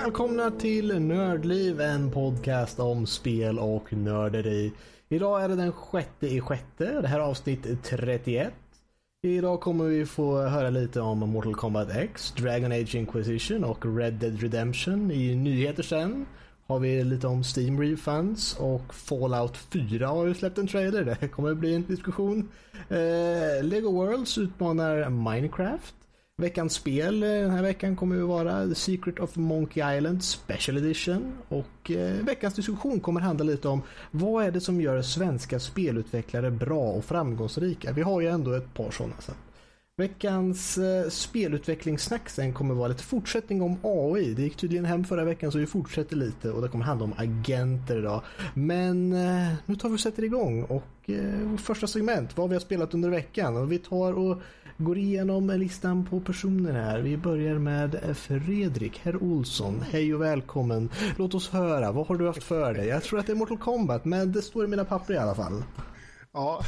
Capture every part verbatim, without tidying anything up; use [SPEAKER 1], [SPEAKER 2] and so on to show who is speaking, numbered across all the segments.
[SPEAKER 1] välkomna till Nördliv, en podcast om spel och nörderi. Idag är det den sjätte i sjätte, det här är avsnitt trettioett. Idag kommer vi få höra lite om Mortal Kombat X, Dragon Age Inquisition och Red Dead Redemption. I nyheter sen har vi lite om Steam refunds och Fallout fyra har ju släppt en trailer. Det kommer bli en diskussion. Eh, Lego Worlds utmanar Minecraft. Veckans spel den här veckan kommer ju vara The Secret of Monkey Island Special Edition. Och eh, veckans diskussion kommer handla lite om vad är det som gör svenska spelutvecklare bra och framgångsrika. Vi har ju ändå ett par sådana. Så. Veckans eh, spelutvecklingssnack sen kommer vara lite fortsättning om A I. Det gick tydligen hem förra veckan så vi fortsätter lite och det kommer handla om agenter idag. Men eh, nu tar vi och sätter igång och eh, första segment, vad vi har spelat under veckan. Och vi tar och går igenom listan på personer här. Vi börjar med Fredrik, herr Olsson. Hej och välkommen. Låt oss höra, vad har du haft för dig? Jag tror att det är Mortal Kombat, men det står i mina papper i alla fall.
[SPEAKER 2] Ja,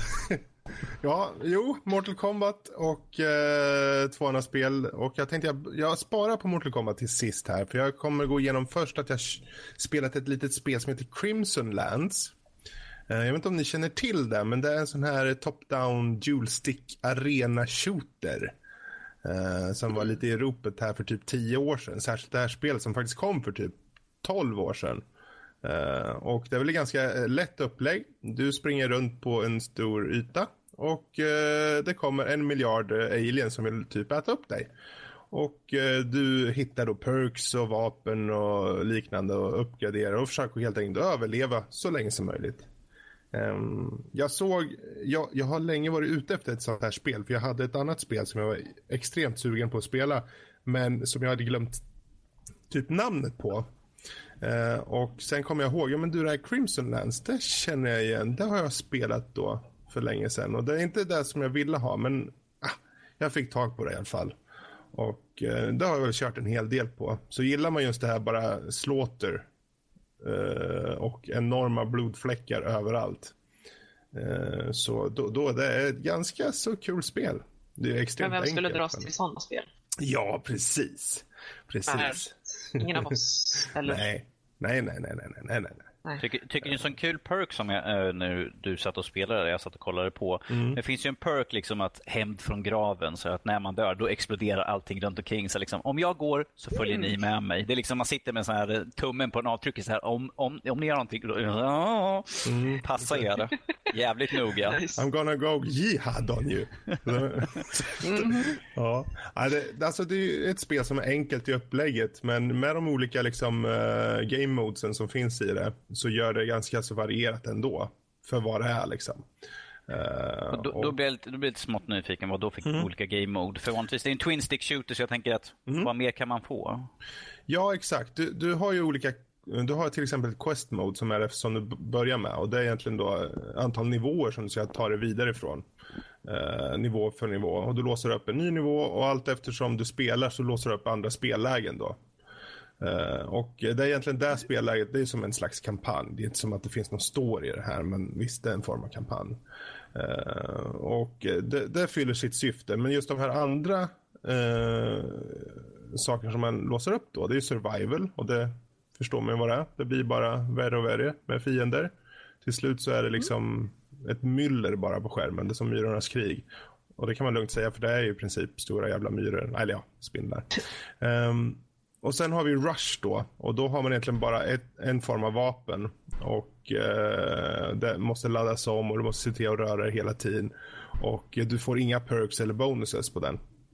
[SPEAKER 2] ja jo, Mortal Kombat och eh, två andra spel. Och jag tänkte, jag, jag sparar på Mortal Kombat till sist här. För jag kommer gå igenom först att jag spelat ett litet spel som heter Crimson Lands. Jag vet inte om ni känner till det, men det är en sån här top-down dual-stick arena-shooter eh, som var lite i ropet här för typ tio år sedan. Särskilt det här spelet som faktiskt kom för typ tolv år sedan. Eh, och det är väl ganska lätt upplägg. Du springer runt på en stor yta och eh, det kommer en miljard aliens som vill typ äta upp dig. Och eh, du hittar då perks och vapen och liknande och uppgraderar och försöker helt enkelt överleva så länge som möjligt. Um, jag såg jag, jag har länge varit ute efter ett sånt här spel, för jag hade ett annat spel som jag var extremt sugen på att spela, men som jag hade glömt typ namnet på. uh, och sen kom jag ihåg, ja men du, det här Crimson Lands, det känner jag igen, det har jag spelat då för länge sedan, och det är inte det som jag ville ha, men ah, jag fick tag på det i alla fall. Och uh, det har jag väl kört en hel del på. Så gillar man just det här bara slaughter Uh, och enorma blodfläckar överallt. Uh, så då, då det är ett ganska så kul spel. Det är extremt
[SPEAKER 3] enkelt. Men vem skulle
[SPEAKER 2] enkelt,
[SPEAKER 3] dras till sådana spel?
[SPEAKER 2] Ja, precis. Precis.
[SPEAKER 3] Nej, ingen av oss. Eller?
[SPEAKER 2] Nej. Nej, nej, nej, nej, nej, nej.
[SPEAKER 4] Nej. Tycker, tycker ni en sån kul perk som jag, äh, när du satt och spelade, jag satt och kollade på. Mm. Det finns ju en perk liksom att hämnd från graven, så att när man dör då exploderar allting runt omkring. Så liksom, om jag går så följer mm. ni med mig. Det är liksom, man sitter med så här tummen på en avtryck så här, om, om, om ni gör någonting då, mm. passa er. Jävligt noga.
[SPEAKER 2] I'm gonna go jihad on you. mm. Ja. Det, alltså det är ett spel som är enkelt i upplägget, men med de olika liksom uh, game modesen som finns i det, så gör det ganska så varierat ändå för vad det är liksom. Uh,
[SPEAKER 4] då, och... då, blir jag lite, då blir jag lite smått nyfiken vad då fick mm. olika game mode. För vanligtvis det är en twin stick shooter, så jag tänker att mm. vad mer kan man få? Ja, exakt. Du, du har ju olika, du har till exempel quest mode som är som du börjar med, och det är egentligen då antal nivåer som du ska ta dig vidare ifrån. Uh, nivå för nivå, och du låser upp en ny nivå, och allt eftersom du spelar så låser du upp andra spellägen då. Uh, och det är egentligen det spelläget, det är som en slags kampanj. Det är inte som att det finns någon story i det här, men visst, det är en form av kampanj. Uh, och det, det fyller sitt syfte. Men just de här andra uh, saker som man låser upp då, det är survival, och det förstår man vad det är. Det blir bara värre och värre med fiender. Till slut så är det liksom ett myller bara på skärmen, det är som myrornas krig. Och det kan man lugnt säga, för det är ju i princip stora jävla myror, eller ja, spindlar. Um, Och sen har vi Rush då, och då har man egentligen bara ett, en form av vapen, och eh, det måste laddas om och du måste se till att röra dig hela tiden, och eh, du får inga perks eller bonuses på den.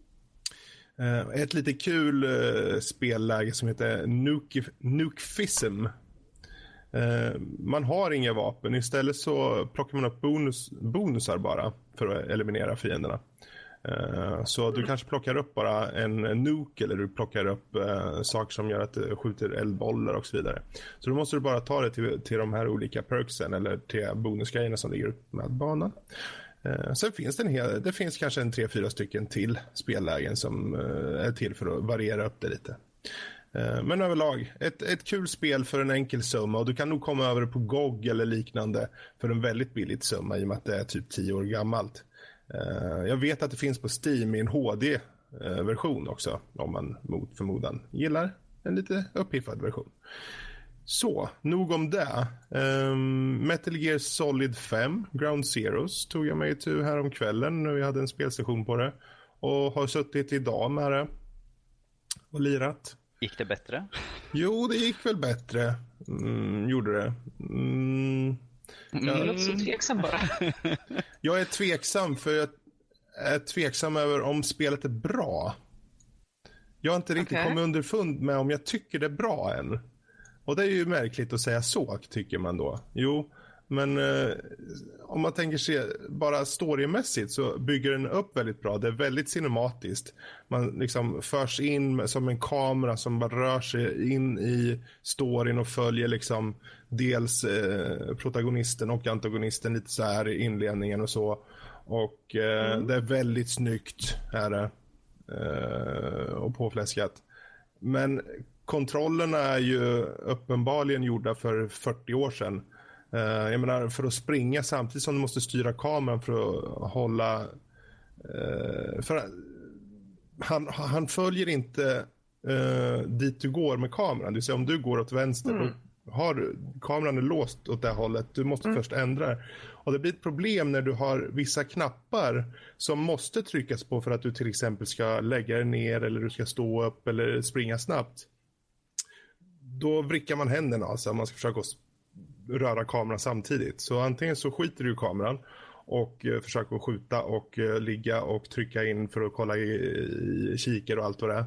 [SPEAKER 4] Eh, ett lite kul eh, spelläge som heter Nuke, Nukefism. Eh, man har inga vapen, istället så plockar man upp bonus, bonusar bara för att eliminera fienderna. Uh, så du kanske plockar upp bara en nuke, eller du plockar upp uh, saker som gör att du skjuter eldbollar och så vidare. Så då måste du bara ta det till, till de här olika perksen eller till bonusgrejerna som ligger upp med banan. Uh, sen finns det en hel, det finns kanske en tre, fyra stycken till spellägen som uh, är till för att variera upp det lite. Uh, men överlag, ett, ett kul spel för en enkel summa, och du kan nog komma över det på G O G eller liknande för en väldigt billig summa, i och med att det är typ tio år gammalt. Uh, jag vet att det finns på Steam i en H D-version uh, också, om man mot förmodan gillar
[SPEAKER 2] en lite uppiffad version. Så, nog om det. Um, Metal Gear Solid fem, Ground Zeroes, tog jag mig till här om kvällen när vi hade en spelstation på det. Och har suttit idag med det och lirat.
[SPEAKER 4] Gick det bättre?
[SPEAKER 2] Jo, det gick väl bättre. Mm, gjorde det. Mm,
[SPEAKER 3] jag är mm. så tveksam bara.
[SPEAKER 2] Jag är tveksam för jag är tveksam över om spelet är bra. Jag har inte riktigt okay. kommit underfund med om jag tycker det är bra än. Och det är ju märkligt att säga så, tycker man då. Jo, men eh, om man tänker sig bara storymässigt så bygger den upp väldigt bra. Det är väldigt cinematiskt. Man liksom förs in som en kamera som bara rör sig in i storyn och följer liksom dels eh, protagonisten och antagonisten lite så här i inledningen och så. Och eh, mm. det är väldigt snyggt är det. Eh, och påfläskat. Men kontrollerna är ju uppenbarligen gjorda för fyrtio år sedan. Uh, jag menar, för att springa samtidigt som du måste styra kameran för att hålla... Uh, för, han, han följer inte uh, dit du går med kameran. Det vill säga om du går åt vänster mm. och har kameran är låst åt det hållet. Du måste mm. först ändra. Och det blir ett problem när du har vissa knappar som måste tryckas på för att du till exempel ska lägga dig ner eller du ska stå upp eller springa snabbt. Då vrickar man händerna alltså man ska försöka röra kameran samtidigt. Så antingen så skiter du i kameran och eh, försöker skjuta och eh, ligga och trycka in för att kolla i, i kikar och allt vad det är.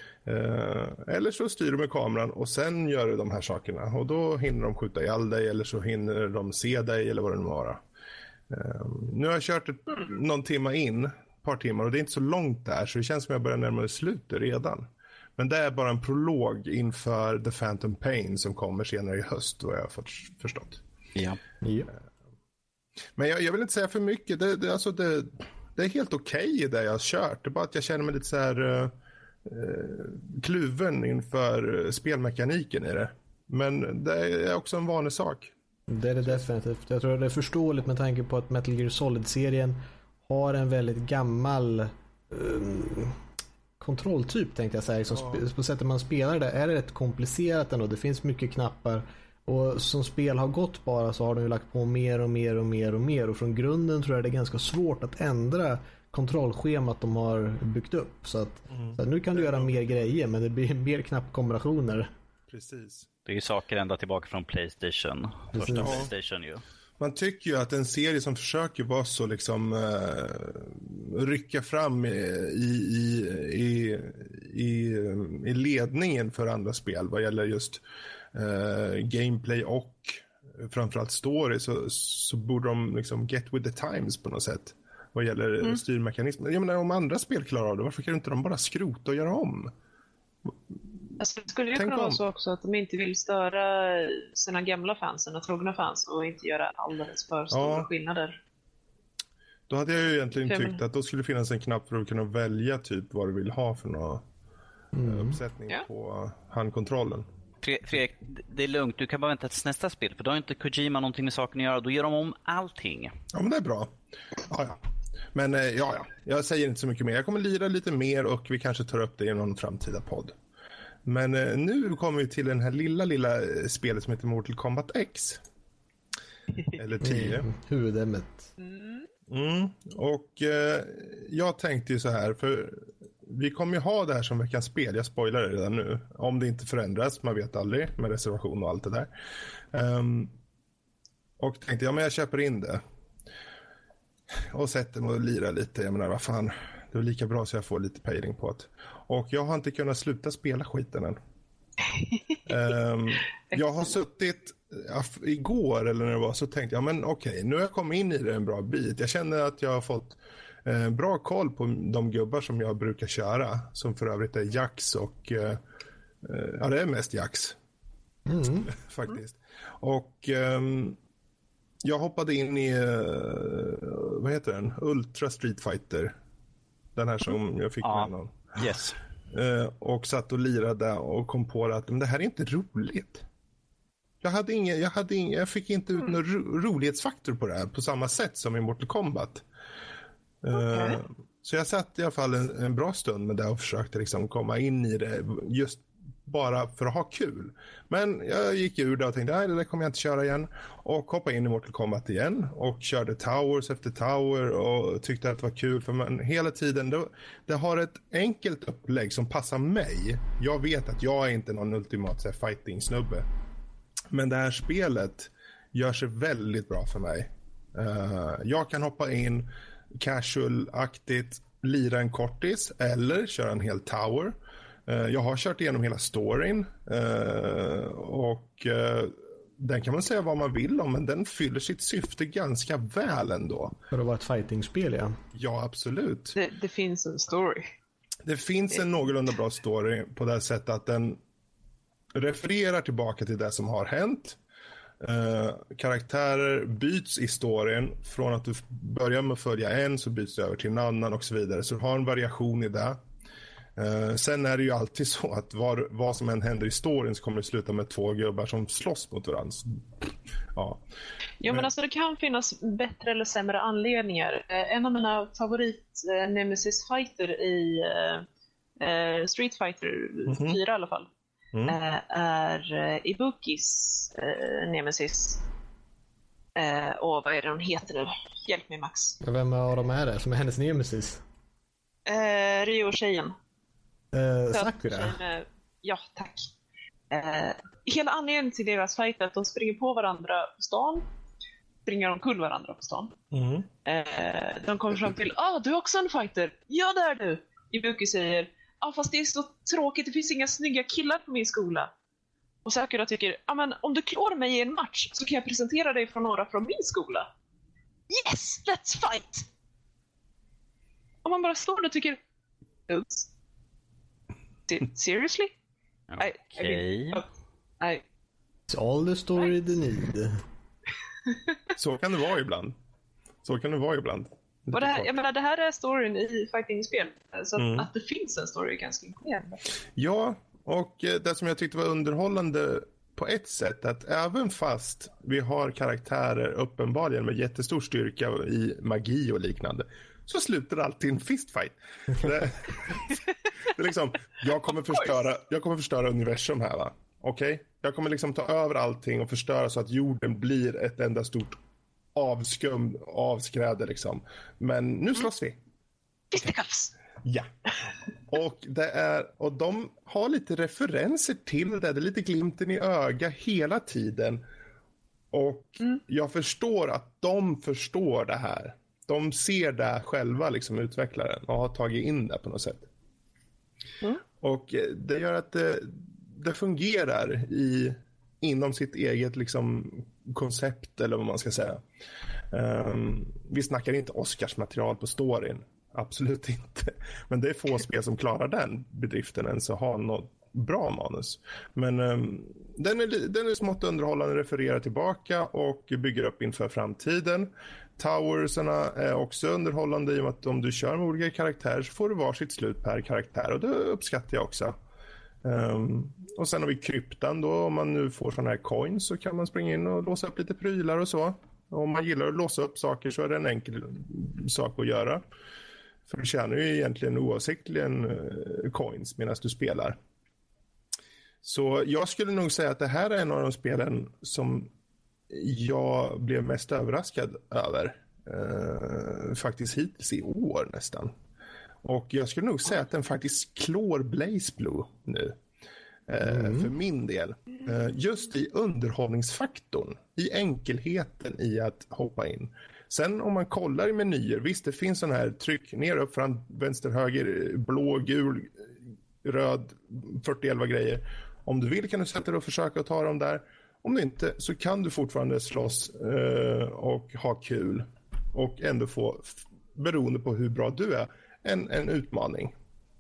[SPEAKER 2] Eh, eller så styr du med kameran och sen gör du de här sakerna. Och då hinner de skjuta ihjäl dig eller så hinner de se dig eller vad det nu vara. Eh, nu har jag kört ett, någon timma in, ett par timmar och det är inte så långt där så det känns som jag börjar närma mig slutet redan. Men det är bara en prolog inför The Phantom Pain som kommer senare i höst, vad jag har fått förstått.
[SPEAKER 4] Ja. ja.
[SPEAKER 2] Men jag, jag vill inte säga för mycket. Det, det, alltså det, det är helt okej okay det jag har kört. Det är bara att jag känner mig lite så här uh, kluven inför spelmekaniken i det. Men det är också en vanlig sak.
[SPEAKER 1] Det är det definitivt. Jag tror det är förståeligt med tanke på att Metal Gear Solid-serien har en väldigt gammal... Um, kontrolltyp tänkte jag säga. Liksom, ja. På sättet man spelar det är det rätt komplicerat ändå. Det finns mycket knappar och som spel har gått bara så har de ju lagt på mer och mer och mer och mer och från grunden tror jag det är ganska svårt att ändra kontrollschemat de har byggt upp. Så att, mm. så att nu kan du göra mer grejer men det blir mer knappkombinationer.
[SPEAKER 2] Precis.
[SPEAKER 4] Det är ju saker ända tillbaka från PlayStation.
[SPEAKER 1] Precis.
[SPEAKER 4] Första
[SPEAKER 1] Ja.
[SPEAKER 4] PlayStation ju.
[SPEAKER 2] Man tycker ju att en serie som försöker vara så liksom uh, rycka fram i, i, i, i, i ledningen för andra spel vad gäller just uh, gameplay och framförallt story så, så borde de liksom get with the times på något sätt vad gäller mm. styrmekanismer. Jag menar om andra spel klarar av det, varför kan inte de bara skrota och göra om?
[SPEAKER 3] Alltså, det skulle ju kunna vara så också att de inte vill störa sina gamla fans, sina trogna fans och inte göra alldeles för stora ja. skillnader.
[SPEAKER 2] Då hade jag ju egentligen
[SPEAKER 3] Fem.
[SPEAKER 2] tyckt att då skulle finnas en knapp för att kunna välja typ vad du vill ha för någon mm. uppsättning ja. på handkontrollen.
[SPEAKER 4] Fredrik, det är lugnt. Du kan bara vänta till nästa spel för då har inte Kojima någonting med saken att göra. Då gör de om allting.
[SPEAKER 2] Ja, men det är bra. Ja, ja. Men ja, ja. Jag säger inte så mycket mer. Jag kommer lira lite mer och vi kanske tar upp det i någon framtida podd. Men eh, nu kommer vi till den här lilla, lilla spelet som heter Mortal Kombat X. Eller tio.
[SPEAKER 1] Mm, huvudämnet.
[SPEAKER 2] Mm. Och eh, jag tänkte ju så här, för vi kommer ju ha det här som veckans spel. Jag spoilar det redan nu. Om det inte förändras, man vet aldrig med reservation och allt det där. Um, och tänkte, ja men jag köper in det. Och sätter mig och lirar lite. Jag menar, vad fan, det är lika bra så jag får lite pejling på det. Och jag har inte kunnat sluta spela skiten än. um, jag har suttit ja, igår eller när det var så tänkte jag, men okej, okay, nu har jag kommit in i det en bra bit. Jag känner att jag har fått eh, bra koll på de gubbar som jag brukar köra. Som för övrigt är Jax och eh, ja, det är mest Jax. Mm. Faktiskt. Och um, jag hoppade in i uh, vad heter den? Ultra Street Fighter. Den här som jag fick
[SPEAKER 4] ja.
[SPEAKER 2] med någon.
[SPEAKER 4] Yes.
[SPEAKER 2] Uh, och satt och lirade och kom på att men det här är inte roligt. Jag hade ingen, jag hade ingen, jag fick inte ut mm. någon ro, rolighetsfaktor på det här på samma sätt som i Mortal Kombat.
[SPEAKER 3] Okay.
[SPEAKER 2] Uh, så jag satt i alla fall en, en bra stund med det och försökte liksom komma in i det just bara för att ha kul. Men jag gick ur det och tänkte, nej, det där kommer jag inte köra igen. Och hoppade in i Mortal Kombat igen och körde Towers efter Tower och tyckte att det var kul. För man hela tiden, det, det har ett enkelt upplägg som passar mig. Jag vet att jag är inte någon ultimat så här, fighting-snubbe. Men det här spelet gör sig väldigt bra för mig. Uh, jag kan hoppa in casual-aktigt, lira en kortis eller köra en hel tower. Uh, jag har kört igenom hela storyn uh, och uh, den kan man säga vad man vill om, men den fyller sitt syfte ganska väl ändå.
[SPEAKER 1] För att vara ett fighting-spel, ja.
[SPEAKER 2] Ja, absolut.
[SPEAKER 3] Det, det finns en story.
[SPEAKER 2] Det finns en någorlunda bra story på det sättet att den refererar tillbaka till det som har hänt. Uh, karaktärer byts i storyn. Från att du börjar med att följa en så byts du över till en annan och så vidare. Så du har en variation i det. Uh, sen är det ju alltid så att var, vad som än händer i storyn så kommer det sluta med två gubbar som slåss mot varandra. Ja.
[SPEAKER 3] Jo, men, men alltså det kan finnas bättre eller sämre anledningar. Uh, en av mina favorit uh, Nemesis fighter i uh, Street Fighter mm-hmm. fyra i alla fall. Mm. är uh, Ibukis uh, Nemesis. Uh, och vad är det hon heter nu? Hjälp mig, Max.
[SPEAKER 1] Vem av dem är det som är hennes Nemesis?
[SPEAKER 3] Uh, Rio-tjejen.
[SPEAKER 1] Uh, Sakura?
[SPEAKER 3] Uh, ja, tack. Uh, hela anledningen till deras fight är att de springer på varandra på stan. Springer omkull varandra på stan. Mm. Uh, de kommer fram till, ah, du är också en fighter. Ja, det är du. Ibuki säger, ja, ah, fast det är så tråkigt, det finns inga snygga killar på min skola. Och Sakura tycker, ja, men om du klår mig i en match så kan jag presentera dig från några från min skola. Yes, let's fight! Och man bara står och tycker, oops. Seriously?
[SPEAKER 4] Okej. Okay.
[SPEAKER 3] I, I mean, oh, I...
[SPEAKER 1] It's all the story right. They need.
[SPEAKER 2] Så kan det vara ibland. Så kan det vara ibland.
[SPEAKER 3] Och det, här, jag menar, det här är storyn i fighting-spel. Så mm. att det finns en story är ganska imponerande.
[SPEAKER 2] Ja, och det som jag tyckte var underhållande på ett sätt, att även fast vi har karaktärer uppenbarligen med jättestor styrka i magi och liknande, så slutar det alltid en fistfight. Det, det är liksom, jag kommer förstöra, jag kommer förstöra universum här, va? Okej? Okay? Jag kommer liksom ta över allting och förstöra så att jorden blir ett enda stort avskum, avskräde liksom. Men nu slåss vi.
[SPEAKER 3] Fisticuffs.
[SPEAKER 2] Ja. Och det är, och de har lite referenser till det. Det är lite glimten i öga hela tiden. Och mm. jag förstår att de förstår det här. De ser det själva, liksom utvecklaren, och har tagit in det på något sätt. Mm. Och det gör att det, det fungerar i inom sitt eget liksom koncept, eller vad man ska säga. Um, vi snackar inte Oscars material på storyn. Absolut inte. Men det är få spel som klarar den bedriften ens att ha något bra manus. Men um, den, är, den är smått underhållande, refererar tillbaka och bygger upp inför framtiden. Towersarna är också underhållande i och med att om du kör med olika karaktärer så får du varsitt slut per karaktär, och det uppskattar jag också. Um, och sen har vi kryptan då. Om man nu får sådana här coins så kan man springa in och låsa upp lite prylar och så. Och om man gillar att låsa upp saker så är det en enkel sak att göra. För du tjänar ju egentligen oavsiktligen uh, coins medan du spelar. Så jag skulle nog säga att det här är en av de spelen som jag blev mest överraskad över. Uh, faktiskt hittills i år nästan. Och jag skulle nog säga att den faktiskt klår Blaze Blue nu. Mm. För min del. Just i underhållningsfaktorn. I enkelheten i att hoppa in. Sen om man kollar i menyer. Visst, det finns sån här tryck ner, upp, fram, vänster, höger, blå, gul, röd, fyrtioelva grejer. Om du vill kan du sätta dig och försöka ta dem där. Om du inte så kan du fortfarande slåss och ha kul. Och ändå få, beroende på hur bra du är, En, en utmaning.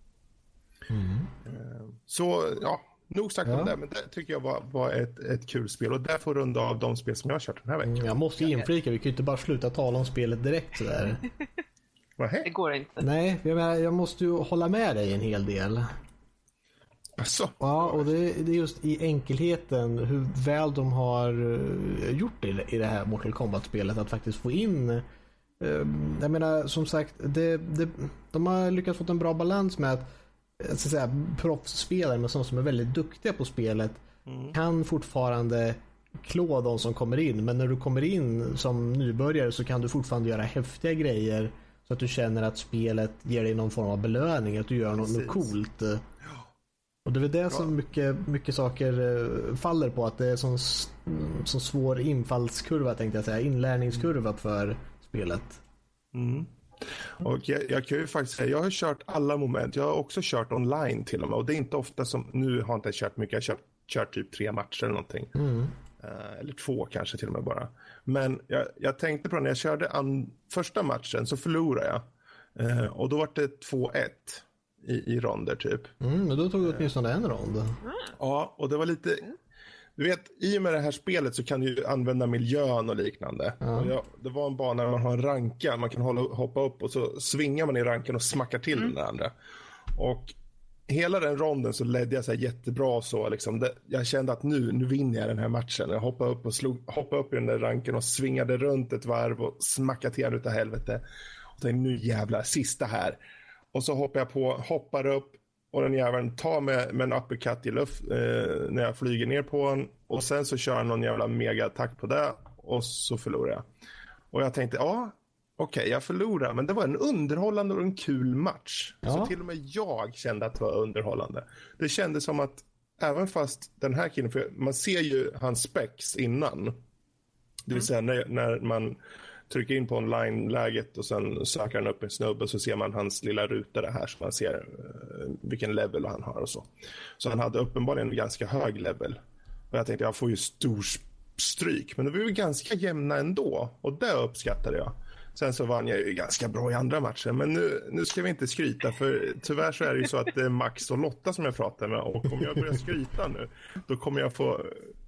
[SPEAKER 2] Mm. Så ja, nog sagt ja. om det, men det tycker jag var, var ett, ett kul spel, och där får runda av de spel som jag har kört den här veckan.
[SPEAKER 1] Jag måste inflika, vi kan ju inte bara sluta tala om spelet direkt sådär.
[SPEAKER 3] Det går inte.
[SPEAKER 1] Nej, jag, menar, jag måste ju hålla med dig en hel del.
[SPEAKER 2] Alltså.
[SPEAKER 1] Ja, och det, det är just i enkelheten hur väl de har gjort det i det här Mortal Kombat-spelet, att faktiskt få in. Jag menar, som sagt, det, det, de har lyckats få en bra balans med att jag ska säga, proffsspelare, men sådana som är väldigt duktiga på spelet mm. kan fortfarande klå de som kommer in. Men när du kommer in som nybörjare så kan du fortfarande göra häftiga grejer så att du känner att spelet ger dig någon form av belöning, att du gör något, något coolt. Och det är väl det som mycket, mycket saker faller på, att det är sån, sån svår infallskurva, tänkte jag säga, inlärningskurva för spelet.
[SPEAKER 2] Mm. Och jag, jag kan ju faktiskt säga, jag har kört alla moment, jag har också kört online till och med, och det är inte ofta som, nu har jag inte kört mycket, jag har kört, kört typ tre matcher eller någonting. Mm. Uh, eller två kanske till och med bara. Men jag, jag tänkte på det, när jag körde an, första matchen så förlorade jag. Uh, och då var det två ett i, i ronder typ.
[SPEAKER 1] Mm, men då tog du åtminstone uh, en rond. Uh,
[SPEAKER 2] ja, och det var lite... Du vet, i och med det här spelet så kan du ju använda miljön och liknande. Uh. Och jag, det var en bana där man har en ranka, man kan hålla, hoppa upp och så svingar man i ranken och smackar till mm. den andra. Och hela den ronden så ledde jag så här jättebra så liksom. Det, jag kände att nu, nu vinner jag den här matchen. Jag hoppade upp och slog, hoppade upp i den där ranken och svingade runt ett varv och smackade till utav helvete. Och tänkte, nu jävlar, sista här. Och så hoppar jag på, hoppar upp och den jäveln tar med, med en uppercut i luft eh, när jag flyger ner på den. Och sen så kör jag någon jävla mega-attack på det och så förlorar jag. Och jag tänkte, ja... Okej, okay, jag förlorade, men det var en underhållande och en kul match. Ja. Så till och med jag kände att det var underhållande. Det kändes som att, även fast den här killen, för man ser ju hans specs innan. Det vill säga när, när man trycker in på online-läget och sen söker han upp en snubbe, så ser man hans lilla ruta där här, så man ser uh, vilken level han har och så. Så han hade uppenbarligen en ganska hög level. Och jag tänkte, jag får ju stor stryk, men det var ju ganska jämna ändå. Och det uppskattade jag. Sen så vann jag ju ganska bra i andra matcher. Men nu, nu ska vi inte skryta. För tyvärr så är det ju så att det är Max och Lotta som jag pratar med. Och om jag börjar skryta nu, då kommer jag få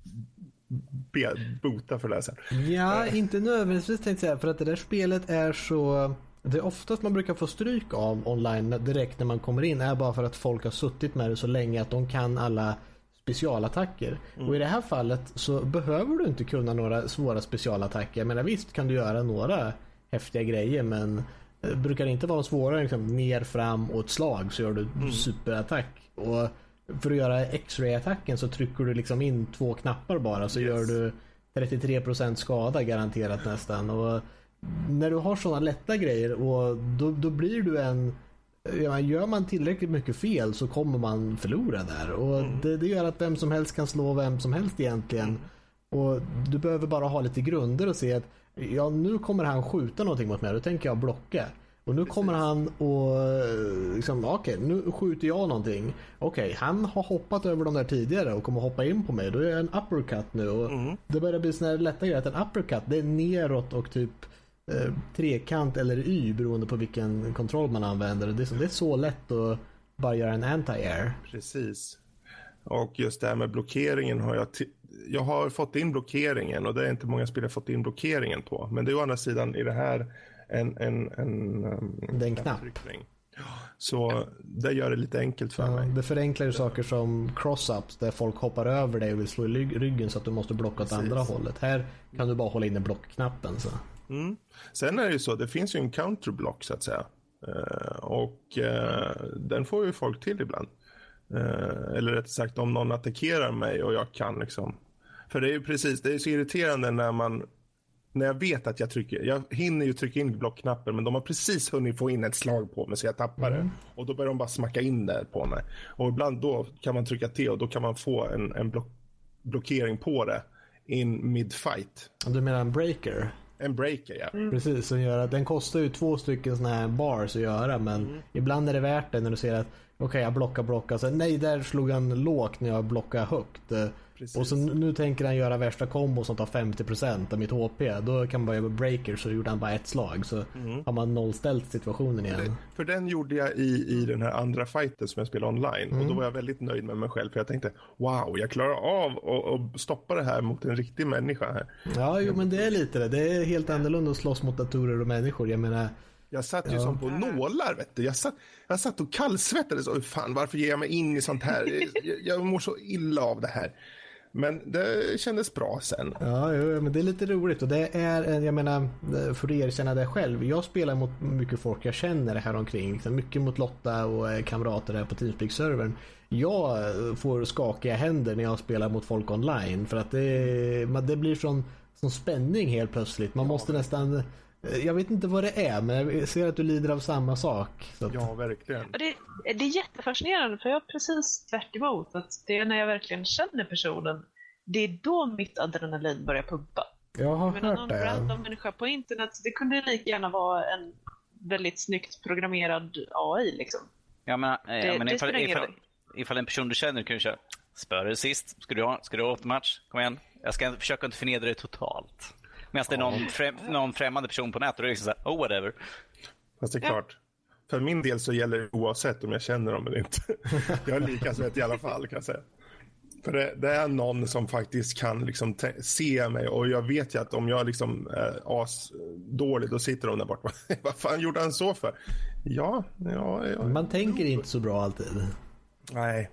[SPEAKER 2] be, bota för det sen.
[SPEAKER 1] Ja, inte nödvändigtvis tänkte jag. För att det där spelet är så... Det är oftast man brukar få stryk av online direkt när man kommer in. Är bara för att folk har suttit med det så länge att de kan alla specialattacker. Mm. Och i det här fallet så behöver du inte kunna några svåra specialattacker. Men visst kan du göra några häftiga grejer, men det brukar inte vara svårare liksom, ner, fram och ett slag så gör du mm. superattack. Och för att göra X-ray-attacken så trycker du liksom in två knappar bara, så yes. gör du trettiotre procent skada garanterat nästan. Och när du har sådana lätta grejer, och då, då blir du en... Ja, gör man tillräckligt mycket fel så kommer man förlora där. Och mm. det, det gör att vem som helst kan slå vem som helst egentligen. Mm. Och du behöver bara ha lite grunder och se att ja, nu kommer han skjuta någonting mot mig, då tänker jag blocka. Och nu Precis. kommer han och liksom, okej, okay, nu skjuter jag någonting. Okej, okay, han har hoppat över de där tidigare och kommer hoppa in på mig. Då är jag en uppercut nu. Och mm. det börjar bli sån här lätta grejer att en uppercut, det är neråt och typ eh, trekant eller Y beroende på vilken kontroll man använder. Det är så, det är så lätt att bara göra en anti-air.
[SPEAKER 2] Precis. Och just det här med blockeringen har jag... T- jag har fått in blockeringen, och det är inte många spelare fått in blockeringen på. Men det är å andra sidan i det här en, en, en,
[SPEAKER 1] det är en knapp.
[SPEAKER 2] Så det gör det lite enkelt för
[SPEAKER 1] ja,
[SPEAKER 2] mig.
[SPEAKER 1] Det förenklar ju saker som cross-ups där folk hoppar över dig och vill slå i ryggen så att du måste blocka åt andra hållet. Här kan du bara hålla in blockknappen. Så.
[SPEAKER 2] Mm. Sen är det ju så, det finns ju en counterblock så att säga. Uh, och uh, den får ju folk till ibland. Uh, eller rätt sagt, om någon attackerar mig och jag kan liksom... För det är ju precis, det är så irriterande när man... När jag vet att jag trycker... Jag hinner ju trycka in blockknappen, men de har precis hunnit få in ett slag på mig så jag tappar mm. det. Och då börjar de bara smacka in där på mig. Och ibland då kan man trycka till och då kan man få en, en block, blockering på det in mid-fight.
[SPEAKER 1] Du menar en breaker?
[SPEAKER 2] En breaker, ja.
[SPEAKER 1] Mm. Precis, som gör att den kostar ju två stycken såna här bars att göra, men mm. ibland är det värt det när du ser att okej, okay, jag blockar, blockar. Så, nej, där slog han lågt när jag blockade högt. Precis. Och så nu tänker han göra värsta kombo som tar femtio procent av mitt H P. Då kan man bara göra breaker, så gjorde han bara ett slag. Så mm. har man nollställt situationen igen.
[SPEAKER 2] Det, för den gjorde jag i, i den här andra fighten som jag spelade online. Mm. Och då var jag väldigt nöjd med mig själv. För jag tänkte, wow, jag klarar av att stoppa det här mot en riktig människa här.
[SPEAKER 1] Ja, jo, men det är lite det. Det är helt annorlunda att slåss mot datorer och människor. Jag menar...
[SPEAKER 2] Jag satt ju ja. som på nålar, vet du. Jag satt, jag satt och kallsvettades. Och fan, varför ger jag mig in i sånt här? Jag, jag mår så illa av det här. Men det kändes bra sen.
[SPEAKER 1] Ja, jo, men det är lite roligt och det är, jag menar, för att erkänna det själv. Jag spelar mot mycket folk jag känner här omkring. Mycket mot Lotta och kamrater här på Teamspeak-servern. Jag får skakiga händer när jag spelar mot folk online. För att det, det blir sån, sån spänning helt plötsligt. Man måste nästan... Jag vet inte vad det är, men jag ser att du lider av samma sak. Så att...
[SPEAKER 2] Ja, verkligen.
[SPEAKER 3] Det, det är jättefascinerande, för jag är precis tvärt emot. Att det är när jag verkligen känner personen, det är då mitt adrenalin börjar pumpa.
[SPEAKER 1] Jag har
[SPEAKER 3] jag menar,
[SPEAKER 1] hört
[SPEAKER 3] någon
[SPEAKER 1] det.
[SPEAKER 3] random människa på internet, det kunde lika gärna vara en väldigt snyggt programmerad A I liksom.
[SPEAKER 4] Ja, men,
[SPEAKER 3] det,
[SPEAKER 4] ja, men
[SPEAKER 3] det
[SPEAKER 4] ifall,
[SPEAKER 3] ifall,
[SPEAKER 4] ifall, ifall en person du känner kan du köra spöre sist. Ska du ha, ska du ha återmatch? Kom igen. Jag ska försöka inte förnedra dig totalt. Medan det är någon, främ, någon främmande person på nätet och det är liksom såhär, oh whatever.
[SPEAKER 2] Fast det är klart. För min del så gäller det oavsett om jag känner dem eller inte. Jag är lika svett i alla fall, kan jag säga. För det, det är någon som faktiskt kan liksom te- se mig. Och jag vet ju att om jag liksom är as dålig, då sitter de där borta. Vad fan gjorde han så för? Ja, ja, ja.
[SPEAKER 1] Man tänker inte så bra alltid.
[SPEAKER 2] Nej.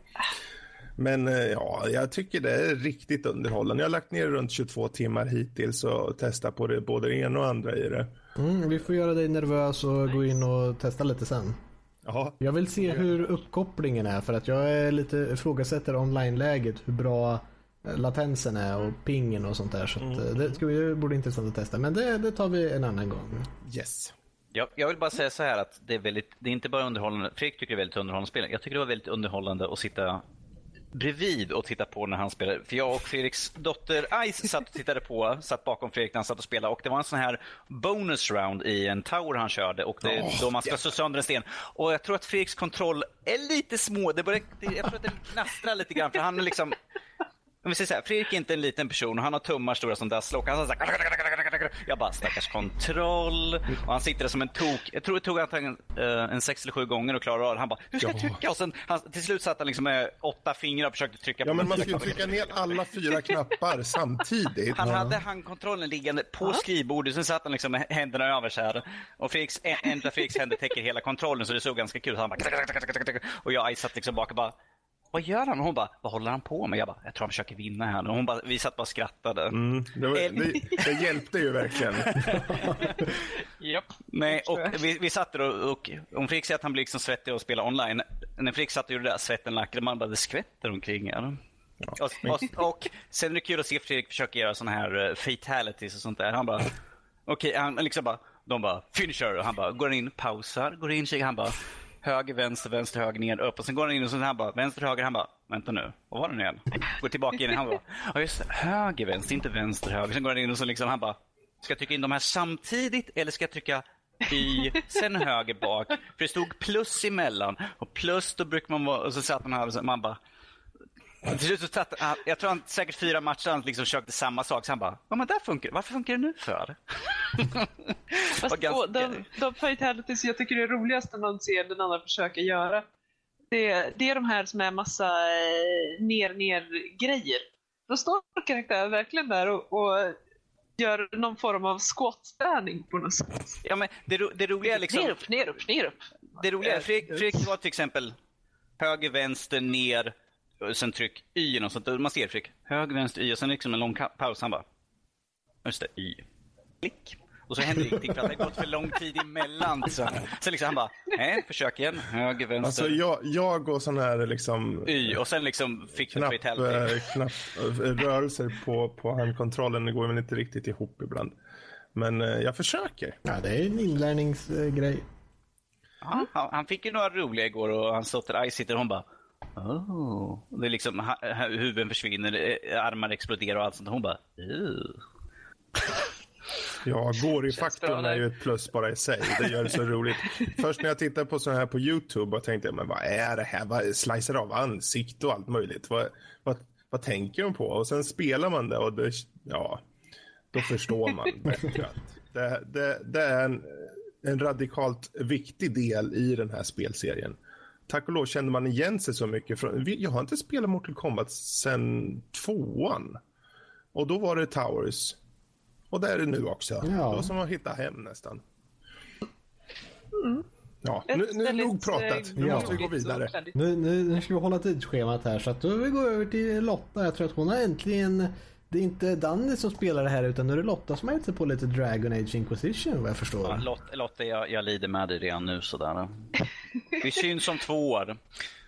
[SPEAKER 2] Men ja, jag tycker det är riktigt underhållande. Jag har lagt ner runt tjugotvå timmar hittills och testat på det, både det ena och andra i det.
[SPEAKER 1] Mm, vi får göra dig nervös och gå in och testa lite sen.
[SPEAKER 2] Jaha.
[SPEAKER 1] Jag vill se hur uppkopplingen är, för att jag är lite ifrågasätter online-läget, hur bra latensen är och pingen och sånt där. Så att det ska vi, borde intressant att testa, men det, det tar vi en annan gång.
[SPEAKER 2] Yes.
[SPEAKER 4] Jag, jag vill bara säga så här att det är väldigt, det är inte bara underhållande. Fredrik tycker det är väldigt underhållande spel. Jag tycker det var väldigt underhållande att sitta bredvid och titta på när han spelade. För jag och Fredriks dotter Ice satt och tittade på, satt bakom Fredrik när han satt och spelade. Och det var en sån här bonus round i en tower han körde. Och det är oh, då man ska slå sönder en sten. Och jag tror att Fredriks kontroll är lite små. Det börjar, jag tror att det knastrar lite grann. För han är liksom... Om vi säger så här, Fredrik är inte en liten person och han har tummar stora som dasslock. Han så här, jag bara, stackars kontroll. Och han sitter där som en tok. Jag tror det tog han en sex eller sju gånger och klarade av det. Han bara, hur ska jag trycka? Och sen, han, till slut satt han liksom med åtta fingrar och försökte trycka på.
[SPEAKER 2] Ja, men man ska ju trycka ner alla fyra knappar samtidigt.
[SPEAKER 4] Han hade handkontrollen liggande på skrivbordet. Sen satt han liksom med händerna över så här. Och Fredriks, en av Fredriks händer täcker hela kontrollen, så det såg ganska kul. Han bara, och jag satt liksom bak och bara, vad gör han? Och hon bara, vad håller han på med? Jag bara, jag tror han försöker vinna här. Och hon bara, vi satt bara och skrattade.
[SPEAKER 2] Mm, det, var, det, det hjälpte ju verkligen.
[SPEAKER 4] Yep. Nej, och vi, vi satt där och, och om Fredrik säger att han blir liksom svettig och spelar online. När Fredrik satt och gjorde det där, svetten lackade, man bara, det skvätter omkring här. Ja. Och, och, och sen är det kul att se Fredrik försöka göra såna här uh, fatalities och sånt där. Han bara, okej, okay, han liksom bara, de bara, finisher. Och han bara, går in, pausar, går in, kikar, han bara, höger, vänster, vänster, höger, ner, upp. Och sen går han in och så han bara, vänster, höger, han bara, vänta nu, vad var det nu igen? Går tillbaka in, han bara, ja just det, höger, vänster, inte vänster, höger. Sen går han in och så liksom, han bara, ska jag trycka in de här samtidigt eller ska jag trycka Y, sen höger bak? För det stod plus emellan. Och plus, då brukar man vara, och så satt man här och så, man bara, till slut så satt, jag tror han säkert fyra matcher han liksom köpte samma sak, så han bara, ja men där funkar, varför funkar det nu för?
[SPEAKER 3] Fast, ganska... de, de fatalities jag tycker det är roligast när man ser den andra försöka göra, det, det är de här som är massa ner ner grejer. Då står karaktären verkligen där och, och gör någon form av squat-träning på något sätt.
[SPEAKER 4] Ja, men det, det roliga är liksom,
[SPEAKER 3] ner upp, ner upp, ner upp.
[SPEAKER 4] Det roliga är, Fredrik, Fredrik var till exempel höger, vänster, ner, och sen tryck Y och sånt. Man ser Fredrik, höger, vänster, Y och sen liksom en lång paus. Han bara, just det, Y. Klick. Och så händer ingenting för att det har gått för lång tid emellan. Så, så liksom han bara, nej, försök igen. Höger, vänster.
[SPEAKER 2] Alltså jag, jag går sån här liksom...
[SPEAKER 4] Y, och sen liksom fick
[SPEAKER 2] knapp, äh, knapp, rörelser på, på handkontrollen. Det går väl inte riktigt ihop ibland. Men äh, jag försöker.
[SPEAKER 1] Ja, det är en inlärningsgrej.
[SPEAKER 4] Ja, han, han fick ju några roliga igår och hans dotter Ice sitter och hon bara, oh. Det är liksom, ha, huvuden försvinner, armar exploderar och allt sånt. Hon bara, ew.
[SPEAKER 2] Ja, går i faktorn är ju ett plus bara i sig. Det gör det så roligt. Först när jag tittade på så här på YouTube och tänkte, men vad är det här? Vad slicer av ansikte och allt möjligt? Vad, vad, vad tänker de på? Och sen spelar man det och det, ja, då förstår man bättre. Det, det, det är en, en radikalt viktig del i den här spelserien. Tack och lov känner man igen sig så mycket. Från, jag har inte spelat Mortal Kombat sedan tvåan. Och då var det Towers. Och det är det nu också. Ja. Då som att hitta hem nästan.
[SPEAKER 3] Mm.
[SPEAKER 2] Ja, nu, nu är det nog pratat. Nu
[SPEAKER 1] ja.
[SPEAKER 2] måste vi gå vidare.
[SPEAKER 1] Nu, nu, nu ska vi hålla tidsschemat här, så att då vi går över till Lotta. Jag tror att hon har äntligen... Det är inte Danny som spelar det här, utan nu är det Lotta som har gett sig på lite Dragon Age Inquisition, vad jag förstår.
[SPEAKER 4] Ja, Lotta, Lotta jag, jag lider med dig redan nu sådär. Vi syns om två år.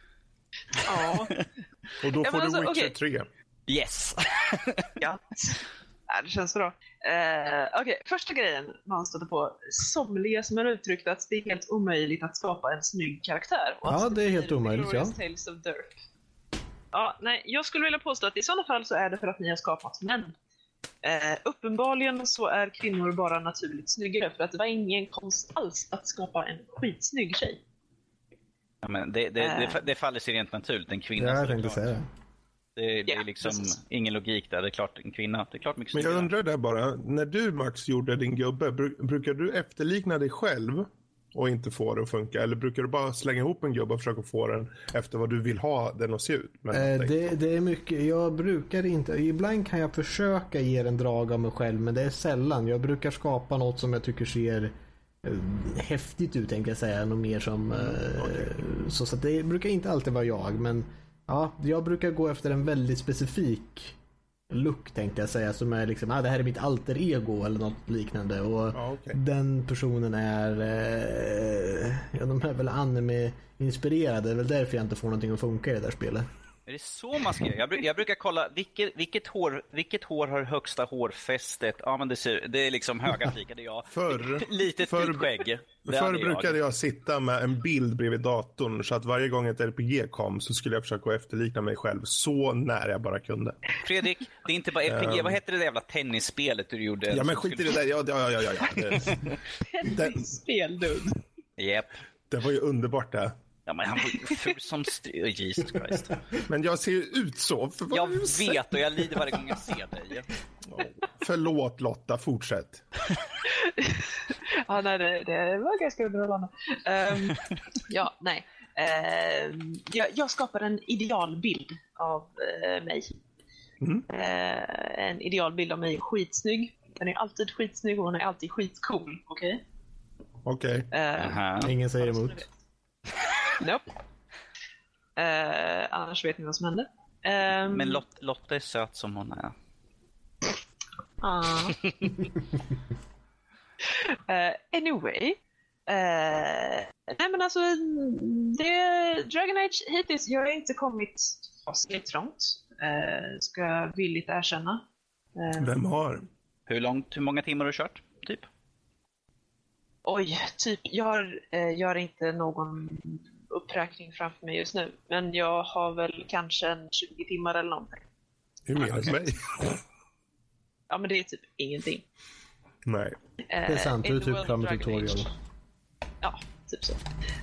[SPEAKER 3] Ja.
[SPEAKER 2] Och då får ja, alltså, du Witcher
[SPEAKER 3] okay.
[SPEAKER 2] tre.
[SPEAKER 4] Yes.
[SPEAKER 3] Ja. Ja, det känns bra. Uh, Okej, okay. Första grejen man stöter på. Somliga som har uttryckt att det är helt omöjligt att skapa en snygg karaktär. Och
[SPEAKER 1] ja, det är helt omöjligt, ja.
[SPEAKER 3] Tales of Derp. Ja, nej, jag skulle vilja påstå att i sådana fall så är det för att ni har skapat män. Uh, uppenbarligen så är kvinnor bara naturligt snyggare, för att det var ingen konst alls att skapa en skitsnygg tjej.
[SPEAKER 4] Ja, men det, det, uh. det, det faller sig rent naturligt, en kvinna.
[SPEAKER 1] Ja, jag tänkte säga det.
[SPEAKER 4] Det, det är liksom yeah, ingen logik där. Det är klart en kvinna. Det är klart mycket.
[SPEAKER 2] Men jag undrar där bara, när du Max gjorde din gubbe, brukar du efterlikna dig själv och inte få det att funka? Eller brukar du bara slänga ihop en gubbe och försöka få den efter vad du vill ha den att se ut?
[SPEAKER 1] Men eh, det, det är mycket, jag brukar inte, ibland kan jag försöka ge en drag av mig själv, men det är sällan. Jag brukar skapa något som jag tycker ser eh, häftigt ut, tänker jag säga, något mer som eh, okay. så, så det brukar inte alltid vara jag, men ja, jag brukar gå efter en väldigt specifik look, tänkte jag säga, som är liksom, ah, det här är mitt alter ego eller något liknande, och
[SPEAKER 2] ah, okay.
[SPEAKER 1] den personen är eh, ja, de är väl anime-inspirerade, det är väl därför jag inte får någonting att funka i det där spelet.
[SPEAKER 4] Är det så man ska göra? Jag, br- jag brukar kolla vilket, vilket, hår, vilket hår har högsta hårfästet. Ja, men det, ser, det är liksom höga flikar, det är jag.
[SPEAKER 2] Förr,
[SPEAKER 4] Litet
[SPEAKER 2] förr,
[SPEAKER 4] skägg.
[SPEAKER 2] Förr brukade jag sitta med en bild bredvid datorn, så att varje gång ett R P G kom så skulle jag försöka efterlikna mig själv så nära jag bara kunde.
[SPEAKER 4] Fredrik, det är inte bara R P G. Um, Vad heter det där jävla tennisspelet du gjorde?
[SPEAKER 2] Ja, men skit i det där. Ja, ja, ja, ja, ja.
[SPEAKER 3] Tennisspel, du.
[SPEAKER 4] Japp.
[SPEAKER 2] Det var ju underbart det.
[SPEAKER 4] Ja, men han var ju ful som styr. Jesus Christ.
[SPEAKER 2] Men jag ser ju ut så. För
[SPEAKER 4] jag vet, och jag lider varje gång jag ser dig.
[SPEAKER 2] Oh, förlåt Lotta, fortsätt.
[SPEAKER 3] Ja, nej, det, det var ganska underhållande. Um, ja, nej. Uh, jag, jag skapar en idealbild av uh, mig. Mm. Uh, en idealbild av mig är skitsnygg. Den är alltid skitsnygg och hon är alltid skitcool, okej?
[SPEAKER 2] Okay? Okej.
[SPEAKER 3] Okay. Uh,
[SPEAKER 1] uh-huh. Ingen säger emot.
[SPEAKER 3] Nope. Uh, annars vet ni vad som händer. Um,
[SPEAKER 4] Men Lot- Lotta är söt som hon är.
[SPEAKER 3] Ah. uh, anyway. Uh, nej men alltså det, Dragon Age hittills, jag har inte kommit fasligt långt. Uh, ska jag villigt erkänna.
[SPEAKER 2] Uh, Vem har?
[SPEAKER 4] Hur långt, hur många timmar har du kört? Typ?
[SPEAKER 3] Oj, typ. Jag har, uh, jag har inte någon uppräkning framför mig just nu. Men jag har väl kanske en tjugo timmar eller någonting.
[SPEAKER 2] Hur menar du mig?
[SPEAKER 3] Ja, men det är typ ingenting.
[SPEAKER 2] Nej.
[SPEAKER 1] Det är sant, du är typ klar med tutorial.
[SPEAKER 3] Ja, typ så.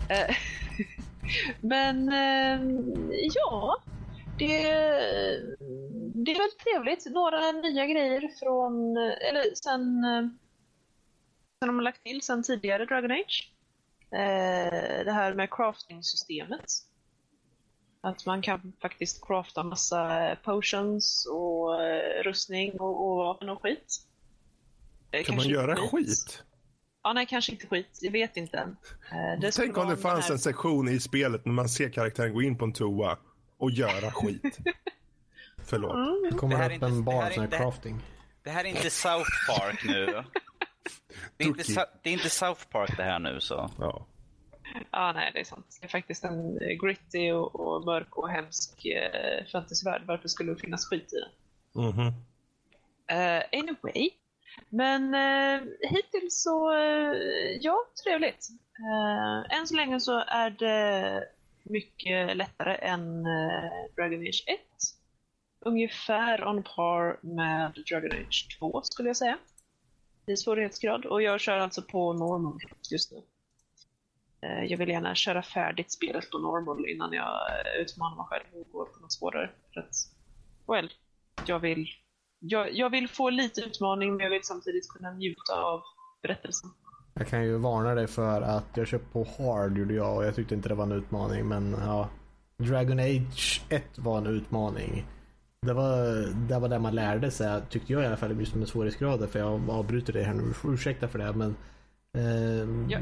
[SPEAKER 3] Men ja, det, det är väldigt trevligt. Några nya grejer från, eller sen, sen de har lagt till sen tidigare Dragon Age. Det här med crafting-systemet. Att man kan faktiskt crafta massa potions och rustning och, och vapen och skit.
[SPEAKER 2] Kan kanske man göra skit? skit?
[SPEAKER 3] Ja, nej, kanske inte skit. Jag vet inte än. Det
[SPEAKER 2] Tänk om det fanns här... en sektion i spelet när man ser karaktären gå in på en toa och göra skit. Förlåt.
[SPEAKER 1] Mm. Det kommer upp en bar som är crafting.
[SPEAKER 4] Det här är inte South Park nu. Det är, inte, det är inte South Park det här nu, så.
[SPEAKER 2] Ja.
[SPEAKER 3] Ja, nej, det är sant. Det är faktiskt en gritty och, och mörk och hemsk eh, fantasyvärld. Varför skulle det finnas skit i den?
[SPEAKER 2] Mm-hmm.
[SPEAKER 3] Uh, anyway. Men uh, hittills så, uh, ja, trevligt. Uh, än så länge så är det mycket lättare än uh, Dragon Age ett. Ungefär on par med Dragon Age två skulle jag säga. I svårighetsgrad. Och jag kör alltså på normal just nu. Jag vill gärna köra färdigt spelet på normal innan jag utmanar mig själv och går på något svårare. För att, well, jag vill, jag, jag vill få lite utmaning, men jag vill samtidigt kunna njuta av berättelsen.
[SPEAKER 1] Jag kan ju varna dig för att jag köpte på hard gjorde jag och jag tyckte inte det var en utmaning, men ja, Dragon Age ett var en utmaning. Det var, det var där man lärde sig, tyckte jag i alla fall, just med svårighetsgrader, för jag avbryter det här nu, ursäkta för det, men eh,
[SPEAKER 3] ja.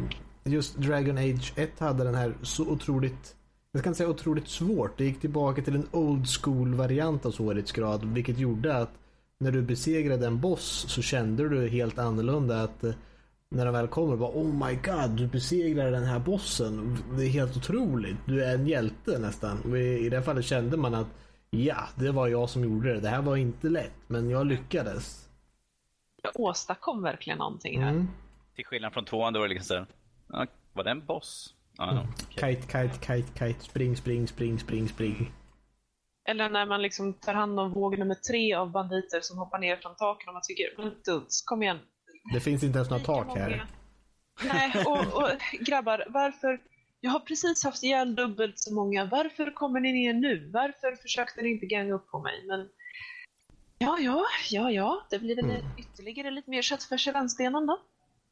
[SPEAKER 1] just Dragon Age ett hade den här så otroligt, jag ska inte säga otroligt svårt. Det gick tillbaka till en old school variant av svårighetsgrad, vilket gjorde att när du besegrade en boss så kände du helt annorlunda att när den väl kommer bara oh my god, du besegrar den här bossen. Det är helt otroligt. Du är en hjälte nästan. I det här fallet kände man att ja, det var jag som gjorde det. Det här var inte lätt, men jag lyckades.
[SPEAKER 3] Jag åstadkom verkligen någonting här. Mm.
[SPEAKER 4] Till skillnad från tvåan då var det liksom så, var det en boss? Ah,
[SPEAKER 1] mm. okay. Kite, kite, kite, kite, spring, spring, spring, spring, spring.
[SPEAKER 3] Eller när man liksom tar hand om våg nummer tre av banditer som hoppar ner från taken och man tycker, men duns, kom igen.
[SPEAKER 1] Det finns inte ens något tak här.
[SPEAKER 3] Många. Nej, och, och grabbar, varför? Jag har precis haft ihjäl dubbelt så många. Varför kommer ni ner nu? Varför försökte ni inte gänga upp på mig? Men ja, ja, ja, ja. Det blir väl mm. ytterligare lite mer köttfärs i vänstenen då.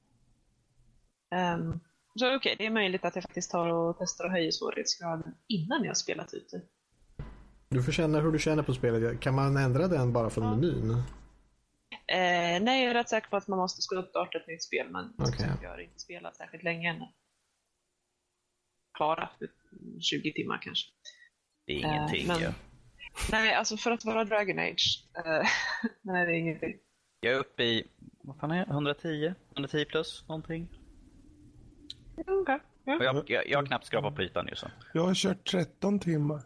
[SPEAKER 3] Um, så okej, okay, det är möjligt att jag faktiskt tar och testar och höjer svårighetsgraden innan jag har spelat ut det.
[SPEAKER 1] Du får känna hur du känner på spelet. Kan man ändra den bara från ja. menyn?
[SPEAKER 3] Eh, nej, jag är rätt säker på att man måste starta ett nytt spel, men
[SPEAKER 1] okay.
[SPEAKER 3] jag har inte spelat särskilt länge än. Klara tjugo timmar kanske.
[SPEAKER 4] Det är ingenting, eh, men, ja.
[SPEAKER 3] Nej, alltså för att vara Dragon Age eh, nej, det är ingenting.
[SPEAKER 4] Jag är uppe i, vad fan är jag? hundratio? hundratio plus någonting?
[SPEAKER 3] Okej. Okay. Ja.
[SPEAKER 4] Och jag, jag, jag har knappt skrapat på ytan ju så.
[SPEAKER 2] Jag har kört tretton timmar.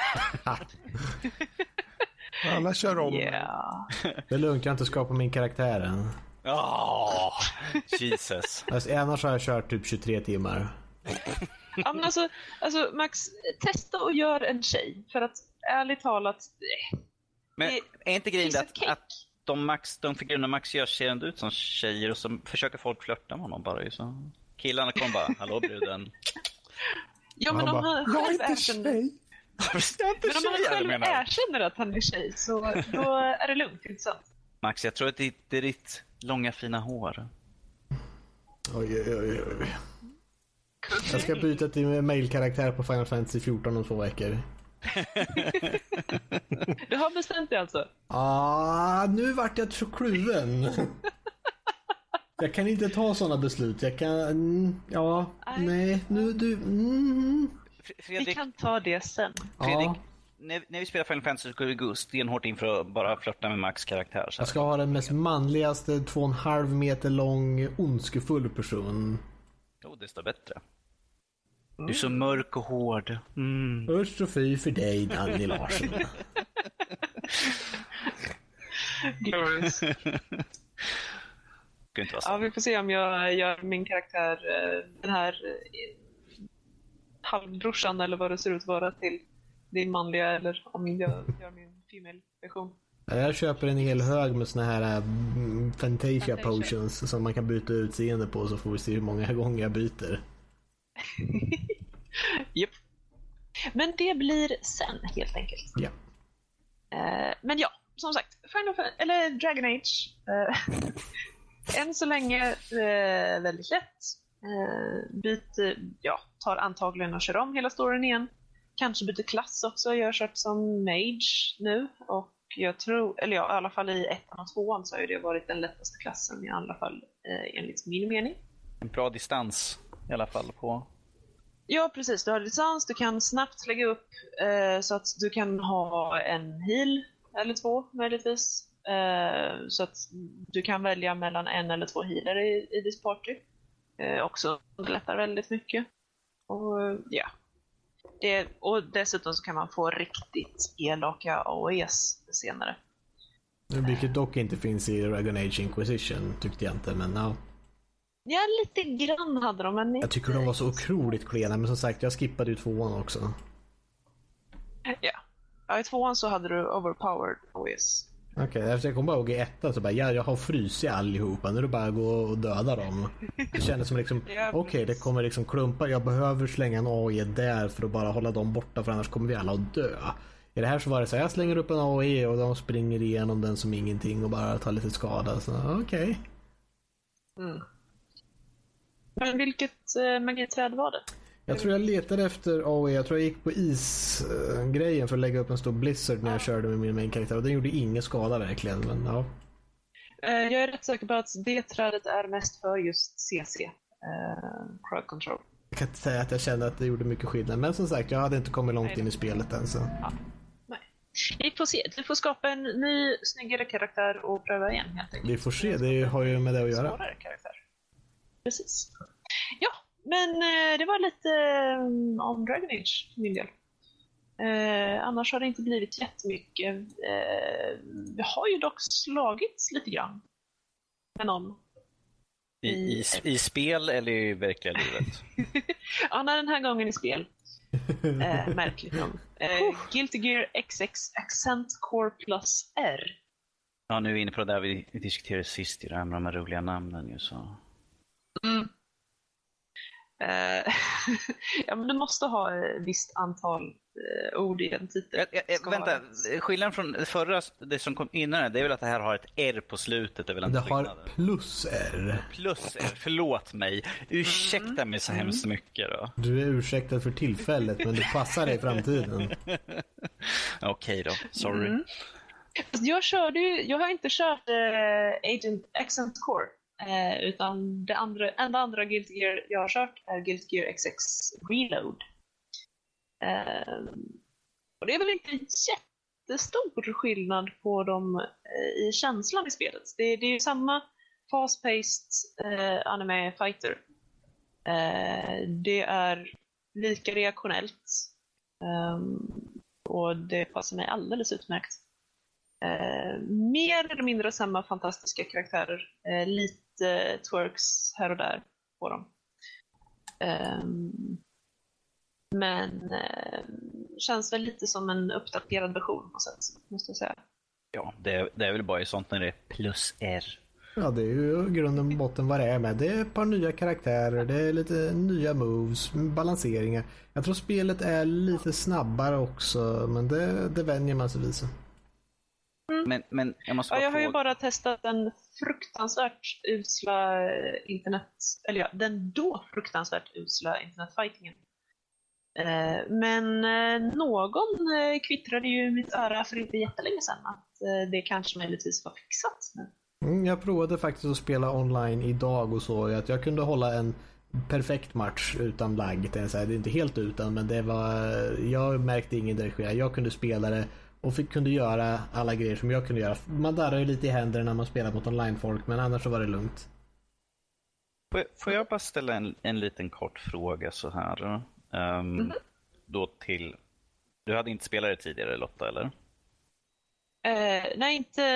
[SPEAKER 2] Alla kör om.
[SPEAKER 3] Yeah.
[SPEAKER 1] Det är lugnt, jag har inte skapat min karaktär än.
[SPEAKER 4] Oh, Jesus.
[SPEAKER 1] Alltså, annars har jag kört typ tjugotre timmar.
[SPEAKER 3] Ja, men alltså, alltså Max, testa och gör en tjej. För att ärligt talat eh,
[SPEAKER 4] men är inte grejen att, att de, Max, de figurerna Max gör ser ändå ut som tjejer och så försöker folk flörta med honom bara ju så. Killarna kommer bara, hallå bruden.
[SPEAKER 3] Ja, men om han, han
[SPEAKER 2] jag är inte tjej.
[SPEAKER 3] Men om han själv erkänner att han är tjej så då är det lugnt, inte sant?
[SPEAKER 4] Max, jag tror att det är ditt långa fina hår.
[SPEAKER 1] Oj, oj, oj, oj. Jag ska byta till mailkaraktär på Final Fantasy fjorton om två veckor.
[SPEAKER 3] Du har bestämt det alltså?
[SPEAKER 1] Ah, nu vart jag så kluven. Jag kan inte ta sådana beslut. Jag kan, ja, nej, nej nu du... Mm.
[SPEAKER 3] Fredrik, vi kan ta det sen.
[SPEAKER 4] Fredrik, ja. när, när vi spelar Final Fantasy så går vi gå stenhårt in för att bara flirta med Max karaktär. Så
[SPEAKER 1] jag ska ha den mest manligaste, två och en halv meter lång, ondskefull person.
[SPEAKER 4] Jo, det står bättre. Mm. Du är så mörk och hård.
[SPEAKER 1] Mm. Först och fy för dig, Danny Larsson.
[SPEAKER 3] Glorious. Ja, vi får se om jag gör min karaktär, den här halvbrorsan eller vad det ser ut att vara till din manliga, eller om jag gör min female-version.
[SPEAKER 1] Jag köper en hel hög med såna här um, Fantasia, Fantasia potions som man kan byta utseende på, så får vi se hur många gånger jag byter.
[SPEAKER 3] Japp. Men det blir sen helt enkelt.
[SPEAKER 1] Ja.
[SPEAKER 3] Uh, men ja, som sagt, Final Fantasy, eller Dragon Age. Uh, än så länge uh, väldigt lätt. Uh, byter, ja, tar antagligen och kör om hela storyn igen. Kanske byter klass också. Jag har kört som mage nu. Och jag tror, eller ja, i alla fall i ettan och tvåan så har det varit den lättaste klassen. I alla fall eh, enligt min mening.
[SPEAKER 4] En bra distans i alla fall på.
[SPEAKER 3] Ja, precis. Du har distans. Du kan snabbt lägga upp eh, så att du kan ha en heal eller två möjligtvis. Eh, så att du kan välja mellan en eller två healer i, i ditt party. Eh, också underlättar väldigt mycket. Och ja. Det, och dessutom så kan man få riktigt elaka A O Es senare.
[SPEAKER 1] Vilket dock inte finns i Dragon Age Inquisition, tyckte jag inte, men ja.
[SPEAKER 3] Ja, lite grann hade de, men
[SPEAKER 1] jag tycker de var så otroligt klena, men som sagt, jag skippade ju tvåan också.
[SPEAKER 3] Ja, ja i tvåan så hade du overpowered A O Es.
[SPEAKER 1] Okej, okay, efter jag kom bara ihåg i ettan så bara, ja, jag har frysit allihopa, nu är det bara att gå och döda dem. Det kändes som liksom, ja, okej, okay, det kommer liksom klumpa, jag behöver slänga en A O E där för att bara hålla dem borta, för annars kommer vi alla att dö. I det här så var det så här, jag slänger upp en A O E och de springer igenom den som ingenting och bara tar lite skada, så okej. Okay.
[SPEAKER 3] Mm. Men vilket äh, magiträd var det?
[SPEAKER 1] Jag tror jag letade efter A O E. Jag tror jag gick på is-grejen för att lägga upp en stor blizzard när jag körde med min main-karaktär. Och den gjorde ingen skada verkligen, men ja.
[SPEAKER 3] Jag är rätt säker på att det trädet är mest för just C C. uh, crowd control.
[SPEAKER 1] Jag kan inte säga att jag kände att det gjorde mycket skillnad. Men som sagt, jag hade inte kommit långt in i spelet än. Så.
[SPEAKER 3] Ja. Nej. Vi får se. Du får skapa en ny, snyggare karaktär och pröva igen helt enkelt.
[SPEAKER 1] Vi får se, det har ju med det att göra.
[SPEAKER 3] Svårare karaktär. Precis. Ja, men eh, det var lite eh, om Dragon Age för min del. Eh, annars har det inte blivit jättemycket. Eh, vi har ju dock slagits lite grann med någon.
[SPEAKER 4] I, i, I spel eller i verkliga livet?
[SPEAKER 3] Ja, nej, den här gången i spel. Eh, märkligt nog. Eh, Guilty Gear X X Accent Core Plus R.
[SPEAKER 4] Ja, nu är vi inne på det där vi, vi diskuterade sist i det här med de här roliga namnen. Ju, så.
[SPEAKER 3] Mm. Eh, ja, men du måste ha ett visst antal eh, ord i en titel.
[SPEAKER 4] Jag, jag, vänta, skillnaden från förra, det som kom innan, det är väl att det här har ett R på slutet. Det, är väl
[SPEAKER 1] det har plus R.
[SPEAKER 4] Plus R, förlåt mig. Ursäkta mm. mig så hemskt mycket då.
[SPEAKER 1] Du är ursäktad för tillfället, men det passar dig i framtiden.
[SPEAKER 4] Okej då, sorry. Mm.
[SPEAKER 3] Jag körde ju, jag har inte kört uh, Agent Accent Core. Eh, utan det andra, enda andra Guilty Gear jag har kört är Guilty Gear X X Reload. Eh, och det är väl inte jättestor skillnad på dem eh, i känslan i spelet. Det, det är ju samma fast-paced eh, anime fighter. Eh, det är lika reaktionellt. Eh, och det passar mig alldeles utmärkt. Eh, mer eller mindre samma fantastiska karaktärer. Eh, lite twerks här och där på dem. Eh, men eh, känns väl lite som en uppdaterad version på sätt, måste jag säga.
[SPEAKER 4] Ja, det är, det är väl bara i sånt när det är plus R.
[SPEAKER 1] Ja, det är ju grunden på botten vad det är med. Det är ett par nya karaktärer, det är lite nya moves, balanseringar. Jag tror spelet är lite snabbare också, men det, det vänjer man sig vid sig.
[SPEAKER 3] Mm.
[SPEAKER 4] Men, men jag måste
[SPEAKER 3] ja, jag har
[SPEAKER 4] fråga...
[SPEAKER 3] ju bara testat den fruktansvärt usla internet, eller ja, den då fruktansvärt usla internetfightingen. Eh, men eh, någon eh, kvittrade ju mitt öra för inte jättelänge sedan att eh, det kanske möjligtvis var fixat nu.
[SPEAKER 1] Mm, jag provade faktiskt att spela online idag och så att jag kunde hålla en perfekt match utan lagg. Det är inte helt utan, men det var, jag märkte ingen direkt skillnad. Jag kunde spela det och fick, kunde göra alla grejer som jag kunde göra. Man darrar ju lite i händerna när man spelar mot online-folk, men annars så var det lugnt.
[SPEAKER 4] Får jag bara ställa en, en liten kort fråga så här? Um, mm-hmm. Då till... Du hade inte spelat det tidigare, Lotta, eller?
[SPEAKER 3] Uh, nej,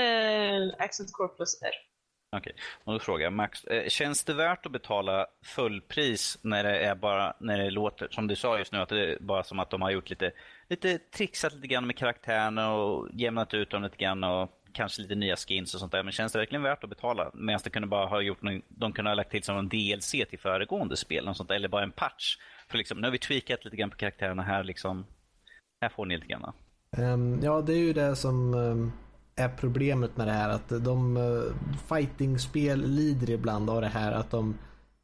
[SPEAKER 3] inte Accent Core Plus R.
[SPEAKER 4] Okej, okay. Och då frågar jag Max, känns det värt att betala fullpris när det är bara, när det låter, som du sa just nu, att det är bara som att de har gjort lite, lite trixat lite grann med karaktärerna och jämnat ut dem lite grann och kanske lite nya skins och sånt där, men känns det verkligen värt att betala medan det kunde bara ha gjort någon, de kunde ha lagt till som en D L C till föregående spel och sånt där, eller bara en patch, för liksom, nu har vi tweakat lite grann på karaktärerna här liksom, här får ni lite grann.
[SPEAKER 1] Um, ja, det är ju det som um... är problemet med det här, att de uh, fighting-spel lider ibland av det här att de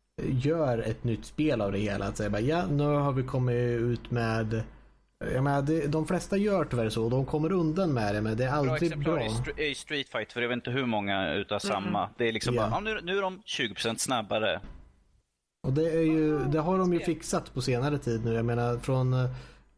[SPEAKER 1] gör ett nytt spel av det hela, att säga bara, ja, nu har vi kommit ut med, jag menar, det, de flesta gör tyvärr så, de kommer undan med det, men det är aldrig bra.
[SPEAKER 4] Bra exemplar i Street Fight, för jag vet inte hur många utav samma, mm. det är liksom yeah. bara, ja, nu, nu är de tjugo procent snabbare.
[SPEAKER 1] Och det är ju, det har de ju fixat på senare tid nu, jag menar, från uh,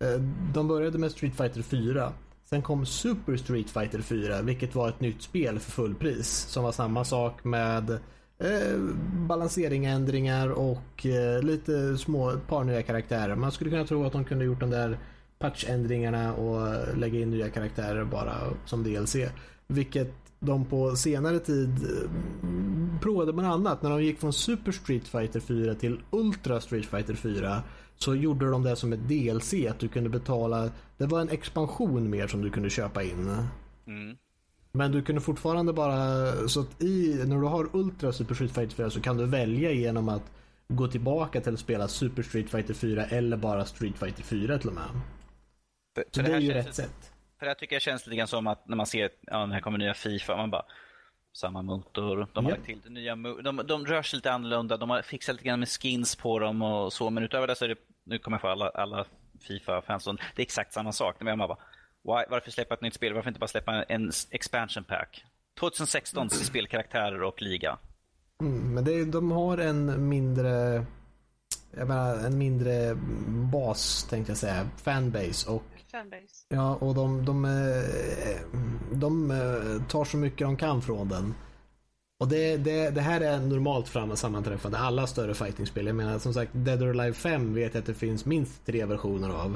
[SPEAKER 1] de började med Street Fighter fyra. Sen kom Super Street Fighter fyra, vilket var ett nytt spel för fullpris. Som var samma sak med eh, balanseringändringar och eh, lite små, ett par nya karaktärer. Man skulle kunna tro att de kunde gjort de där patchändringarna och lägga in nya karaktärer bara som D L C. Vilket de på senare tid eh, provade med annat. När de gick från Super Street Fighter fyra till Ultra Street Fighter fyra, så gjorde de det som ett D L C, att du kunde betala, det var en expansion mer som du kunde köpa in. Mm. Men du kunde fortfarande bara, så att i, när du har Ultra Super Street Fighter fyra så kan du välja genom att gå tillbaka till att spela Super Street Fighter fyra eller bara Street Fighter fyra till och med. För, så för det, det är ju rätt lite, sätt.
[SPEAKER 4] För det tycker jag känns lite grann som att när man ser att ja, här kommer nya FIFA, man bara, samma motor, de har yep. lagt till det nya, de, de rör sig lite annorlunda, de har fixat lite grann med skins på dem och så, men utöver det så är det, nu kommer jag få alla, alla FIFA-fans, det är exakt samma sak. Men man bara, why, varför släppa ett nytt spel? Varför inte bara släppa en expansion pack? tjugo sexton till spelkaraktärer och liga.
[SPEAKER 1] Mm, men det, de har en mindre jag menar, en mindre bas tänkte jag säga, fanbase och
[SPEAKER 3] fanbase.
[SPEAKER 1] Ja, och de de, de, de tar så mycket de kan från den. Och det, det, det här är normalt framme sammanträffande alla större fightingspel. Jag menar som sagt Dead or Alive fem vet jag att det finns minst tre versioner av.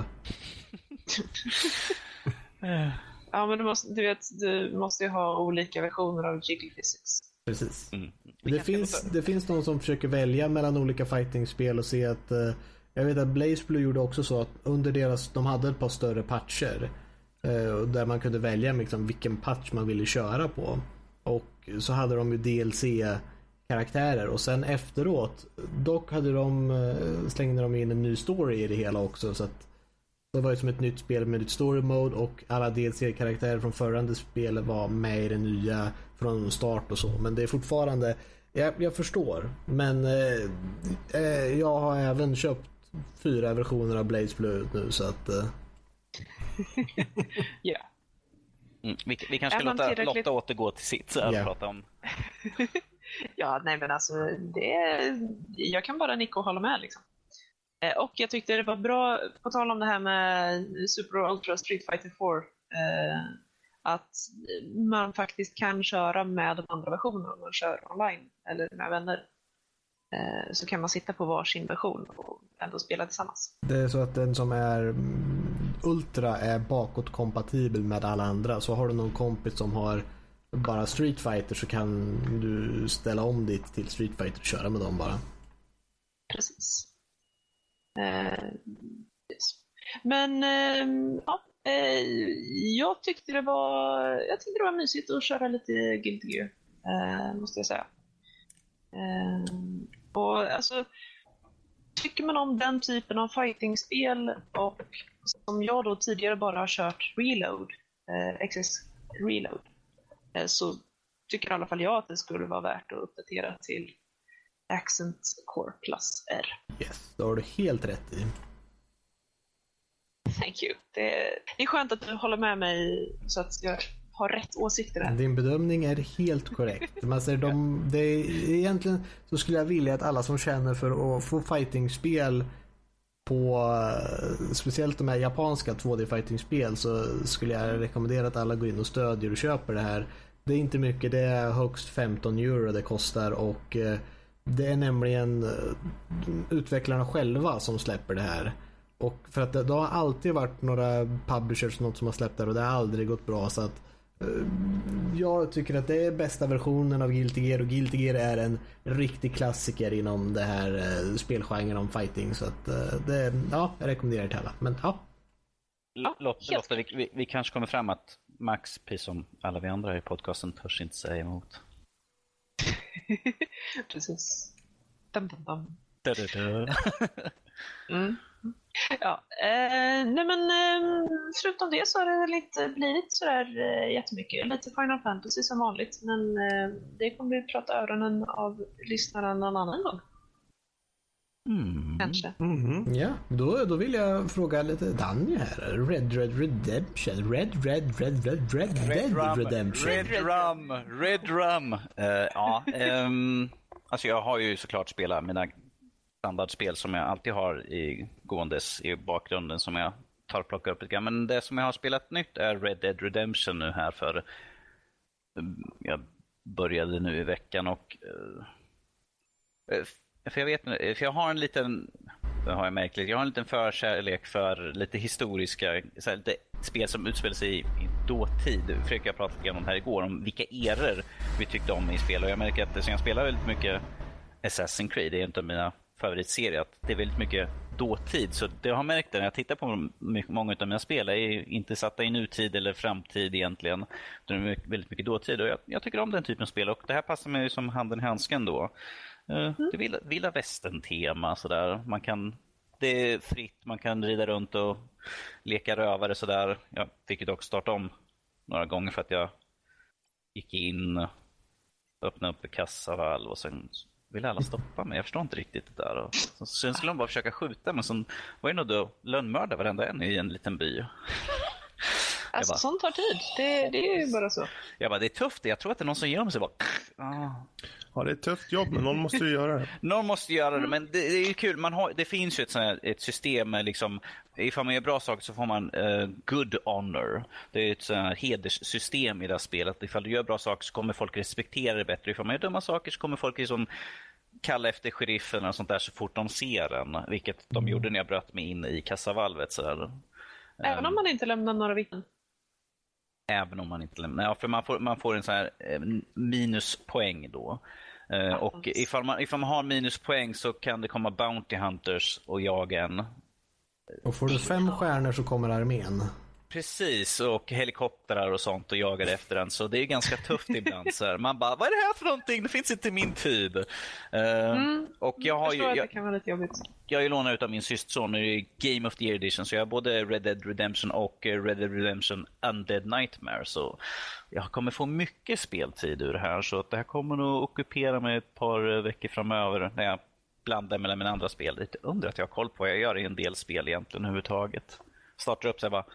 [SPEAKER 3] Ja, men du måste, du vet, du måste ju ha olika versioner av Jiggle Physics.
[SPEAKER 1] Precis. Mm. Det, finns, det finns någon som försöker välja mellan olika fightingspel och se att uh, jag vet att BlazBlue gjorde också så att under deras, de hade ett par större patcher uh, där man kunde välja liksom, vilken patch man ville köra på. Och så hade de ju D L C-karaktärer och sen efteråt dock hade de uh, slängde de in en ny story i det hela också så att det var ju som ett nytt spel med ett story mode och alla D L C-karaktärer från förra spelet var med i det nya från start och så. Men det är fortfarande, jag, jag förstår. Men eh, eh, jag har även köpt fyra versioner av BlazBlue nu så att... Eh.
[SPEAKER 3] yeah.
[SPEAKER 4] mm, vi, vi kanske ska låta tillräckligt... Lotta återgå till sitt så här yeah. prata om...
[SPEAKER 3] ja, nej men alltså det är... jag kan bara nicka och hålla med liksom. Och jag tyckte det var bra, på tal om det här med Super Ultra Street Fighter fyra, eh, att man faktiskt kan köra med de andra versionerna om man kör online eller med vänner. Eh, så kan man sitta på varsin version och ändå spela tillsammans.
[SPEAKER 1] Det är så att den som är Ultra är bakåtkompatibel med alla andra. Så har du någon kompis som har bara Street Fighter så kan du ställa om ditt till Street Fighter och köra med dem bara.
[SPEAKER 3] Precis. Uh, yes. Men uh, ja, uh, jag tyckte det var jag tyckte det var mysigt att köra lite Guilty Gear, uh, måste jag säga. Uh, och alltså tycker man om den typen av fightingspel och som jag då tidigare bara har kört Reload, uh, X S Reload, uh, så tycker i alla fall jag att det skulle vara värt att uppdatera till Accent Core Plus R.
[SPEAKER 1] Yes, det har du helt rätt i.
[SPEAKER 3] Thank you. Det är, det är skönt att du håller med mig så att jag har rätt åsikter här.
[SPEAKER 1] Din bedömning är helt korrekt. Man säger de, det är, egentligen så skulle jag vilja att alla som känner för att få fightingspel på speciellt de här japanska två D fightingspel så skulle jag rekommendera att alla går in och stödjer och köper det här. Det är inte mycket, det är högst femton euro det kostar och det är nämligen utvecklarna själva som släpper det här. Och för att det, det har alltid varit några publishers något som har släppt det och det har aldrig gått bra så att uh, jag tycker att det är bästa versionen av Guilty Gear och Guilty Gear är en riktig klassiker inom det här uh, spelgenren om fighting så att uh, det, ja, jag rekommenderar det till alla. Men ja.
[SPEAKER 4] Lotta, Lotta vi, vi, vi kanske kommer fram att Max, precis som alla vi andra i podcasten, törs inte säga emot.
[SPEAKER 3] Precis. Dum, dum, dum.
[SPEAKER 4] Da, da, da.
[SPEAKER 3] mm. Ja, eh, nej men eh, förutom det så har det lite, blivit sådär eh, jättemycket. Lite Final Fantasy som vanligt, men eh, det kommer vi prata öronen av lyssnaren någon annan gång.
[SPEAKER 4] Mm.
[SPEAKER 3] Kanske.
[SPEAKER 1] Mm-hmm. Ja, då, då vill jag fråga lite Danny här. Red Red Redemption. Red Red Red Red Red Red, Red Rum, Redemption.
[SPEAKER 4] Red Rum. Red Rum. Uh, ja, um, alltså jag har ju såklart spelat mina standardspel som jag alltid har i gåendes i bakgrunden som jag tar och plockar upp lite grann. Men det som jag har spelat nytt är Red Dead Redemption nu här för um, jag började nu i veckan och uh, för jag vet för jag har en liten det har jag märkt jag har en liten förkärlek för lite historiska så här, lite spel som utspelar sig i, i dåtid. Försöker jag prata lite om här igår om vilka eror vi tyckte om i spel och jag märker att som jag spelar väldigt mycket Assassin's Creed, det är inte mina favoritserier, att det är väldigt mycket dåtid så det har märkt när jag tittar på många av mina spel är inte satta i nutid eller framtid egentligen. Det är väldigt mycket dåtid och jag, jag tycker om den typen av spel och det här passar mig som handen i handsken då. Mm. Det vill vilda västern-tema sådär. Man kan, det är fritt, man kan rida runt och leka rövare sådär. Jag fick ju dock starta om några gånger för att jag gick in, öppnade upp kassavalv och sen ville alla stoppa mig. Jag förstår inte riktigt det där. Och sen skulle de bara försöka skjuta men sen var det nog då lönnmörda varenda en i en liten by.
[SPEAKER 3] Alltså bara, sånt tar tid. Det, det är ju bara så.
[SPEAKER 4] Jag bara, det är tufft. Jag tror att det är någon som gör mig så bara... Ah.
[SPEAKER 2] Ja, det är ett tufft jobb, men någon måste ju göra det.
[SPEAKER 4] Någon måste göra det, men det, det är ju kul. Man har, det finns ju ett, sånt här, ett system med liksom, ifall man gör bra saker så får man uh, good honor. Det är ett sånt här hederssystem i det här spelet. Ifall du gör bra saker så kommer folk respektera det bättre. Ifall man gör dumma saker så kommer folk liksom kalla efter sheriffen och sånt där så fort de ser den. Vilket de mm. gjorde när jag bröt mig in i kassavalvet. Så där.
[SPEAKER 3] Även om man inte lämnar några vittnen?
[SPEAKER 4] Även om man inte lämnar. Ja, för man får, man får en sån här eh, minuspoäng då. Eh, och ifall man, ifall man har minuspoäng så kan det komma Bounty Hunters och jaga en.
[SPEAKER 1] Och får du fem stjärnor så kommer armén.
[SPEAKER 4] Precis, och helikoptrar och sånt och jagar efter den. Så det är ganska tufft ibland. Så här. Man bara, vad är det här för någonting? Det finns inte i min tid. Uh,
[SPEAKER 3] mm,
[SPEAKER 4] och jag har ju,
[SPEAKER 3] jag,
[SPEAKER 4] jag,
[SPEAKER 3] det kan vara lite jobbigt.
[SPEAKER 4] Jag har ju lånat ut av min systerson i Game of the Year Edition. Så jag har både Red Dead Redemption och Red Dead Redemption Undead Nightmare. Så jag kommer få mycket speltid ur det här. Så att det här kommer nog ockupera mig ett par veckor framöver. När jag blandar mellan mina andra spel. Lite undrar att jag har koll på vad jag gör i en del spel egentligen överhuvudtaget. Startar upp så jag bara...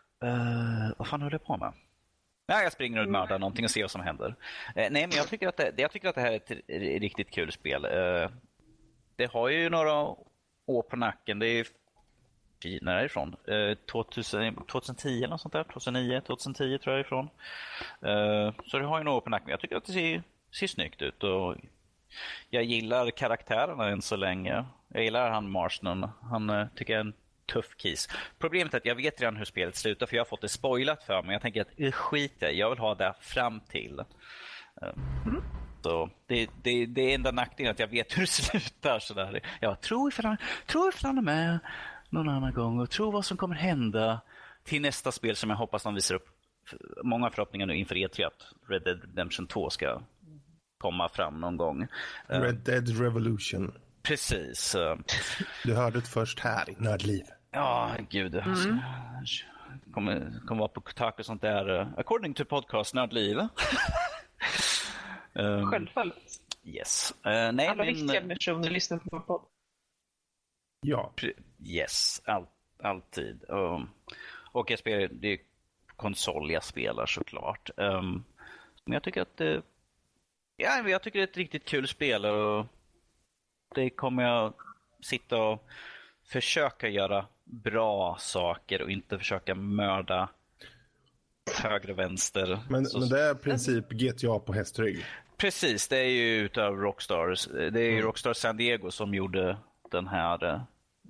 [SPEAKER 4] Uh, vad fan håller jag på med? Ja, jag springer och mördar någonting och ser vad som händer. Uh, nej, men jag tycker, att det, jag tycker att det här är ett riktigt kul spel. Uh, det har ju några år på nacken. Det är när är det ifrån? Uh, tjugohundratio eller något sånt där. tjugohundranio, tjugohundratio tror jag är ifrån. Uh, så det har ju några år på nacken. Jag tycker att det ser, ser snyggt ut. Och jag gillar karaktärerna än så länge. Jag gillar han Marston. Han uh, tycker jag är en tuff kis. Problemet är att jag vet redan hur spelet slutar för jag har fått det spoilat för mig. Jag tänker att skit jag, jag vill ha det fram till. Mm. Så det, det, det är enda nackdelen att jag vet hur det slutar. Så där. Jag tror ifall han är med någon annan gång och tror vad som kommer hända till nästa spel som jag hoppas de visar upp många förhoppningar nu inför E tre att Red Dead Redemption två ska komma fram någon gång.
[SPEAKER 2] Red Dead Revolution.
[SPEAKER 4] Precis.
[SPEAKER 2] Du hörde det först här i Nördliv.
[SPEAKER 4] Ja, gud. Mm. Kommer, kommer vara på Kotaku och sånt där. According to podcast Nördliv.
[SPEAKER 3] um, Självfallet.
[SPEAKER 4] Yes. Uh, nej,
[SPEAKER 3] Alla
[SPEAKER 4] men...
[SPEAKER 3] viktiga personer lyssnar på vår podd.
[SPEAKER 2] Ja.
[SPEAKER 4] Yes, all, alltid. Um, och jag spelar, det är konsol jag spelar såklart. Um, men jag tycker att det, ja, jag tycker det är ett riktigt kul spel och det kommer jag sitta och försöka göra bra saker och inte försöka mörda höger och vänster.
[SPEAKER 2] Men,
[SPEAKER 4] så,
[SPEAKER 2] men det är i princip G T A på hästrygg.
[SPEAKER 4] Precis, det är ju utav Rockstars. Det är ju mm. Rockstar San Diego som gjorde den här uh,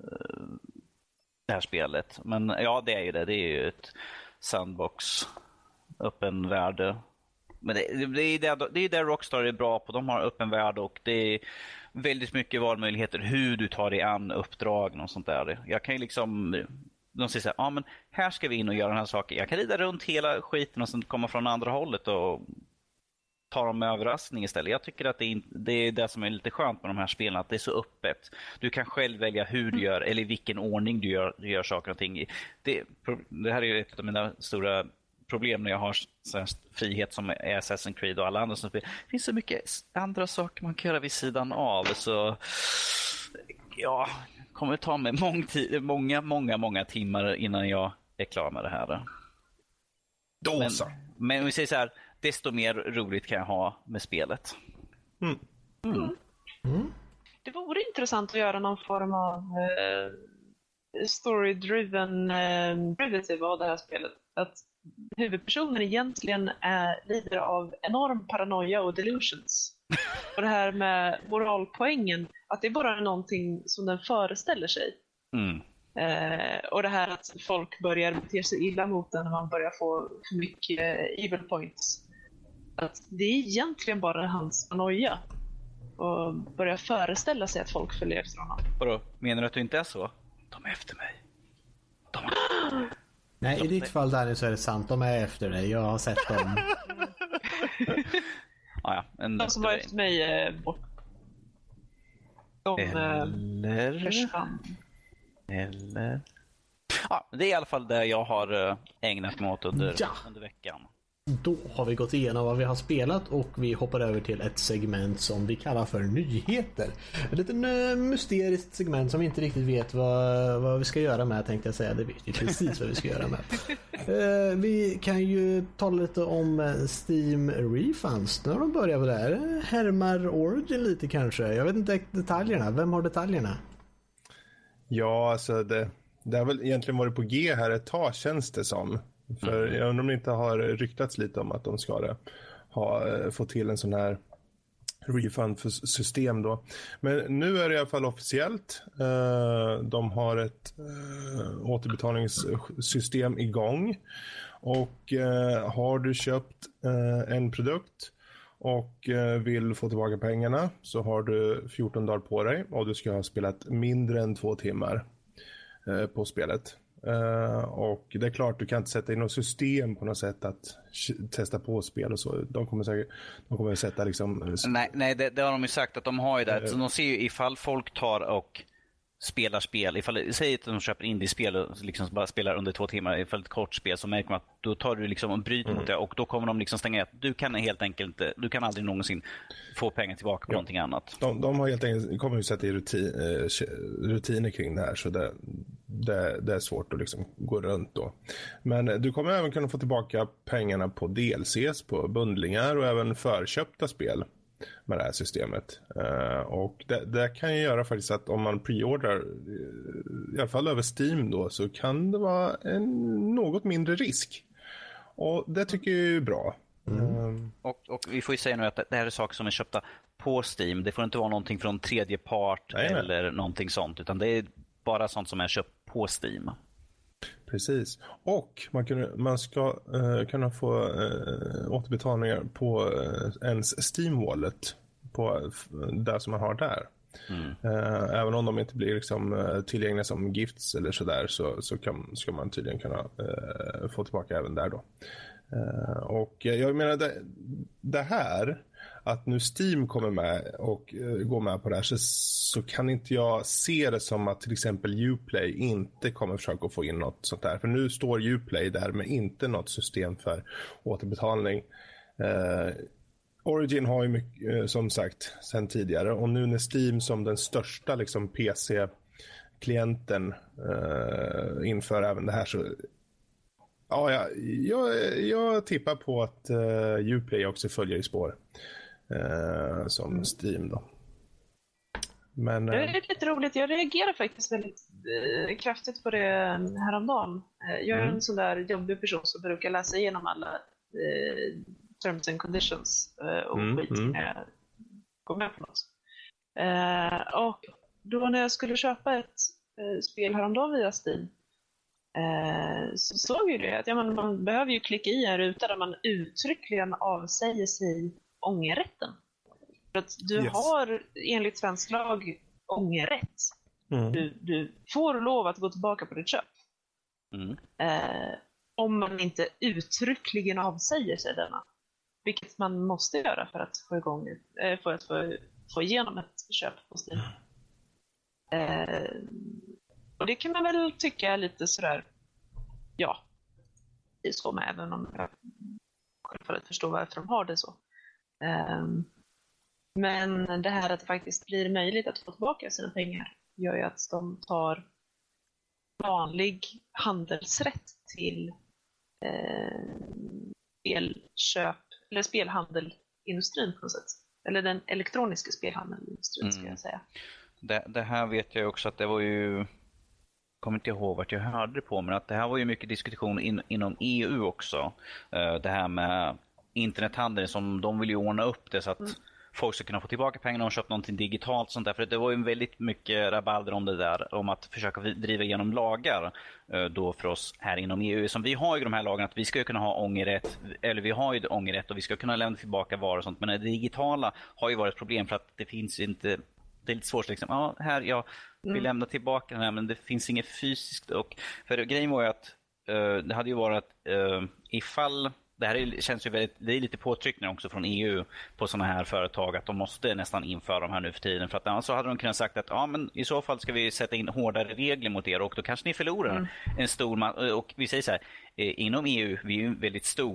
[SPEAKER 4] det här spelet. Men ja, det är ju det. Det är ju ett sandbox öppen värld. Men det, det är där, det är där Rockstar är bra på. De har öppen värld och det är väldigt mycket valmöjligheter hur du tar dig an uppdrag och sånt där. Jag kan ju liksom, de säger så här, ja men här ska vi in och göra den här saken. Jag kan rida runt hela skiten och sen komma från andra hållet och ta dem med överraskning istället. Jag tycker att det är, det är det som är lite skönt med de här spelen, att det är så öppet. Du kan själv välja hur du gör eller i vilken ordning du gör, du gör saker och ting. Det, det här är ju ett av mina stora problem när jag har sån här frihet som är Assassin's Creed och alla andra som spel. Det finns så mycket andra saker man kan göra vid sidan av, så ja, kommer ta mig mång tid, många, många, många timmar innan jag är klar med det här.
[SPEAKER 2] Då
[SPEAKER 4] men,
[SPEAKER 2] så.
[SPEAKER 4] men om vi säger så här, desto mer roligt kan jag ha med spelet.
[SPEAKER 2] Mm.
[SPEAKER 3] Mm. Mm. Det vore intressant att göra någon form av uh, story-driven uh, derivative av det här spelet. Att huvudpersonen egentligen är lider av enorm paranoia och delusions. Och det här med moralpoängen, att det är bara någonting som den föreställer sig.
[SPEAKER 4] Mm.
[SPEAKER 3] Eh, och det här att folk börjar bete sig illa mot den när man börjar få för mycket eh, evil points. Att det är egentligen bara hans paranoia. Och börja föreställa sig att folk följer efter honom.
[SPEAKER 4] Vadå? Menar du att du inte är så? De är efter mig. De är...
[SPEAKER 1] Nej, i ditt fall Daniel så är det sant. De är efter dig. Jag har sett dem.
[SPEAKER 4] ah, ja. En
[SPEAKER 3] de som var efter mig eh, bort. De
[SPEAKER 4] Eller...
[SPEAKER 3] försvann.
[SPEAKER 4] Eller... Ja, det är i alla fall det jag har ägnat mig åt under,
[SPEAKER 1] ja.
[SPEAKER 4] under veckan.
[SPEAKER 1] Då har vi gått igenom vad vi har spelat och vi hoppar över till ett segment som vi kallar för nyheter. Ett litet mysteriskt segment som vi inte riktigt vet vad, vad vi ska göra med, tänkte jag säga. Det vet ju precis vad vi ska göra med. Uh, vi kan ju tala lite om Steam Refunds. Nu har de börjat på det här. Härmar Origin lite kanske. Jag vet inte detaljerna. Vem har detaljerna?
[SPEAKER 2] Ja, alltså det, det har väl egentligen varit på G här ett tag, känns det som. För jag undrar om det inte har ryktats lite om att de ska det, ha fått till en sån här refund-system då. Men nu är det i alla fall officiellt. De har ett återbetalningssystem igång. Och har du köpt en produkt och vill få tillbaka pengarna så har du fjorton dagar på dig och du ska ha spelat mindre än två timmar på spelet. Uh, och det är klart, du kan inte sätta in något system på något sätt att testa på spel och så. De kommer säkert de kommer sätta liksom...
[SPEAKER 4] Nej, nej det, det har de ju sagt att de har ju det. Uh, så de ser ju ifall folk tar och spelar spel. Ifall, säg att de köper indie-spel och liksom bara spelar under två timmar. Ifall ett kort spel så märker man att då tar du liksom en bryt mot mm. det och då kommer de liksom stänga att du kan helt enkelt inte, du kan aldrig någonsin få pengar tillbaka på ja. någonting annat.
[SPEAKER 2] De, de har helt enkelt, kommer ju sätta i rutin, rutiner kring det här så det, det, det är svårt att liksom gå runt då. Men du kommer även kunna få tillbaka pengarna på D L Cs, på bundlingar och även förköpta spel med det här systemet. Uh, och det, det kan ju göra faktiskt att om man preordrar i alla fall över Steam då, så kan det vara en något mindre risk. Och det tycker jag är bra. Mm. Um,
[SPEAKER 4] och, och vi får ju säga nu att det här är saker som är köpta på Steam. Det får inte vara någonting från tredje part nej, eller nej. någonting sånt, utan det är bara sånt som är köpt på Steam.
[SPEAKER 2] Precis. Och man, kan, man ska uh, kunna få uh, återbetalningar på uh, ens Steam-wallet på uh, det som man har där. Mm. Uh, även om de inte blir liksom, uh, tillgängliga som gifts eller sådär så, så kan, ska man tydligen kunna uh, få tillbaka även där då. Uh, och jag menar det, det här att nu Steam kommer med och uh, går med på det här så, så kan inte jag se det som att till exempel Uplay inte kommer försöka få in något sånt där. För nu står Uplay där med inte något system för återbetalning. Uh, Origin har ju mycket, uh, som sagt sedan tidigare och nu när Steam som den största liksom, P C-klienten uh, inför även det här så ja, jag, jag, jag tippar på att uh, Uplay också följer i spår. Uh, som mm. Steam då. Men, uh...
[SPEAKER 3] det är lite roligt. Jag reagerar faktiskt väldigt uh, kraftigt på det häromdagen. Uh, jag är mm. en sån där jobbig person som brukar läsa igenom alla uh, terms and conditions uh, och mm. skit mm. Uh, gå med på något. Uh, och då när jag skulle köpa ett uh, spel häromdagen via Steam uh, så såg ju det att ja, man, man behöver ju klicka i en ruta där man uttryckligen avsäger sig ångerrätten. För att du yes. har enligt svensk lag ångerrätt. Mm. Du, du får lov att gå tillbaka på ditt köp. Mm. Eh, om man inte uttryckligen avsäger sig denna. Vilket man måste göra för att få igång eh, för att få, få igenom ett köp på Steam. Eh, och det kan man väl tycka är lite sådär ja, det är så med, även om jag självfallet förstår varför de har det så. Um, men det här att det faktiskt blir möjligt att få tillbaka sina pengar gör ju att de tar vanlig handelsrätt till eh, spelköp eller spelhandelindustrin på något sätt. Eller den elektroniska spelhandelindustrin mm. ska jag säga.
[SPEAKER 4] Det, det här vet jag också att det var ju, jag kommer inte ihåg vart jag hörde det på, men att det här var ju mycket diskussion in, inom E U också. Uh, det här med internethandeln som de vill ju ordna upp det så att mm. folk ska kunna få tillbaka pengarna och köpa någonting digitalt sånt där. För det var ju väldigt mycket rabalder om det där, om att försöka driva igenom lagar då för oss här inom E U. Som vi har ju de här lagarna att vi ska kunna ha ångerrätt, eller vi har ju ångerrätt och vi ska kunna lämna tillbaka varor och sånt. Men det digitala har ju varit ett problem för att det finns inte, det är lite svårt liksom, ja här jag vill mm. lämna tillbaka den här men det finns inget fysiskt. Och för grejen var ju att uh, det hade ju varit uh, ifall det här är, känns ju väldigt, det är lite påtryckning också från E U på sådana här företag att de måste nästan införa de här nu för tiden. För att annars så hade de kunnat sagt att ja, men i så fall ska vi sätta in hårdare regler mot er och då kanske ni förlorar mm. en stor man. Och vi säger så här, inom E U, vi är ju väldigt stor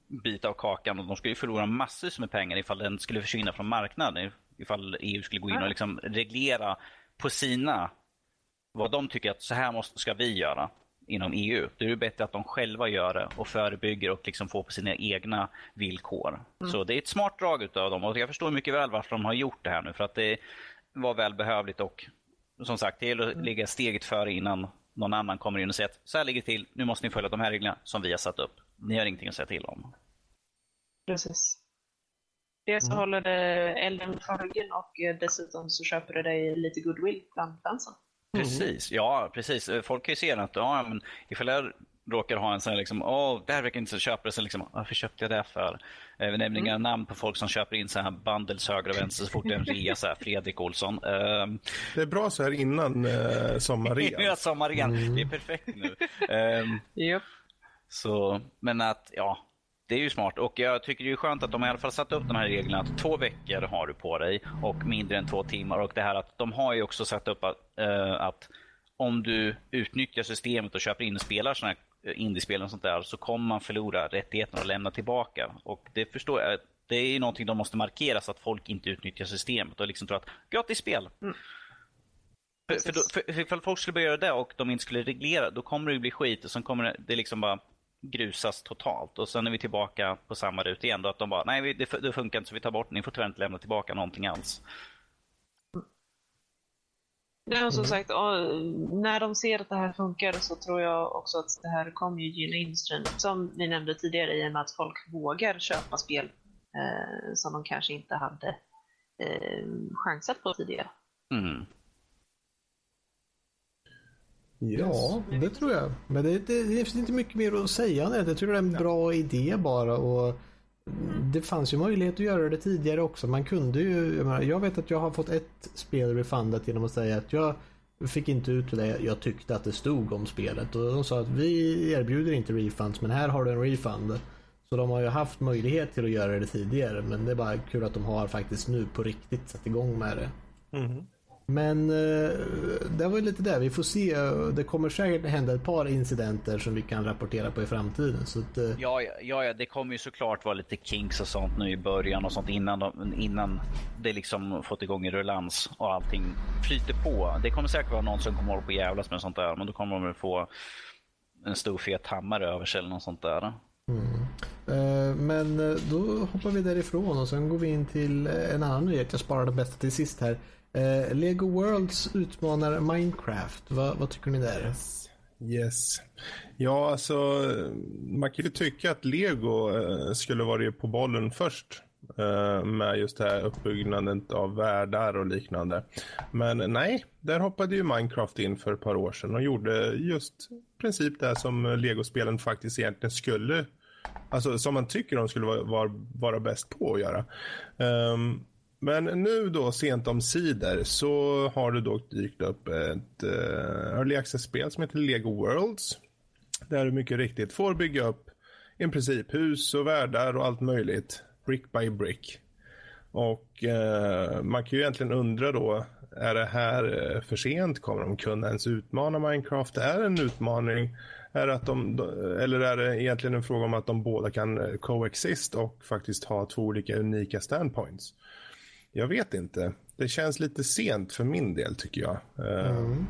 [SPEAKER 4] bit av kakan och de skulle ju förlora massor med pengar ifall den skulle försvinna från marknaden, ifall E U skulle gå in och liksom reglera på sina vad de tycker att så här måste, ska vi göra inom E U. Det är ju bättre att de själva gör det och förebygger och liksom får på sina egna villkor. Mm. Så det är ett smart drag utav dem och jag förstår mycket väl varför de har gjort det här nu, för att det var välbehövligt och som sagt, det gäller att ligga steget före innan någon annan kommer in och säger att så här ligger det till, nu måste ni följa de här reglerna som vi har satt upp. Ni har ingenting att säga till om.
[SPEAKER 3] Precis. Det så mm. håller det elden från ryggen och dessutom så köper det dig lite goodwill bland fansen.
[SPEAKER 4] Mm. Precis, ja precis. Folk kan ju se att ja, men ifall jag råkar ha en sån här liksom, åh, det här verkar inte så köper så liksom, varför köpte jag det för? Jag nämner inga mm. namn på folk som köper in så här bundles höger och vänster så fort det är en rea, så här, Fredrik Olsson. Um,
[SPEAKER 2] det är bra så här innan uh, sommarrean.
[SPEAKER 4] Ja, sommarrean. Mm. Det är perfekt nu. Um,
[SPEAKER 3] yep.
[SPEAKER 4] Så, men att, ja, det är ju smart. Och jag tycker det är skönt att de i alla fall satt upp den här regeln att två veckor har du på dig och mindre än två timmar. Och det här att de har ju också satt upp att, uh, att om du utnyttjar systemet och köper in och spelar sådana här indiespel och sånt där, så kommer man förlora rättigheterna och lämna tillbaka. Och det förstår jag, det är ju någonting de måste markera så att folk inte utnyttjar systemet och liksom tror att gratis spel. Mm. För, för, då, för, för ifall folk skulle börja göra det och de inte skulle reglera, då kommer det bli skit och så kommer det liksom bara grusas totalt. Och sen är vi tillbaka på samma rut igen då, att de bara, nej det, det funkar inte så vi tar bort, ni får tyvärr inte lämna tillbaka någonting alls.
[SPEAKER 3] Ja, som sagt, när de ser att det här funkar så tror jag också att det här kommer ju gynna industrin. Som vi nämnde tidigare, i och med att folk vågar köpa spel eh, som de kanske inte hade eh, chansat på tidigare.
[SPEAKER 4] Mm.
[SPEAKER 1] Ja, det tror jag. Men det, det, det finns inte mycket mer att säga om det. Jag tror det är en bra idé bara. Och det fanns ju möjlighet att göra det tidigare också. Man kunde ju, jag, menar, jag vet att jag har fått ett spel refundat genom att säga att jag fick inte ut det jag tyckte att det stod om spelet. Och de sa att vi erbjuder inte refunds, men här har du en refund. Så de har ju haft möjlighet till att göra det tidigare, men det är bara kul att de har faktiskt nu på riktigt satt igång med det.
[SPEAKER 2] Mm.
[SPEAKER 1] Men det var lite där. Vi får se. Det kommer säkert hända ett par incidenter som vi kan rapportera på i framtiden. Så att,
[SPEAKER 4] ja, ja, ja, det kommer ju såklart vara lite kinks och sånt nu i början och sånt innan, de, innan det liksom fått igång i rullans och allting flyter på. Det kommer säkert vara någon som kommer hålla på jävlas med sånt där, men då kommer de få en stor fet hammare över sig eller något sånt där.
[SPEAKER 1] Mm. Men då hoppar vi därifrån och sen går vi in till en annan nyhet. Jag sparar det bästa till sist här. Uh, Lego Worlds utmanar Minecraft. Va, vad tycker ni där?
[SPEAKER 2] Yes. yes. Ja, alltså man kan ju tycka att Lego uh, skulle vara på bollen först uh, med just det här uppbyggnaden av världar och liknande. Men nej, där hoppade ju Minecraft in för ett par år sedan och gjorde just i princip det som Lego-spelen faktiskt egentligen skulle, alltså som man tycker de skulle vara, vara, vara bäst på att göra. Um, Men nu då sent om sidor så har det dock dykt upp ett uh, Early Access-spel som heter Lego Worlds. Där du mycket riktigt får bygga upp i princip hus och världar och allt möjligt. Brick by brick. Och uh, man kan ju egentligen undra då, är det här för sent? Kommer de kunna ens utmana Minecraft? Är det en utmaning? Är det att de, eller är det egentligen en fråga om att de båda kan coexist och faktiskt ha två olika unika standpoints? Jag vet inte. Det känns lite sent för min del tycker jag. Mm.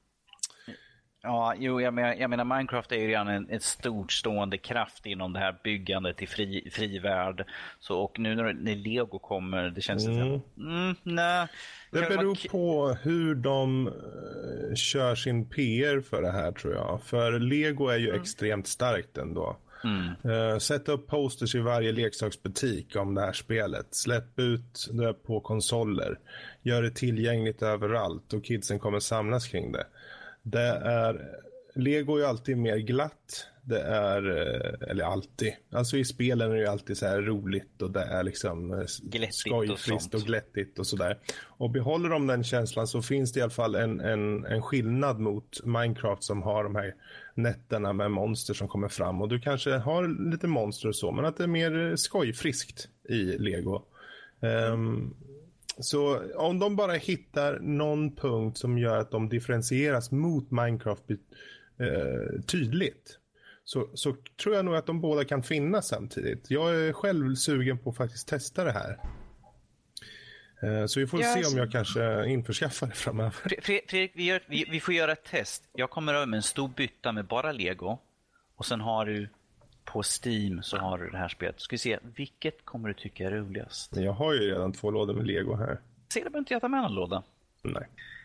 [SPEAKER 4] Ja, jo, jag menar, jag menar Minecraft är ju redan en, en stort stående kraft inom det här byggandet i fri, fri värld. Så, och nu när, när Lego kommer, det känns mm. lite... Mm, nej.
[SPEAKER 2] Det beror man... på hur de uh, kör sin P R för det här tror jag. För Lego är ju mm. extremt starkt ändå. Mm. Uh, sätt upp posters i varje leksaksbutik om det här spelet. Släpp ut det på konsoler. Gör det tillgängligt överallt och kidsen kommer samlas kring det. Det är, Lego är ju alltid mer glatt. Det är, eller alltid. Alltså i spelen är det ju alltid så här roligt och det är liksom skojfriskt och, och glättigt och sådär. Och behåller de den känslan så finns det i alla fall en, en, en skillnad mot Minecraft som har de här nätterna med monster som kommer fram. Och du kanske har lite monster och så, men att det är mer skojfriskt i Lego. Um, Så om de bara hittar någon punkt som gör att de differentieras mot Minecraft eh, tydligt, så, så tror jag nog att de båda kan finnas samtidigt. Jag är själv sugen på att faktiskt testa det här. Så vi får
[SPEAKER 3] ja,
[SPEAKER 2] se
[SPEAKER 3] så...
[SPEAKER 2] om jag kanske införskaffar det framöver.
[SPEAKER 4] Fredrik, vi, gör, vi, vi får göra ett test. Jag kommer över med en stor bytta med bara Lego. Och sen har du på Steam så har du det här spelet. Ska vi se, vilket kommer du tycka är roligast?
[SPEAKER 2] Jag har ju redan två lådor med Lego här.
[SPEAKER 4] Ser du inte jag ta med en låda?
[SPEAKER 2] Nej.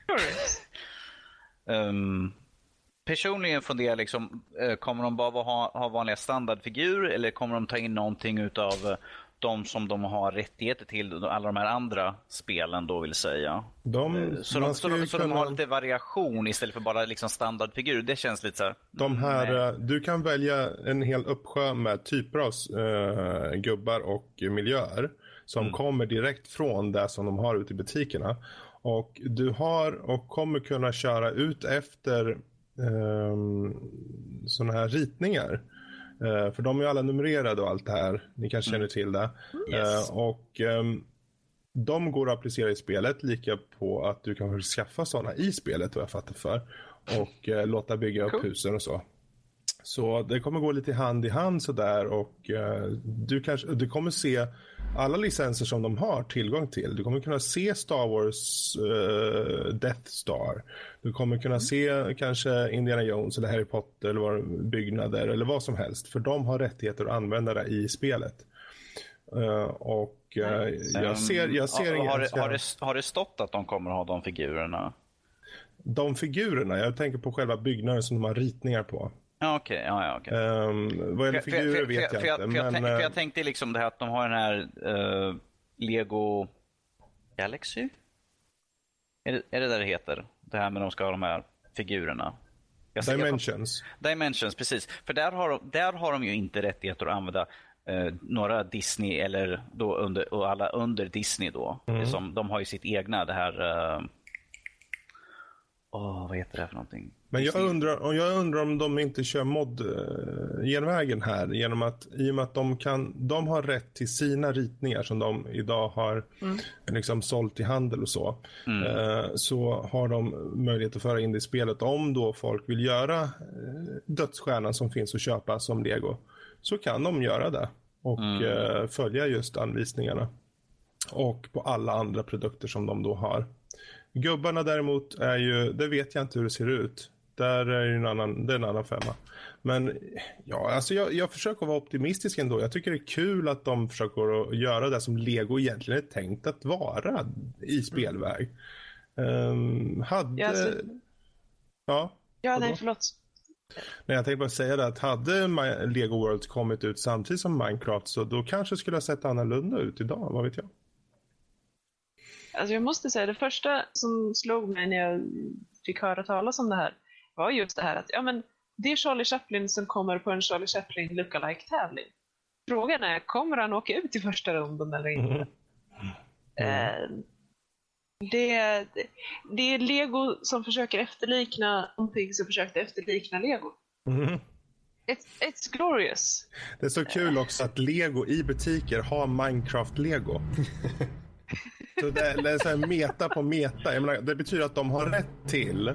[SPEAKER 4] um, personligen funderar jag liksom, kommer de bara ha, ha vanliga standardfigurer eller kommer de ta in någonting utav de som de har rättigheter till, alla de här andra spelen då vill säga.
[SPEAKER 2] De,
[SPEAKER 4] så de, så de, så
[SPEAKER 2] kunna...
[SPEAKER 4] de har lite variation istället för bara liksom standardfigur. Det känns lite så här.
[SPEAKER 2] De här, nej. Du kan välja en hel uppsjö med typer av uh, gubbar och miljöer som mm. kommer direkt från det som de har ute i butikerna. Och du har och kommer kunna köra ut efter um, såna här ritningar. Uh, för de är ju alla numrerade och allt det här. Ni kanske känner till det.
[SPEAKER 4] Yes.
[SPEAKER 2] Uh, och um, de går att applicera i spelet lika på att du kan skaffa sådana i spelet vad jag fattar för. Och uh, låta bygga upp cool. husen och så. Så det kommer gå lite hand i hand så där och uh, du, kanske, du kommer se alla licenser som de har tillgång till. Du kommer kunna se Star Wars uh, Death Star. Du kommer kunna se kanske Indiana Jones eller Harry Potter eller vad, byggnader eller vad som helst. För de har rättigheter att använda det i spelet. Uh, och uh, jag ser, jag ser
[SPEAKER 4] um,
[SPEAKER 2] inga...
[SPEAKER 4] Har det, har, det, har det stått att de kommer ha de figurerna?
[SPEAKER 2] De figurerna? Jag tänker på själva byggnaden som de har ritningar på.
[SPEAKER 4] Ja, okej. Okay, ja, ja, okay.
[SPEAKER 2] um, vad är det figurer för, för, vet jag,
[SPEAKER 4] för jag
[SPEAKER 2] inte.
[SPEAKER 4] För,
[SPEAKER 2] men,
[SPEAKER 4] jag, för jag tänkte liksom det här att de har den här uh, Lego Galaxy? Är det, är det där det heter? Det här med de ska ha de här figurerna. Jag
[SPEAKER 2] Dimensions.
[SPEAKER 4] Jag, Dimensions, precis. För där har, de, där har de ju inte rättigheter att använda uh, några Disney eller då under, och alla under Disney då. Mm. Som, de har ju sitt egna, det här... Uh, Åh, vad heter det här för någonting?
[SPEAKER 2] Men jag undrar, jag undrar om de inte kör mod-genvägen här. Genom att, i och med att de, kan, de har rätt till sina ritningar som de idag har mm. liksom sålt i handel och så. Mm. Eh, så har de möjlighet att föra in det i spelet. Om då folk vill göra eh, dödsstjärnan som finns att köpa som Lego. Så kan de göra det. Och mm. eh, följa just anvisningarna. Och på alla andra produkter som de då har. Gubbarna däremot är ju, det vet jag inte hur det ser ut. Där är ju en annan, det är en annan femma. Men ja, alltså jag, jag försöker vara optimistisk ändå. Jag tycker det är kul att de försöker att göra det som Lego egentligen är tänkt att vara i spelväg. Um, hade...
[SPEAKER 3] Ja, alltså...
[SPEAKER 2] ja,
[SPEAKER 3] ja nej, förlåt.
[SPEAKER 2] Nej, jag tänkte bara säga det att hade Lego Worlds kommit ut samtidigt som Minecraft så då kanske skulle det ha sett annorlunda ut idag, vad vet jag.
[SPEAKER 3] Alltså jag måste säga, det första som slog mig när jag fick höra talas om det här var just det här att ja, men det är Charlie Chaplin som kommer på en Charlie Chaplin lookalike-tävling. Frågan är, kommer han åka ut i första rundan eller inte? Mm. Mm. Uh, det, det är Lego som försöker efterlikna någonting som försökte efterlikna Lego. Mm. It's, it's glorious.
[SPEAKER 2] Det är så kul också att Lego i butiker har Minecraft-Lego. Så det, det är så här meta på meta. Jag menar, det betyder att de har rätt till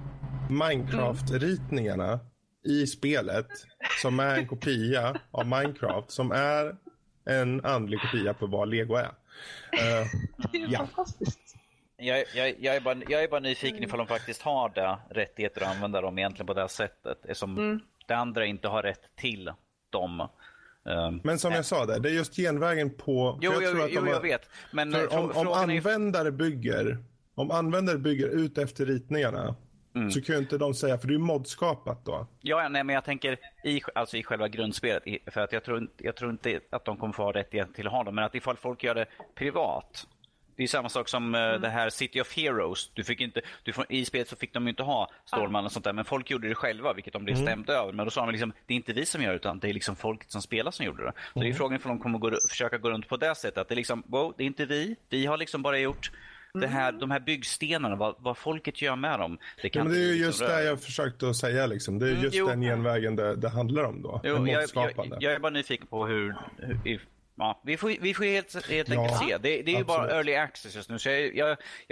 [SPEAKER 2] Minecraft-ritningarna i spelet som är en kopia av Minecraft som är en andlig kopia på vad Lego är. Uh,
[SPEAKER 3] det är ja. fantastiskt.
[SPEAKER 4] Jag, jag, jag, är bara, jag är bara nyfiken ifall de faktiskt har det rättigheter att använda dem egentligen på det här sättet. Som mm. det andra inte har rätt till dem.
[SPEAKER 2] Men som jag sa där, det är just genvägen på...
[SPEAKER 4] Jo,
[SPEAKER 2] jag,
[SPEAKER 4] jo,
[SPEAKER 2] tror att
[SPEAKER 4] jo,
[SPEAKER 2] har,
[SPEAKER 4] jag vet. Men
[SPEAKER 2] om, om användare
[SPEAKER 4] är...
[SPEAKER 2] bygger om användare bygger ut efter ritningarna mm. så kan ju inte de säga, för det är ju modskapat då.
[SPEAKER 4] Ja, nej, men jag tänker i, alltså i själva grundspelet, för att jag tror, jag tror inte att de kommer få ha rättighet till att ha dem, men att ifall folk gör det privat. Det är samma sak som mm. det här City of Heroes. Du fick inte, du får, i spelet så fick de ju inte ha Stålman och sånt där. Men folk gjorde det själva, vilket de blev mm. stämda över. Men då sa de liksom, det är inte vi som gör det, utan det är liksom folket som spelar som gjorde det. Så mm. det är frågan om de kommer gå, försöka gå runt på det sättet. Att det är liksom, wow, det är inte vi. Vi har liksom bara gjort det här, de här byggstenarna. Vad, vad folket gör med dem. Det, kan
[SPEAKER 2] ja, men det är ju
[SPEAKER 4] liksom
[SPEAKER 2] just det jag försökte att säga. Liksom. Det är just mm, den genvägen det, det handlar om då.
[SPEAKER 4] Jo, jag, jag, jag är bara nyfiken på hur... hur Ja, vi får, vi får helt, helt enkelt ja, se. Det, det är ju bara early access just nu. Så jag, jag, jag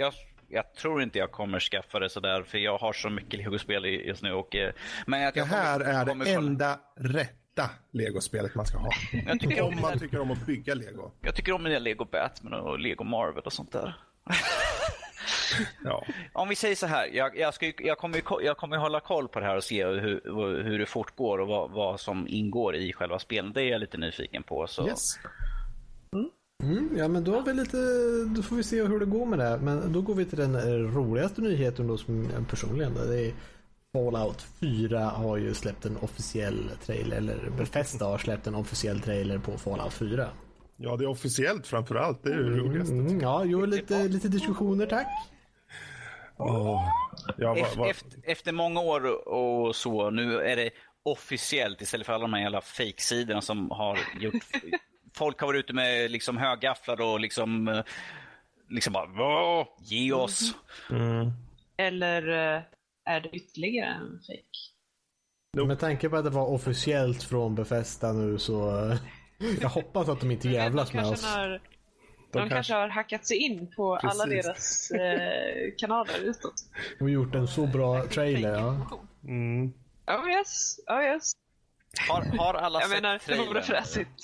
[SPEAKER 4] jag tror inte jag kommer skaffa det sådär, för jag har så mycket Lego-spel just nu. Och, men att
[SPEAKER 2] det
[SPEAKER 4] jag
[SPEAKER 2] här
[SPEAKER 4] kommer,
[SPEAKER 2] är
[SPEAKER 4] kommer
[SPEAKER 2] det enda rätta Lego-spelet man ska ha.
[SPEAKER 4] Jag tycker
[SPEAKER 2] om man tycker om att bygga Lego.
[SPEAKER 4] Jag tycker om det Lego Batman och Lego Marvel och sånt där.
[SPEAKER 2] Ja.
[SPEAKER 4] Om vi säger så här, jag, jag, ska, jag, kommer, jag kommer hålla koll på det här och se hur, hur det fortgår och vad, vad som ingår i själva spelet. Det är jag lite nyfiken på. Så.
[SPEAKER 2] Yes.
[SPEAKER 1] Mm. Mm, ja, men då, har vi lite, då får vi se hur det går med det. Men då går vi till den roligaste nyheten då, som personligen. Det är Fallout fyra har ju släppt en officiell trailer, eller Bethesda har släppt en officiell trailer på Fallout fyra.
[SPEAKER 2] Ja, det är officiellt framförallt. Det är det roligaste.
[SPEAKER 1] Mm, ja, jo, lite, lite diskussioner, tack.
[SPEAKER 2] Oh. Ja, va, va.
[SPEAKER 4] Efter, efter många år och så, nu är det officiellt istället för alla de här jävla fake-sidorna som har gjort... Folk har varit ute med liksom högafflar och liksom, liksom bara, ge oss.
[SPEAKER 2] Mm.
[SPEAKER 3] Eller är det ytterligare en fake?
[SPEAKER 1] Nope. Med tanke på att det var officiellt från Bethesda nu så jag hoppas att de inte jävlas med oss.
[SPEAKER 3] Har, de, de kanske... kanske har hackat sig in på Precis. alla deras eh, kanaler utåt.
[SPEAKER 1] Och gjort en så bra trailer, ja.
[SPEAKER 2] Mm.
[SPEAKER 3] Oh yes, oh yes.
[SPEAKER 4] Har, har alla
[SPEAKER 3] jag
[SPEAKER 4] sett
[SPEAKER 3] menar,
[SPEAKER 4] trailern?
[SPEAKER 3] Det vore fräsigt.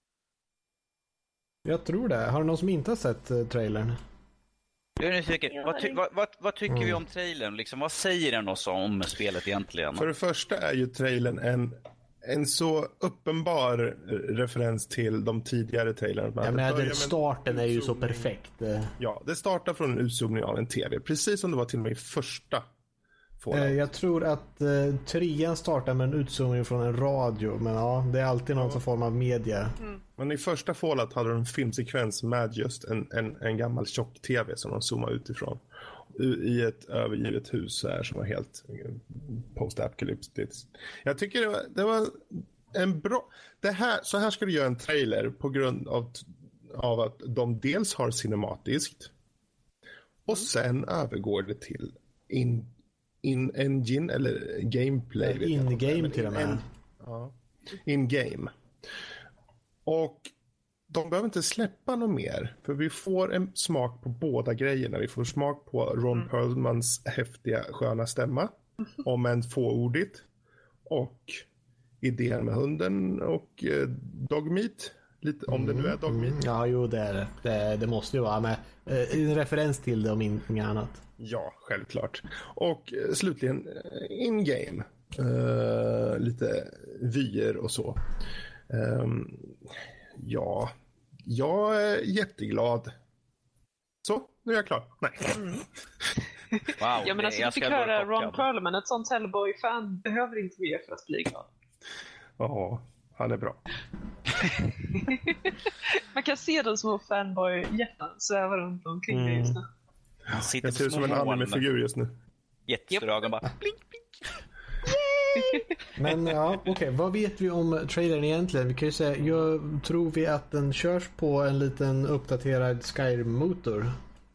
[SPEAKER 1] Jag tror det. Har du någon som inte har sett uh, trailern?
[SPEAKER 4] Jag är nyfiken. Vad, ty- vad, vad, vad tycker mm. vi om trailern? Liksom, vad säger den oss om spelet egentligen?
[SPEAKER 2] För det första är ju trailern en, en så uppenbar referens till de tidigare trailerna.
[SPEAKER 1] Ja, men den starten är ju så perfekt.
[SPEAKER 2] Ja, det startar från en utzoomning av en tv. Precis som det var till och med i första Fallout.
[SPEAKER 1] Jag tror att uh, trean startar med en utzoomning från en radio. Men ja, det är alltid någon ja. form av media.
[SPEAKER 3] Mm.
[SPEAKER 2] Men i första Fallout hade de en filmsekvens med just en, en, en gammal tjock-tv som de zoomade utifrån. I ett övergivet hus här som var helt post-apocalyptiskt. Jag tycker det var, det var en bra... Det här, så här ska du göra en trailer på grund av, av att de dels har cinematiskt och sen övergår det till in in-engine eller gameplay.
[SPEAKER 1] In-game till och med.
[SPEAKER 2] In, ja. In-game. Och de behöver inte släppa något mer. För vi får en smak på båda grejerna. Vi får smak på Ron mm. Perlmans häftiga sköna stämma. Om än fåordigt. Och idén med hunden och eh, dogmeat. Lite, om mm. det nu är dogmeat.
[SPEAKER 1] Mm. Ja, jo det är det. Det, det måste ju vara med eh, en referens till det om ingenting annat.
[SPEAKER 2] Ja, självklart. Och eh, slutligen in-game. Uh, lite vyer och så. Um, ja, jag är jätteglad. Så, nu är jag klar. Nej.
[SPEAKER 3] Mm.
[SPEAKER 4] Wow,
[SPEAKER 3] ja, men alltså, du fick höra Ron Perlman. Ett sånt Hellboy-fan behöver inte mer för att bli glad.
[SPEAKER 2] Ja, han är bra.
[SPEAKER 3] Man kan se de små fanboy-hjärtan sväva runt omkring mm. dig just nu.
[SPEAKER 4] Han sitter
[SPEAKER 2] jag ser ut som en anime-figur just nu.
[SPEAKER 4] Jättestora ögon bara blink, blink.
[SPEAKER 1] Men ja, okej, okay. Vad vet vi om trailern egentligen? Vi kan ju säga, jag tror vi att den körs på en liten uppdaterad Skyrim-motor.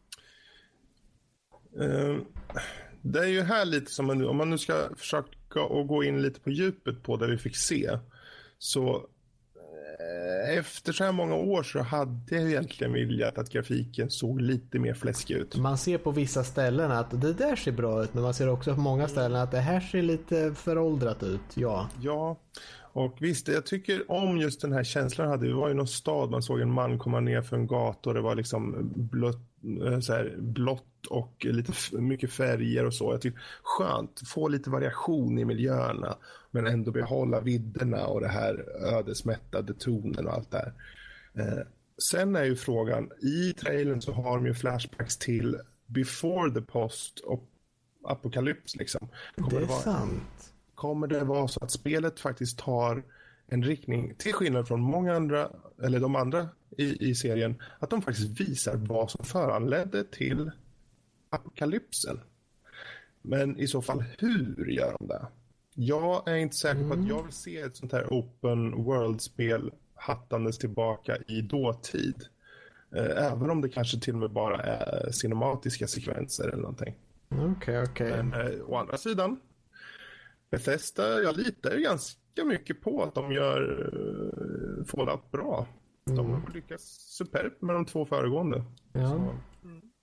[SPEAKER 2] Uh, det är ju här lite som man, om man nu ska försöka att gå in lite på djupet på det vi fick se. Så efter så här många år så hade jag egentligen viljat att grafiken såg lite mer fläskig ut.
[SPEAKER 1] Man ser på vissa ställen att det där ser bra ut, men man ser också på många ställen att det här ser lite föråldrat ut, ja.
[SPEAKER 2] Ja, och visst, jag tycker om just den här känslan hade. Det var ju någon stad, man såg en man komma ner för en gata och det var liksom blött, så här, blått och lite mycket färger och så. Jag tycker skönt, få lite variation i miljöerna men ändå behålla vidderna och det här ödesmättade tonen och allt där. Eh, sen är ju frågan, i trailern så har de ju flashbacks till Before the Post och Apocalypse liksom.
[SPEAKER 1] Kommer det är det vara, sant.
[SPEAKER 2] Kommer det vara så att spelet faktiskt tar en riktning, till skillnad från många andra, eller de andra i, i serien, att de faktiskt visar vad som föranledde till apokalypsen. Men i så fall, hur gör de det? Jag är inte säker på mm. att jag vill se ett sånt här open world-spel hattandes tillbaka i dåtid. Även om det kanske till och med bara är cinematiska sekvenser eller någonting.
[SPEAKER 1] Okej, okay, okej. Okay.
[SPEAKER 2] Men eh, å andra sidan, Bethesda, jag litar ju ganska mycket på att de gör uh, Fallout bra. De har lyckats superb med de två föregående.
[SPEAKER 1] Ja.
[SPEAKER 2] Så.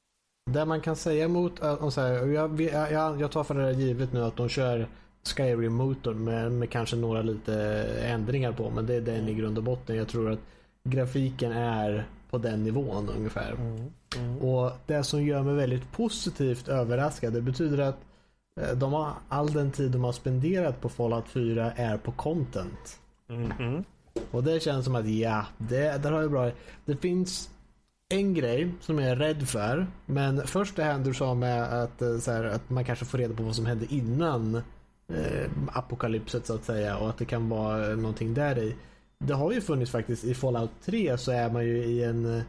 [SPEAKER 1] Det man kan säga emot, och så här, jag, jag, jag tar för det här givet nu att de kör Skyrim-motorn med, med kanske några lite ändringar på, men det är den i grund och botten. Jag tror att grafiken är på den nivån ungefär. Mm. Mm. Och det som gör mig väldigt positivt överraskad, det betyder att de har, all den tid de har spenderat på Fallout fyra är på content. Mm. Och det känns som att ja, det, det har jag bra. Det finns en grej som jag är rädd för, men först det här du sa med att, så här, att man kanske får reda på vad som hände innan eh, apokalypset så att säga, och att det kan vara någonting där i. Det har ju funnits faktiskt i Fallout tre, så är man ju i en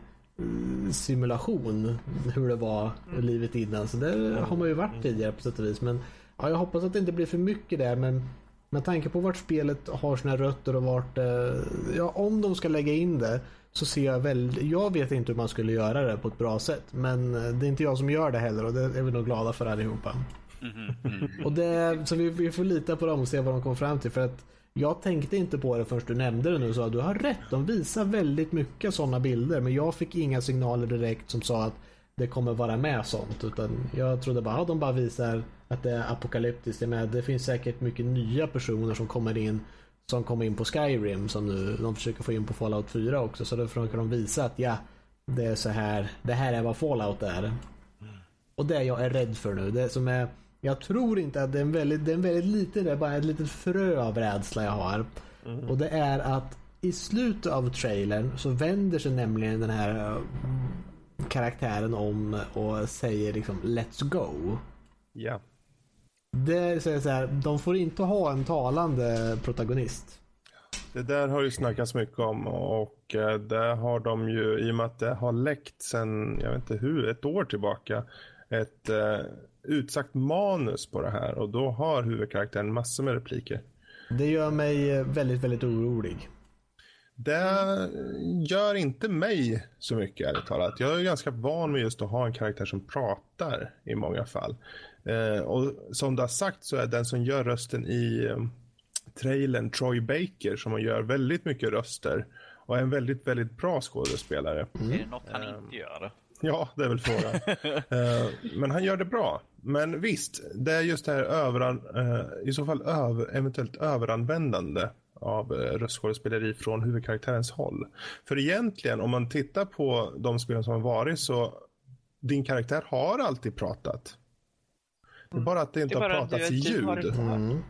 [SPEAKER 1] simulation hur det var mm. livet innan, så det har man ju varit tidigare på sätt och vis, men ja, jag hoppas att det inte blir för mycket där, men med tanke på vart spelet har sina rötter och vart ja, om de ska lägga in det, så ser jag väl, jag vet inte hur man skulle göra det på ett bra sätt, men det är inte jag som gör det heller, och det är vi nog glada för allihopa. Mm. Mm. Och det, så vi, vi får lita på dem och se vad de kommer fram till, för att jag tänkte inte på det först du nämnde det nu, så du har rätt, de visar väldigt mycket sådana bilder, men jag fick inga signaler direkt som sa att det kommer vara med sånt, utan jag trodde bara att de bara visar att det är apokalyptiskt. Men det finns säkert mycket nya personer som kommer in som kommer in på Skyrim, som nu de försöker få in på Fallout fyra också, så då försöker de visa att ja, det är så här, det här är vad Fallout är. Mm. Och det jag är rädd för nu, det som är, jag tror inte att det är en väldigt, det är en väldigt liten, det är bara ett litet frö av rädsla jag har. Mm. Och det är att i slutet av trailern så vänder sig nämligen den här uh, karaktären om och säger liksom let's go.
[SPEAKER 2] Ja. Yeah.
[SPEAKER 1] Det säger så här, de får inte ha en talande protagonist.
[SPEAKER 2] Det där har ju snackats mycket om, och det har de ju, i och med att det har läckt sen, jag vet inte hur, ett år tillbaka, ett uh, utsagt manus på det här, och då har huvudkaraktären massor med repliker.
[SPEAKER 1] Det gör mig väldigt, väldigt orolig.
[SPEAKER 2] Det gör inte mig så mycket, ärligt talat. Jag är ganska van med just att ha en karaktär som pratar i många fall. Eh, och som du har sagt så är den som gör rösten i eh, trailern Troy Baker, som gör väldigt mycket röster och är en väldigt, väldigt bra skådespelare.
[SPEAKER 4] Mm. Är det något han inte gör?
[SPEAKER 2] Ja, det är väl frågan. uh, men han gör det bra. Men visst, det är just det här överan, uh, i så fall över, eventuellt överanvändande av uh, röstskådespeleri från huvudkaraktärens håll. För egentligen, om man tittar på de spelen som har varit, så din karaktär har alltid pratat. Det är bara att det inte det har pratats i ljud. Mm.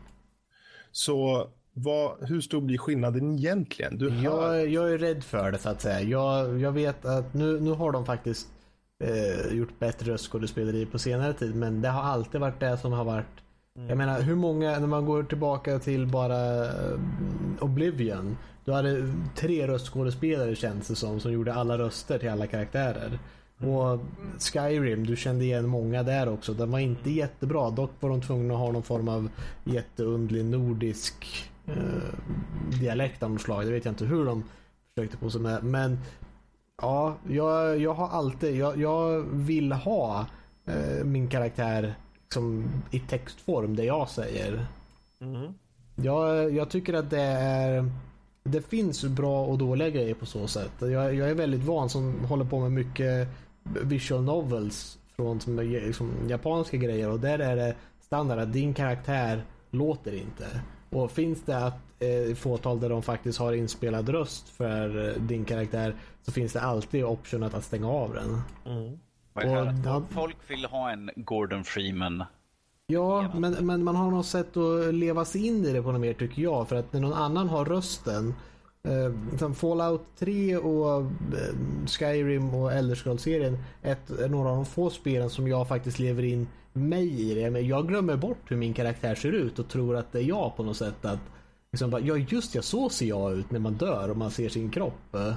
[SPEAKER 2] Så vad, hur stor blir skillnaden egentligen? Du
[SPEAKER 1] jag, jag är rädd för det, så att säga. Jag, jag vet att nu, nu har de faktiskt eh, gjort bättre röstskådespeleri på senare tid, men det har alltid varit det som har varit. Mm. Jag menar, hur många, när man går tillbaka till bara uh, Oblivion, då hade tre röstskådespelare, känns det som, som gjorde alla röster till alla karaktärer. Mm. Och Skyrim, du kände igen många där också. Den var inte jättebra, dock var de tvungna att ha någon form av jätteundlig nordisk uh, dialekt av något slag. Det vet jag inte hur de försökte på sig med, men ja, jag, jag har alltid jag, jag vill ha uh, min karaktär som i textform, det jag säger. Mm. Jag, jag tycker att det är det finns bra och dåliga grejer på så sätt. Jag, jag är väldigt van som håller på med mycket visual novels från som, liksom, japanska grejer, och där är det standard att din karaktär låter inte. Och finns det att eh, fåtal där de faktiskt har inspelad röst för eh, din karaktär, så finns det alltid option att, att stänga av den.
[SPEAKER 4] Mm. Och, och folk vill ha en Gordon Freeman.
[SPEAKER 1] Ja, men, men man har något sätt att leva sig in i det på något mer, tycker jag. För att när någon annan har rösten, eh, Fallout tre och eh, Skyrim och Elder Scrolls-serien är några av de få spelen som jag faktiskt lever in mig i det. Men jag glömmer bort hur min karaktär ser ut och tror att det är jag på något sätt. Att liksom bara, ja just ja, så ser jag ut när man dör och man ser sin kropp. Ja.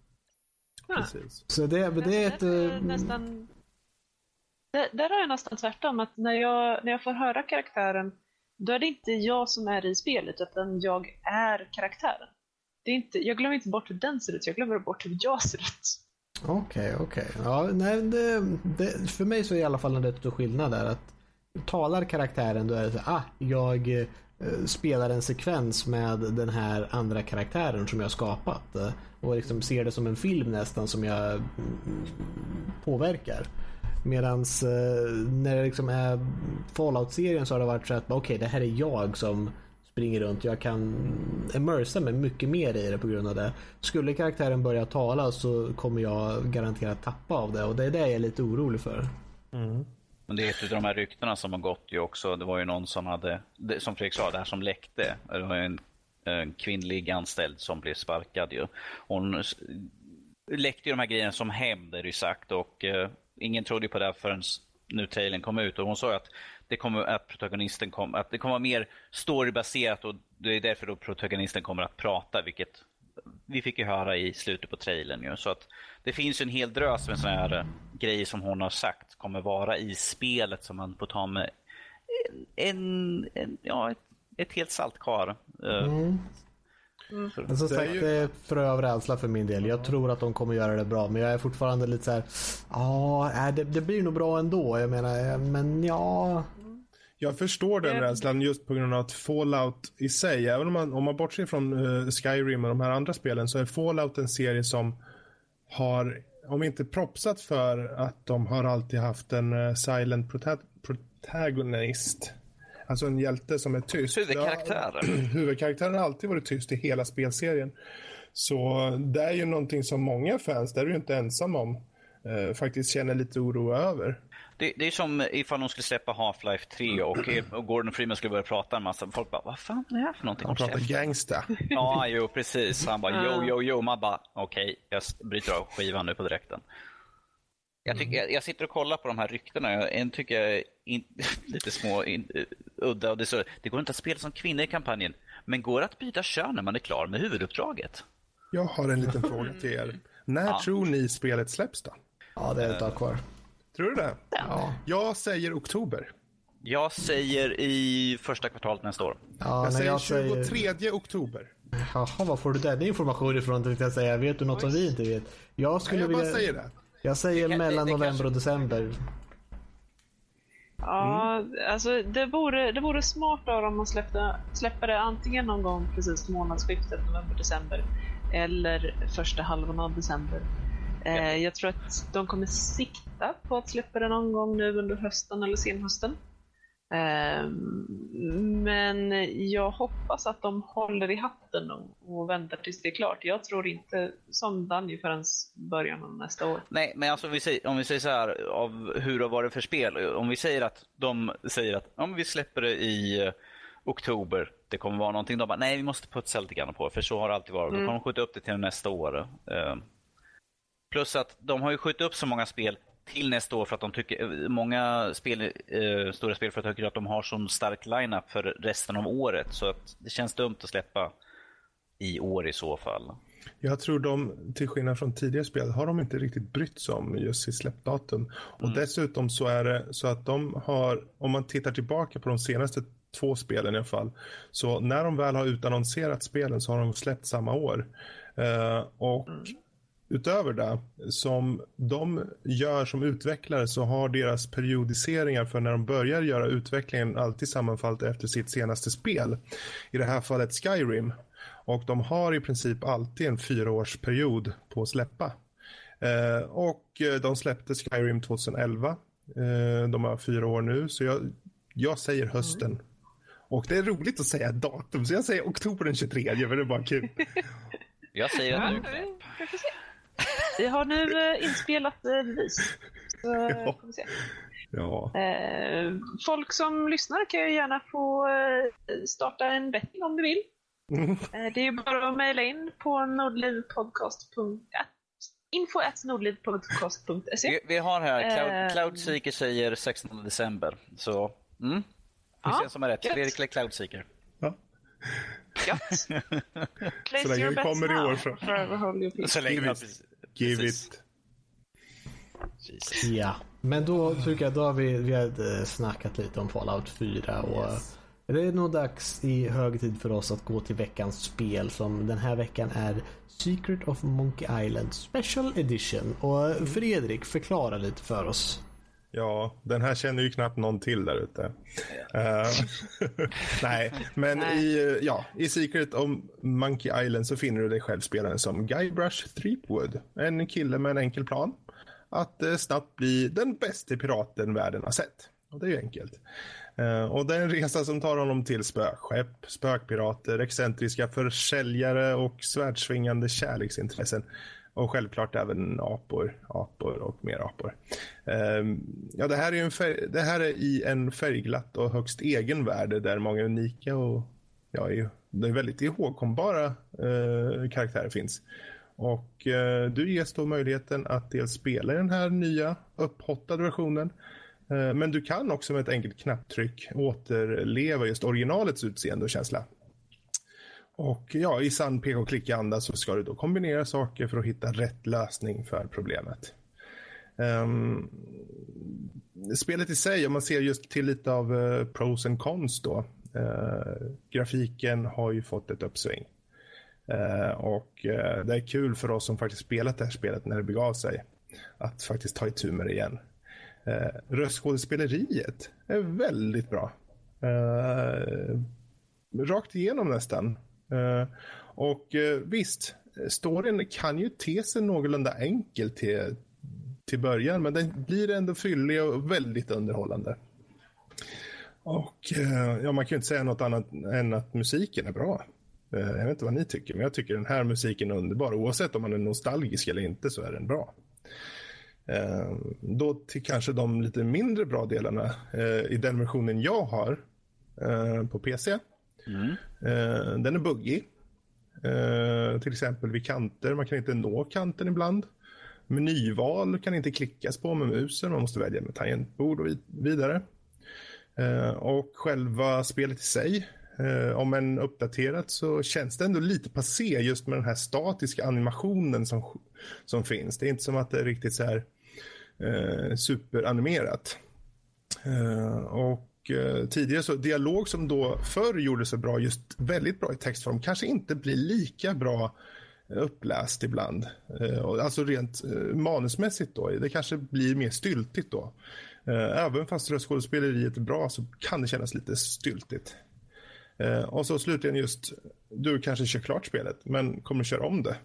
[SPEAKER 3] Precis.
[SPEAKER 1] Så det, det är ett...
[SPEAKER 3] Är nästan... Det, där har jag nästan tvärtom, att när jag, när jag får höra karaktären, då är det inte jag som är i spelet, utan jag är karaktären. Det är inte, jag glömmer inte bort hur den ser ut, jag glömmer bort hur jag ser ut.
[SPEAKER 1] Okej, okay, okej. Okay. Ja, nej, det, det, för mig så är i alla fall en rätt stor skillnad där, att talar karaktären, då är det så ah, jag eh, spelar en sekvens med den här andra karaktären som jag skapat, eh, och liksom ser det som en film nästan som jag mm, påverkar. Medans eh, när det liksom är Fallout-serien så har det varit så att okej, okay, det här är jag som springer runt. Jag kan immersa mig mycket mer i det på grund av det. Skulle karaktären börja tala så kommer jag garanterat tappa av det. Och det är det jag är lite orolig för.
[SPEAKER 4] Mm. Men det är ett av de här ryktena som har gått ju också. Det var ju någon som hade, som Fredrik sa, det här som läckte. Det var en, en kvinnlig anställd som blev sparkad ju. Hon läckte ju de här grejerna som hämnd, är det ju sagt. Och uh, ingen trodde ju på det förrän nu trailern kom ut. Och hon sa att det kommer att protagonisten kom, att det kommer vara mer storybaserat, och det är därför då protagonisten kommer att prata, vilket vi fick ju höra i slutet på trailern ju. Så att det finns ju en hel drös med såna här grejer som hon har sagt kommer vara i spelet som man får ta med en, en ja, ett, ett helt saltkar.
[SPEAKER 1] Mm. Mm. Men som sagt, det är frö av rädsla för min del. Jag tror att de kommer göra det bra, men jag är fortfarande lite så här, ja, det, det blir nog bra ändå. Jag menar, men ja...
[SPEAKER 2] Jag förstår den rädslan just på grund av att Fallout i sig, även om man, om man bortser från uh, Skyrim och de här andra spelen, så är Fallout en serie som har, om inte propsat för att de har alltid haft en uh, silent prota- protagonist. Alltså en hjälte som är tyst.
[SPEAKER 4] Huvudkaraktären.
[SPEAKER 2] Ja, huvudkaraktären har alltid varit tyst i hela spelserien. Så det är ju någonting som många fans, där är du inte ensam om, uh, faktiskt känner lite oro över.
[SPEAKER 4] Det, det är som ifall de skulle släppa Half-Life tre och, och Gordon Freeman skulle börja prata en massa. Folk bara, vad fan är det här för någonting?
[SPEAKER 2] Han pratar gangsta.
[SPEAKER 4] Ja, jo, precis. Han bara, jo, jo, jo. Man bara, okej, okay, jag bryter av skivan nu på direkten. Jag, tycker, jag, jag sitter och kollar på de här ryktena. En tycker jag är in, lite små in, uh, udda. Och det, så, det går inte att spela som kvinna i kampanjen. Men går att byta kön när man är klar med huvuduppdraget?
[SPEAKER 2] Jag har en liten fråga till er. När ja. tror ni spelet släpps då?
[SPEAKER 1] Ja, det är ett tag kvar.
[SPEAKER 2] Tror du det? Ja. Jag säger oktober.
[SPEAKER 4] Jag säger i första kvartalet nästa år.
[SPEAKER 2] Ja, jag säger jag tjugotredje säger... oktober.
[SPEAKER 1] Jaha, vad får du den information ifrån? Tänkte jag säga. Vet du något som vi inte vet? Jag skulle
[SPEAKER 2] Nej, jag
[SPEAKER 1] vilja...
[SPEAKER 2] bara säger det.
[SPEAKER 1] Jag säger
[SPEAKER 4] det,
[SPEAKER 1] mellan
[SPEAKER 4] det, det
[SPEAKER 1] november
[SPEAKER 4] kanske...
[SPEAKER 1] och december.
[SPEAKER 3] Ja, mm. alltså det vore, det vore smart om man släppte, släpper det antingen någon gång precis månadsskiftet november-december eller första halvan av december. Eh, jag tror att de kommer sikta på att släppa det någon gång nu under hösten eller senhösten. Eh, men jag hoppas att de håller i hatten och, och väntar tills det är klart. Jag tror inte som Danny förrän början av nästa år.
[SPEAKER 4] Nej, men alltså om vi säger, om vi säger så här, av hur det var det för spel. Om vi säger att de säger att om vi släpper det i uh, oktober, det kommer vara någonting. De bara, nej, vi måste putsa lite grann på, för så har det alltid varit. Mm. De kommer skjuta upp det till nästa år. Uh, Plus att de har ju skjutit upp så många spel till nästa år för att de tycker, många spel, eh, stora spelföretag tycker att de har så stark lineup för resten av året, så att det känns dumt att släppa i år i så fall.
[SPEAKER 2] Jag tror de, till skillnad från tidigare spel, har de inte riktigt brytt sig om just sitt släppdatum. Och mm. dessutom så är det så att de har, om man tittar tillbaka på de senaste två spelen i alla fall, så när de väl har utannonserat spelen så har de släppt samma år. Uh, och mm. utöver det, som de gör som utvecklare, så har deras periodiseringar för när de börjar göra utvecklingen alltid sammanfallit efter sitt senaste spel. I det här fallet Skyrim. Och de har i princip alltid en fyraårsperiod på att släppa. Eh, och de släppte Skyrim tjugoelva. Eh, de har fyra år nu, så jag, jag säger hösten. Mm. Och det är roligt att säga datum, så jag säger oktober den tjugotredje, för det är bara kul.
[SPEAKER 4] Jag säger att nu.
[SPEAKER 3] Vi har nu eh, inspelat eh, bevis. Så,
[SPEAKER 2] ja.
[SPEAKER 3] Får vi se.
[SPEAKER 2] Ja.
[SPEAKER 3] Eh, folk som lyssnar kan ju gärna få eh, starta en betting om du vill. Mm. Eh, det är ju bara att mejla in på nordlivpodcast punkt info at nordlivpodcast punkt se.
[SPEAKER 4] Vi, vi har här, Cloud, eh, Cloudseeker säger sextonde december. Så, mm. Vi ser som är rätt. Fredrik Cloudseeker.
[SPEAKER 2] Ja.
[SPEAKER 3] Gött.
[SPEAKER 2] Så länge vi kommer i år så.
[SPEAKER 4] Så länge
[SPEAKER 2] give it. Give it.
[SPEAKER 1] Ja, men då tycker jag då har vi, vi har snackat lite om Fallout fyra och yes. Det är nog dags i hög tid för oss att gå till veckans spel, som den här veckan är Secret of Monkey Island Special Edition. Och Fredrik, förklara lite för oss.
[SPEAKER 2] Ja, den här känner ju knappt någon till där ute. Uh, nej, men nej. I, ja, i Secret of Monkey Island så finner du dig själv spelaren som Guybrush Threepwood. En kille med en enkel plan. att eh, snabbt bli den bästa piraten världen har sett. Och det är ju enkelt. Uh, och det är en resa som tar honom till spökskepp, spökpirater, excentriska försäljare och svärdsvingande kärleksintressen. Och självklart även apor, apor och mer apor. Uh, ja, det här, är en färg, det här är i en färgglatt och högst egen värld där många unika och ja, det är väldigt ihågkombara uh, karaktärer finns. Och uh, du ges då möjligheten att dels spela i den här nya upphottade versionen. Men du kan också med ett enkelt knapptryck återleva just originalets utseende och känsla. Och ja, i sann P K-klicka-anda så ska du då kombinera saker för att hitta rätt lösning för problemet. Um, spelet i sig, om man ser just till lite av uh, pros and cons då. Uh, grafiken har ju fått ett uppsving. Uh, och uh, det är kul för oss som faktiskt spelat det här spelet när det begav sig att faktiskt ta itu med det igen. Uh, röstskådespeleriet är väldigt bra. Uh, rakt igenom nästan. Uh, och uh, visst, storyn kan ju te sig någorlunda enkel till, till början, men den blir ändå fyllig och väldigt underhållande. Och uh, ja, man kan ju inte säga något annat än att musiken är bra. Uh, jag vet inte vad ni tycker, men jag tycker den här musiken är underbar. Oavsett om man är nostalgisk eller inte så är den bra. Uh, då till kanske de lite mindre bra delarna uh, i den versionen jag har uh, på P C. Mm. Uh, den är buggig. Uh, till exempel vid kanter. Man kan inte nå kanten ibland. Menyval kan inte klickas på med musen. Man måste välja med tangentbord och vid- vidare. Uh, och själva spelet i sig, uh, om en uppdaterat så känns det ändå lite passé just med den här statiska animationen som, som finns. Det är inte som att det är riktigt så här uh, superanimerat. Uh, och tidigare så dialog som då förr gjorde så bra, just väldigt bra i textform, kanske inte blir lika bra uppläst ibland. Alltså rent manusmässigt då. Det kanske blir mer styltigt då. Även fast röstskådespeleriet är bra så kan det kännas lite styltigt. Och så slutligen just, du kanske kör klart spelet, men kommer köra om det?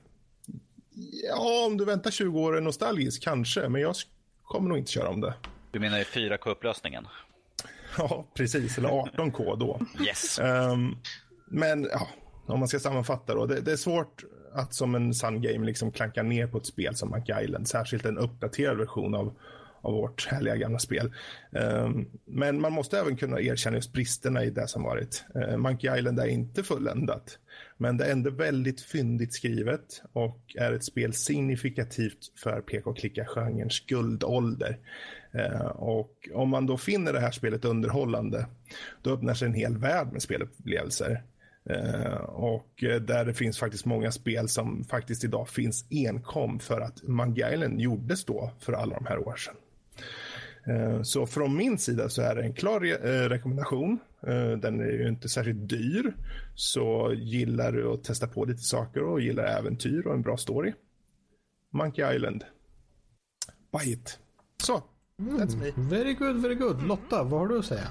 [SPEAKER 2] Ja, om du väntar tjugo år är nostalgisk kanske, men jag kommer nog inte köra om det.
[SPEAKER 4] Du menar i fyra K-upplösningen?
[SPEAKER 2] Ja, precis. Eller arton K då.
[SPEAKER 4] Yes.
[SPEAKER 2] Um, men ja, om man ska sammanfatta då. Det, det är svårt att som en Sun Game liksom klanka ner på ett spel som Monkey Island. Särskilt en uppdaterad version av, av vårt härliga gamla spel. Um, men man måste även kunna erkänna just bristerna i det som varit. Uh, Monkey Island är inte fulländat. Men det är ändå väldigt fyndigt skrivet och är ett spel signifikativt för P K-klicka-genrens guldålder. Uh, och om man då finner det här spelet underhållande, då öppnar sig en hel värld med spelupplevelser. Uh, och där det finns faktiskt många spel som faktiskt idag finns enkom för att Monkey Island gjordes då för alla de här år sedan. Uh, så från min sida så är det en klar re- uh, rekommendation. Uh, den är ju inte särskilt dyr, så gillar du att testa på lite saker och gillar äventyr och en bra story, Monkey Island, buy it. Så, that's me.
[SPEAKER 1] Mm, very good, very good. Lotta, vad har du att säga?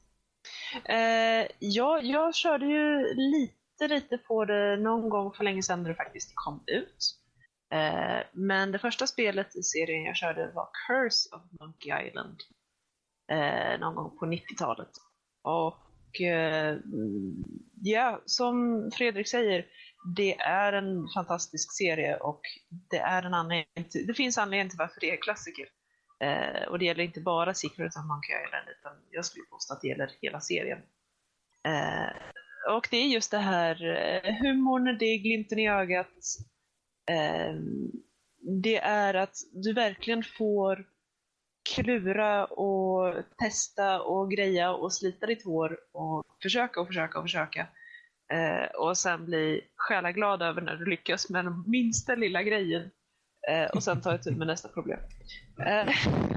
[SPEAKER 3] Uh, ja, jag körde ju lite, lite på det någon gång för länge sedan när det faktiskt kom ut. Uh, men det första spelet i serien jag körde var Curse of Monkey Island. Uh, någon gång på nittiotalet. Och uh, ja, som Fredrik säger, det är en fantastisk serie och det är en anledning till, det finns anledning till varför det är klassiker. Uh, och det gäller inte bara Secret of Monkey Island, utan jag skulle påstå att det gäller hela serien. Uh, och det är just det här uh, humorn, det är glimten i ögat. Uh, det är att du verkligen får klura och testa och greja och slita ditt hår och försöka och försöka och försöka. Uh, och sen bli själaglad över när du lyckas med den minsta lilla grejen. Uh, och sen ta ett tur med nästa problem. Uh,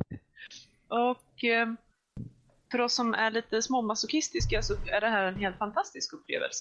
[SPEAKER 3] och uh, för oss som är lite småmasochistiska så är det här en helt fantastisk upplevelse.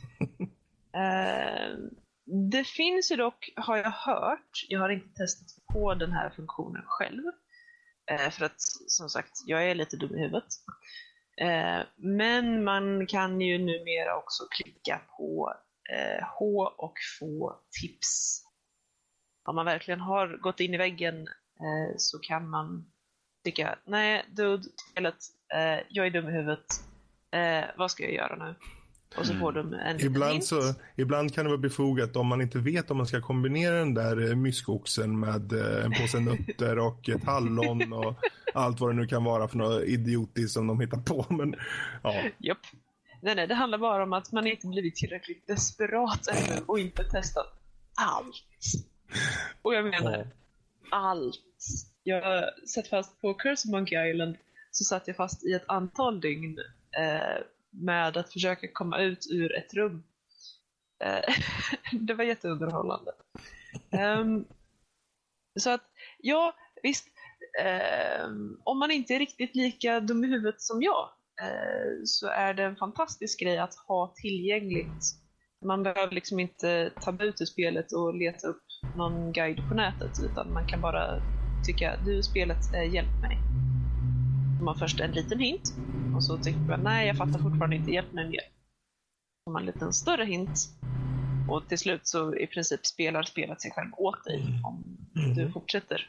[SPEAKER 3] Uh, det finns ju dock, har jag hört, jag har inte testat på den här funktionen själv. Uh, för att som sagt, jag är lite dum i huvudet. Uh, men man kan ju numera också klicka på uh, H och få tips. Om man verkligen har gått in i väggen eh, så kan man tycka, nej dude, spelet, eh, jag är dum i huvudet, eh, vad ska jag göra nu? Och så får de en
[SPEAKER 2] ibland, så, ibland kan det vara befogat om man inte vet om man ska kombinera den där myskoxen med en påse nötter och ett hallon och allt vad det nu kan vara för något idiotiskt som de hittar på. Men, ja.
[SPEAKER 3] Japp. Nej, nej, det handlar bara om att man inte blivit tillräckligt desperat ännu och inte testat allt. Och jag menar, ja. allt. Jag satt fast på Curse Monkey Island, så satt jag fast i ett antal dygn eh, med att försöka komma ut ur ett rum. Eh, det var jätteunderhållande. Um, så att, ja, visst, eh, om man inte är riktigt lika dum i huvudet som jag, eh, så är det en fantastisk grej att ha tillgängligt. Man behöver liksom inte ta ut ur spelet och leta upp någon guide på nätet, utan man kan bara tycka, du spelet, eh, hjälp mig. Man först en liten hint och så tycker man, nej jag fattar fortfarande inte, hjälp mig mer. Så man en liten större hint och till slut så i princip spelar spelet sig själv åt dig om mm. du fortsätter.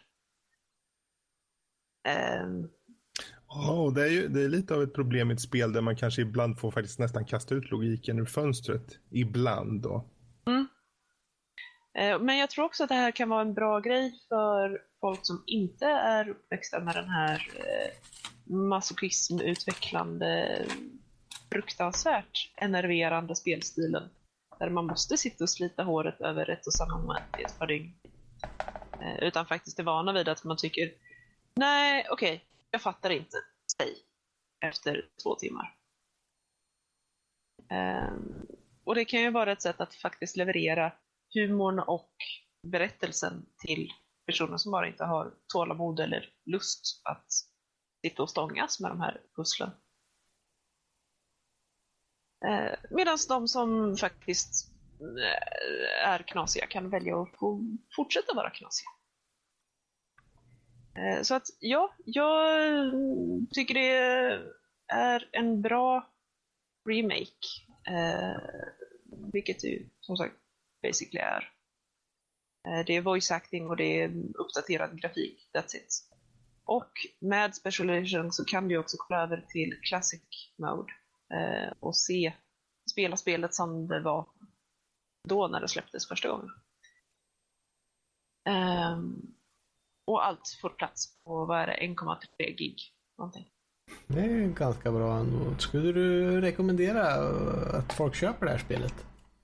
[SPEAKER 3] Um,
[SPEAKER 2] oh, det, är ju, det är lite av ett problem i ett spel där man kanske ibland får faktiskt nästan kasta ut logiken ur fönstret. Ibland då. Mm.
[SPEAKER 3] Uh, men jag tror också att det här kan vara en bra grej för folk som inte är uppväxta med den här uh, masochism-utvecklande, fruktansvärt enerverande spelstilen där man måste sitta och slita håret över ett och samma moment i ett par dygn. Eh, utan faktiskt är vana vid att man tycker, nej, okej, okay, jag fattar inte, säg, efter två timmar. Eh, och det kan ju vara ett sätt att faktiskt leverera humorn och berättelsen till personer som bara inte har tålamod eller lust att sitta och stångas med de här pusslen. Eh, Medan de som faktiskt eh, är knasiga kan välja att få fortsätta vara knasiga. Eh, så att ja, jag tycker det är en bra remake. Eh, vilket det ju som sagt basically är. Eh, det är voice acting och det är uppdaterad grafik, that's it. Och med Specialization så kan du också kolla över till Classic Mode eh, och se, spela spelet som det var då när det släpptes första gången. Um, och allt får plats på, vad är det, en komma tre gig någonting.
[SPEAKER 1] Det är ganska bra ändå. Skulle du rekommendera att folk köper det här spelet?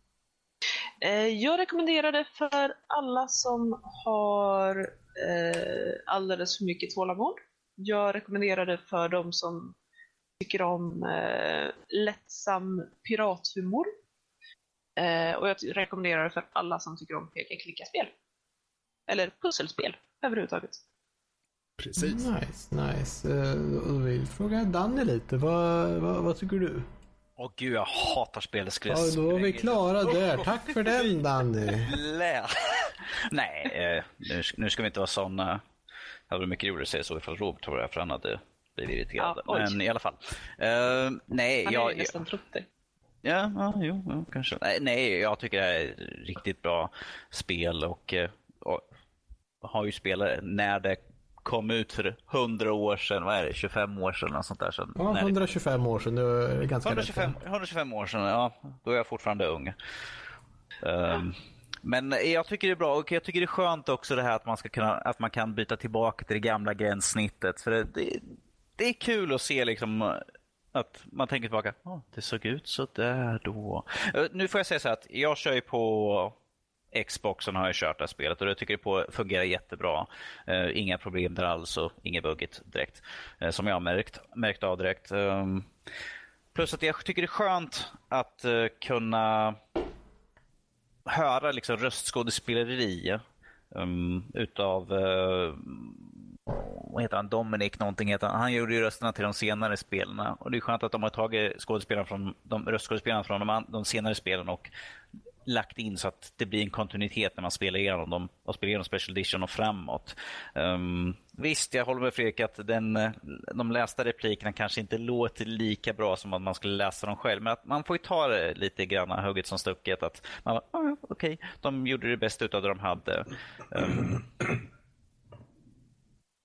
[SPEAKER 3] Eh, jag rekommenderar det för alla som har Eh, alldeles för mycket tålamod. Jag rekommenderar det för de som tycker om eh, lättsam pirathumor. Eh, och jag rekommenderar det för alla som tycker om peka-klicka-spel. Eller pusselspel överhuvudtaget.
[SPEAKER 2] Precis.
[SPEAKER 1] Nice, nice. Uh, jag vill fråga Danny lite. Vad, vad, vad tycker du?
[SPEAKER 4] Åh oh, gud, jag hatar spelskräck.
[SPEAKER 1] Ja, då är vi klara där. Tack för den, Danny.
[SPEAKER 4] Nej, eh, nu, nu ska vi inte vara såna. Det hade varit mycket roligt att säga så ifall Robert var där, för han hade blivit irriterad. Ja, men i alla fall. Uh, nej,
[SPEAKER 3] han
[SPEAKER 4] jag...
[SPEAKER 3] är nästan trott det.
[SPEAKER 4] Ja, ja, jo, ja, kanske. Nej, nej, jag tycker det är riktigt bra spel och, och har ju spelat när det kom ut för hundra år sedan, vad är det, tjugofem år sedan och sånt där. Så
[SPEAKER 1] ja, hundratjugofem år sedan, det är ganska
[SPEAKER 4] hundratjugofem, hundratjugofem år sedan, ja, då är jag fortfarande ung. Um, men jag tycker det är bra, och jag tycker det är skönt också det här att man ska kunna, att man kan byta tillbaka till det gamla gränssnittet, för det, det, det är kul att se liksom att man tänker tillbaka, oh, det såg ut så där då. Uh, nu får jag säga så här att jag kör ju på Xboxen, har jag kört det här spelet och jag tycker det på fungerar jättebra. Uh, inga problem där alls och inget buggigt direkt. Uh, som jag har märkt, märkt av direkt. Um, plus att jag tycker det är skönt att uh, kunna höra liksom röstskådespeleri um, utav uh, vad heter han? Dominic någonting heter han. Han gjorde ju rösterna till de senare spelarna. Och det är skönt att de har tagit skådespelarna från de röstskådespelarna från de, de senare spelen och lagt in så att det blir en kontinuitet när man spelar igenom dem och spelar igenom Special Edition och framåt. Um, visst, jag håller med Fredrik att den, de lästa replikerna kanske inte låter lika bra som att man skulle läsa dem själv, men att man får ju ta det lite grann hugget som stucket, att man bara, ah, okej, okay, de gjorde det bästa utav det de hade. Um,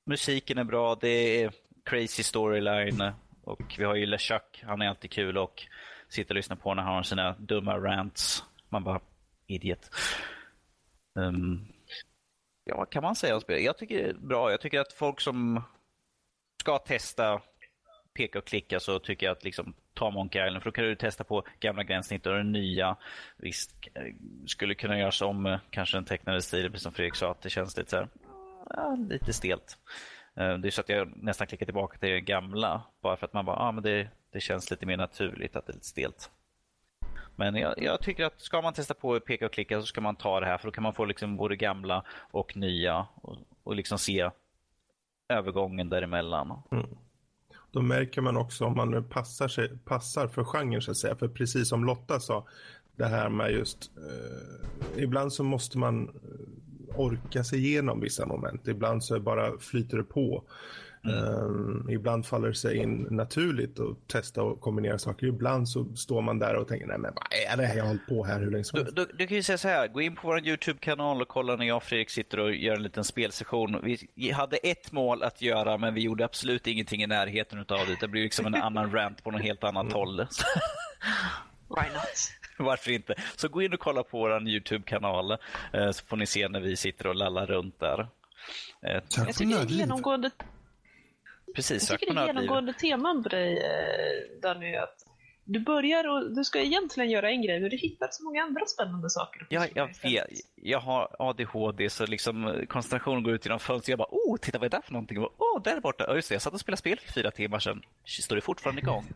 [SPEAKER 4] musiken är bra, det är crazy storyline och vi har ju LeChuck, han är alltid kul och sitter och lyssnar på när han har sina dumma rants. Man bara, idiot. Um, ja, vad kan man säga om spel? Jag tycker det är bra. Jag tycker att folk som ska testa peka och klicka så tycker jag att liksom ta Monkey Island, för då kan du testa på gamla gränssnitt och den nya. Visst skulle kunna göras om kanske en tecknade stil, precis som Fredrik sa, att det känns lite så här, ja, lite stelt. Det är så att jag nästan klickar tillbaka till det gamla bara för att man bara, ja, men det, det känns lite mer naturligt att det är lite stelt. Men jag, jag tycker att ska man testa på peka och klicka så ska man ta det här, för då kan man få liksom både gamla och nya och, och liksom se övergången däremellan. Mm.
[SPEAKER 2] Då märker man också om man passar, sig, passar för genren så att säga. För precis som Lotta sa, det här med just eh, ibland så måste man orka sig igenom vissa moment. Ibland så bara flyter det på. Mm. Um, ibland faller det sig in naturligt att testa och kombinera saker. Ibland så står man där och tänker, nej men vad är det här jag har hållit på här hur länge som helst?
[SPEAKER 4] Du, du, du kan ju säga så här, gå in på vår YouTube-kanal och kolla när jag och Fredrik sitter och gör en liten spelsession. Vi hade ett mål att göra, men vi gjorde absolut ingenting i närheten av det. Det blir liksom en annan rant på något helt annat mm. håll.
[SPEAKER 3] Why not?
[SPEAKER 4] Varför inte? Så gå in och kolla på vår YouTube-kanal så får ni se när vi sitter och lallar runt där.
[SPEAKER 3] Jag tycker det är genomgående
[SPEAKER 4] Precis,
[SPEAKER 3] jag tycker det är genomgående teman på dig, Danny, att du börjar och du ska egentligen göra en grej, men du hittar så många andra spännande saker.
[SPEAKER 4] Ja, jag vet. Jag har A D H D, så liksom koncentrationen går ut genom fönstret. Jag bara, oh, titta vad är det där för någonting? Åh, oh, där borta. Oh, just det, jag satt och spelade spel för fyra timmar sedan. Står det fortfarande igång?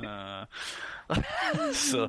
[SPEAKER 4] Så...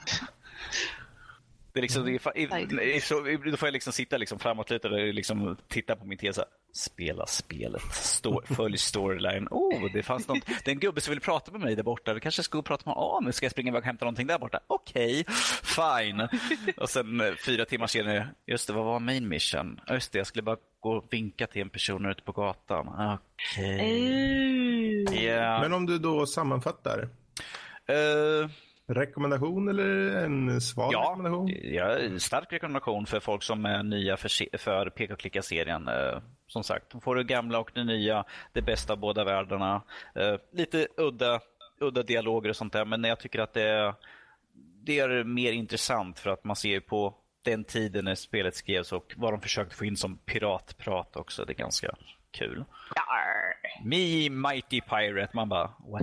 [SPEAKER 4] Det är liksom, det är, så, då får jag liksom sitta liksom framåt lite och liksom titta på min tesa. Spela spelet. Stå, följ storyline. Oh, det fanns något. Det är en gubbe som vill prata med mig där borta. Vi kanske ska prata med honom. Oh, men ska jag springa iväg och hämta någonting där borta? Okej, okay, fine. Och sen fyra timmar senare, just det, vad var main mission? Just det, jag skulle bara gå och vinka till en person ute på gatan. Okej. Okay. Yeah.
[SPEAKER 2] Men om du då sammanfattar?
[SPEAKER 4] Uh,
[SPEAKER 2] Rekommendation eller en svag
[SPEAKER 4] ja,
[SPEAKER 2] rekommendation?
[SPEAKER 4] Ja, stark rekommendation för folk som är nya för, för peka och klicka-serien. Eh, som sagt, får du gamla och det nya, det bästa av båda världarna. Eh, lite udda, udda dialoger och sånt där, men jag tycker att det, det är mer intressant för att man ser på den tiden när spelet skrevs och vad de försökte få in som piratprat också. Det är ganska kul. Arr. Me mighty pirate, man bara, what?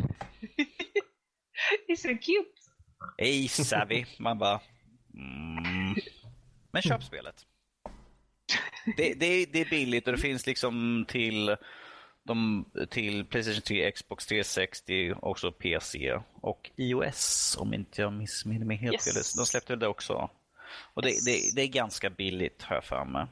[SPEAKER 3] It's so cute.
[SPEAKER 4] Ej, savvy. Man bara... Mm. Men köp spelet. Det, det, det är billigt och det finns liksom till, de, till PlayStation tre, Xbox tre sextio, också P C och iOS, om inte jag missminner mig helt. Yes. De släppte det också. Och det, det, det är ganska billigt, hör jag för mig.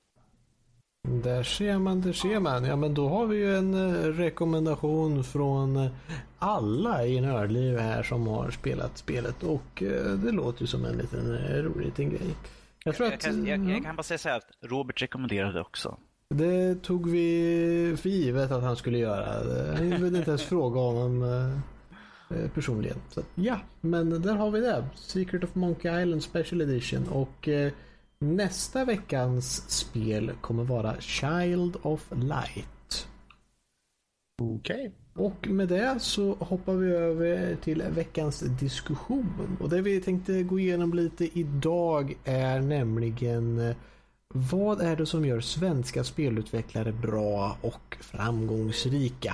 [SPEAKER 1] Där ser man, där ser man. Ja, men då har vi ju en rekommendation från alla i Nördliv här som har spelat spelet, och det låter ju som en liten rolig liten grej. Jag, tror
[SPEAKER 4] jag,
[SPEAKER 1] att,
[SPEAKER 4] kan, jag, jag kan bara säga så här att Robert rekommenderade också.
[SPEAKER 1] Det tog vi för givet att han skulle göra. Jag vill inte ens fråga honom eh, personligen. Så, ja, men där har vi det. Secret of Monkey Island Special Edition, och eh, nästa veckans spel kommer vara Child of Light.
[SPEAKER 2] Okej. Okay.
[SPEAKER 1] Och med det så hoppar vi över till veckans diskussion. Och det vi tänkte gå igenom lite idag är nämligen: vad är det som gör svenska spelutvecklare bra och framgångsrika?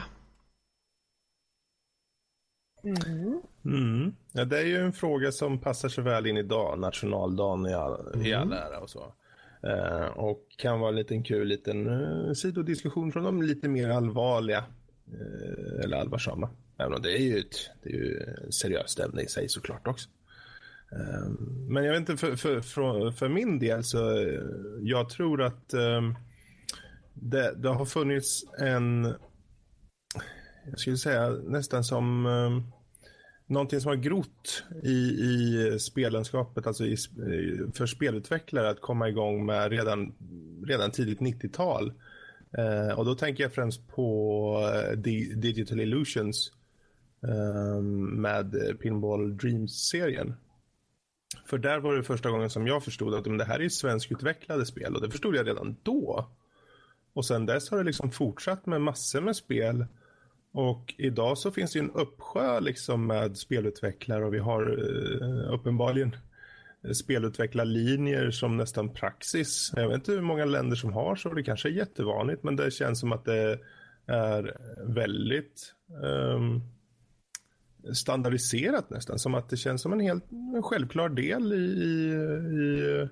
[SPEAKER 2] Mm. Mm. Ja, det är ju en fråga som passar sig väl in idag, nationaldagen i all, mm. i all ära och så. Eh, och kan vara en liten kul liten uh, sidodiskussion från de lite mer allvarliga uh, eller allvarsamma. Även om det är ju ett, det är ju ett seriöst ämne i sig såklart också. Uh, men jag vet inte, för, för, för, för min del så uh, jag tror att uh, det, det har funnits en, jag skulle säga nästan som uh, någonting som har grott i, i spelenskapet, alltså i, för spelutvecklare att komma igång med redan, redan tidigt nittiotal. Eh, och då tänker jag främst på uh, Digital Illusions uh, med Pinball Dreams-serien. För där var det första gången som jag förstod att det här är svenskutvecklade spel, och det förstod jag redan då. Och sen dess har det liksom fortsatt med massor med spel. Och idag så finns det ju en uppsjö liksom med spelutvecklare och vi har uh, uppenbarligen spelutvecklarlinjer som nästan praxis. Jag vet inte hur många länder som har så, det kanske är jättevanligt, men det känns som att det är väldigt um, standardiserat nästan, som att det känns som en helt en självklar del i, i,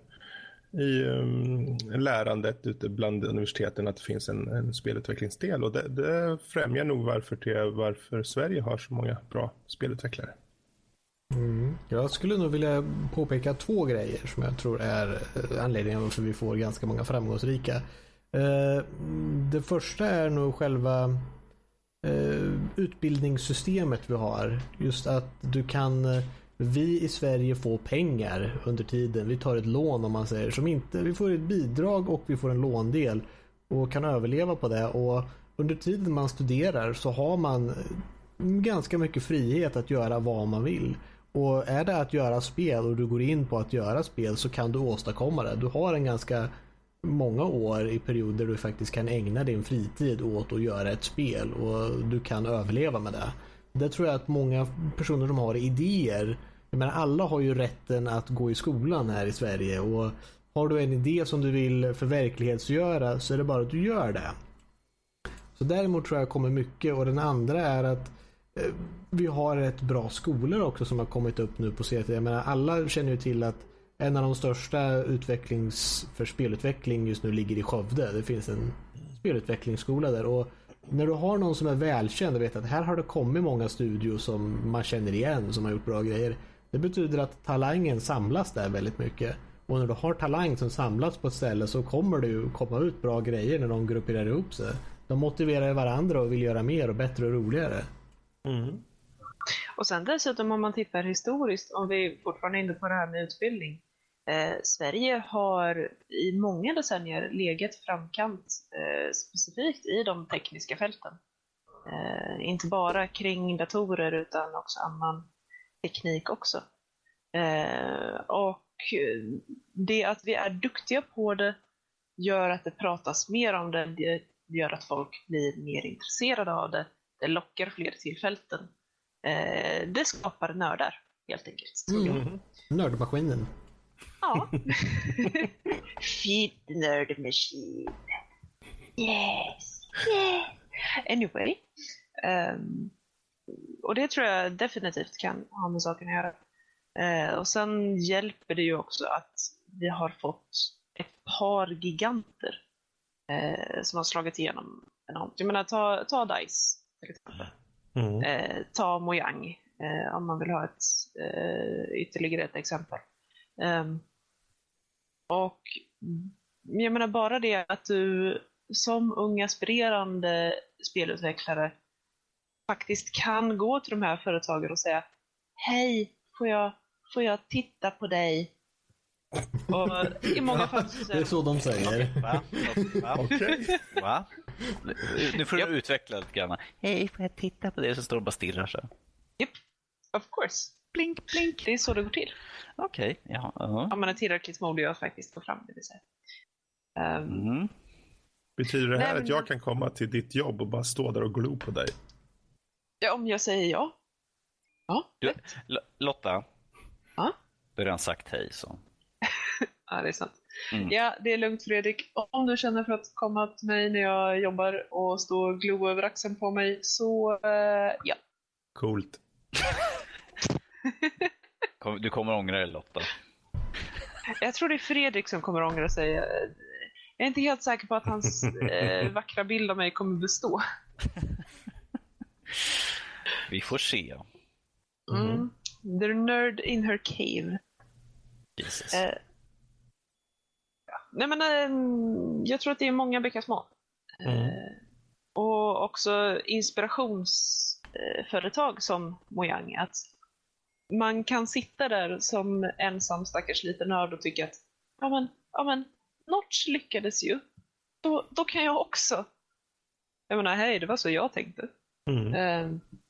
[SPEAKER 2] i um, lärandet ute bland universiteten att det finns en, en spelutvecklingsdel, och det, det främjar nog varför, till, varför Sverige har så många bra spelutvecklare.
[SPEAKER 1] Mm. Jag skulle nog vilja påpeka två grejer som jag tror är anledningen varför vi får ganska många framgångsrika. Eh, det första är nog själva eh, utbildningssystemet vi har. Just att du kan, vi i Sverige får pengar under tiden. Vi tar ett lån om man säger, som inte, vi får ett bidrag och vi får en låndel och kan överleva på det. Och under tiden man studerar så har man ganska mycket frihet att göra vad man vill. Och är det att göra spel och du går in på att göra spel så kan du åstadkomma det. Du har en ganska många år i perioder du faktiskt kan ägna din fritid åt att göra ett spel och du kan överleva med det. Det tror jag att många personer som har idéer, jag menar alla har ju rätten att gå i skolan här i Sverige, och har du en idé som du vill förverklighetsgöra så är det bara att du gör det. Så däremot tror jag kommer mycket, och den andra är att vi har ett bra skolor också som har kommit upp nu på C T. Jag menar, alla känner ju till att en av de största utvecklings för spelutveckling just nu ligger i Skövde. Det finns en spelutvecklingsskola där, och när du har någon som är välkänd och vet att här har det kommit många studios som man känner igen som har gjort bra grejer, det betyder att talangen samlas där väldigt mycket. Och när du har talang som samlas på ett ställe så kommer det ju komma ut bra grejer när de grupperar ihop sig. De motiverar varandra och vill göra mer och bättre och roligare.
[SPEAKER 3] Mm. Och sen dessutom om man tittar historiskt, om vi fortfarande är inne på det här med utbildning, eh, Sverige har i många decennier legat framkant eh, specifikt i de tekniska fälten. Eh, inte bara kring datorer utan också annan teknik också. Eh, och det att vi är duktiga på det gör att det pratas mer om det, det gör att folk blir mer intresserade av det. Det lockar fler till fälten. Eh, det skapar nördar, helt enkelt.
[SPEAKER 1] Mm. Nördmaskinen.
[SPEAKER 3] Ja. Feed the nerd machine. Yes. Yes. Anyway. Um, och det tror jag definitivt kan ha med saken att göra. Uh, och sen hjälper det ju också att vi har fått ett par giganter uh, som har slagit igenom enormt. Jag menar, ta, ta DICE. Mm. Eh, ta Mojang eh, om man vill ha ett eh, ytterligare ett exempel. Um, och jag menar bara det att du som ung aspirerande spelutvecklare faktiskt kan gå till de här företagen och säga: hej, får jag, får jag titta på dig? Och i många fall så säger
[SPEAKER 1] det är så de säger.
[SPEAKER 4] Va? Va?
[SPEAKER 2] Okay.
[SPEAKER 4] Va? Nu får du yep. utveckla lite grann. Hej, får jag titta på det? Så står de bara stirrar så.
[SPEAKER 3] Yep, of course. Blink, blink. Det är så det går till.
[SPEAKER 4] Okej, okay. Ja. Uh-huh.
[SPEAKER 3] Om man är tillräckligt modig att faktiskt få fram det, vill säga. Um,
[SPEAKER 2] mm. Betyder det här nej, men... att jag kan komma till ditt jobb och bara stå där och glo på dig?
[SPEAKER 3] Ja, om jag säger ja. Ja,
[SPEAKER 4] du, L- Lotta.
[SPEAKER 3] Ja?
[SPEAKER 4] Du har redan sagt hej, så.
[SPEAKER 3] Ja, det är sant. Mm. Ja, det är lugnt, Fredrik. Om du känner för att komma till mig när jag jobbar och stå och glo över axeln på mig, så uh, ja.
[SPEAKER 2] Coolt.
[SPEAKER 4] Du kommer ångra dig, Lotta.
[SPEAKER 3] Jag tror det är Fredrik som kommer ångra sig. Jag är inte helt säker på att hans eh, vackra bild av mig kommer bestå.
[SPEAKER 4] Vi får se.
[SPEAKER 3] Mm. Mm. The nerd in her cave.
[SPEAKER 4] Jesus.
[SPEAKER 3] Eh, ja. Nej, men eh, jag tror att det är många bäckar små. Mm. Eh, och också inspirationsföretag eh, som Mojang. Att man kan sitta där som ensam stackars liten nörd och tycka att ja men, ja men Notch lyckades ju. Då, då kan jag också. Jag menar, hej, det var så jag tänkte.
[SPEAKER 2] Mm.
[SPEAKER 3] Eh,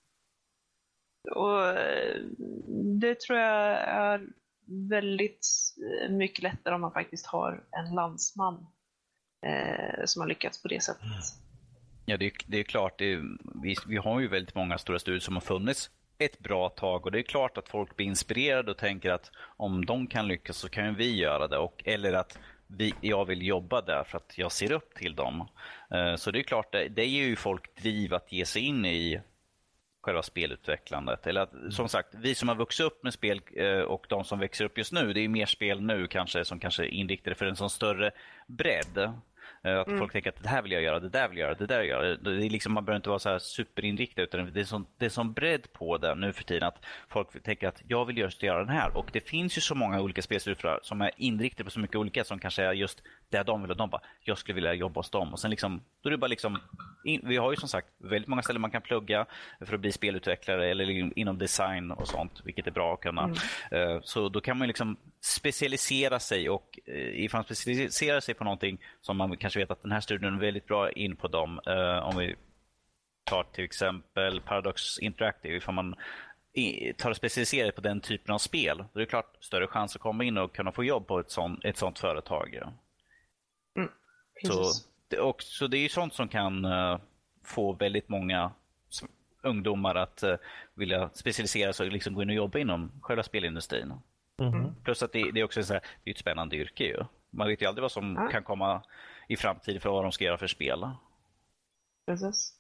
[SPEAKER 3] och det tror jag är väldigt mycket lättare om man faktiskt har en landsman eh, som har lyckats på det sättet. Mm.
[SPEAKER 4] Ja, det är, det är klart. Det är, vi, vi har ju väldigt många stora studier som har funnits ett bra tag, och det är klart att folk blir inspirerade och tänker att om de kan lyckas så kan ju vi göra det, och, eller att vi, jag vill jobba där för att jag ser upp till dem. Uh, så det är klart, det, det ger ju folk driv att ge sig in i själva spelutvecklandet. Eller att, som sagt, vi som har vuxit upp med spel uh, och de som växer upp just nu, det är mer spel nu kanske som kanske inriktar för en sån större bredd. Att mm. folk tänker att det här vill jag göra, det där vill jag göra, det där vill jag göra. Det är liksom, man behöver inte vara så här superinriktad, utan det är sån, det är sån bredd på det nu för tiden att folk tänker att jag vill just göra den här. Och det finns ju så många olika spelstudier som är inriktade på så mycket olika som kanske är just det de vill, och de bara, jag skulle vilja jobba hos dem. Och sen liksom, då är det bara liksom, in, vi har ju som sagt väldigt många ställen man kan plugga för att bli spelutvecklare eller inom design och sånt, vilket är bra att kunna. Mm. Så då kan man liksom specialisera sig, och ifall man specialiserar sig på någonting som man kanske vet att den här studien är väldigt bra in på dem. Om vi tar till exempel Paradox Interactive, ifall man tar och specialiserar på den typen av spel, då är det klart större chans att komma in och kunna få jobb på ett sånt, ett sånt företag. Ja.
[SPEAKER 3] Mm,
[SPEAKER 4] så, det, och, så det är ju sånt som kan uh, få väldigt många ungdomar att uh, vilja specialisera sig och liksom gå in och jobba inom själva spelindustrin. Mm. Plus att det, det är också så här, det är ett spännande yrke ju. Man vet ju aldrig vad som ja. kan komma i framtiden för vad de ska göra för spel.
[SPEAKER 3] Precis.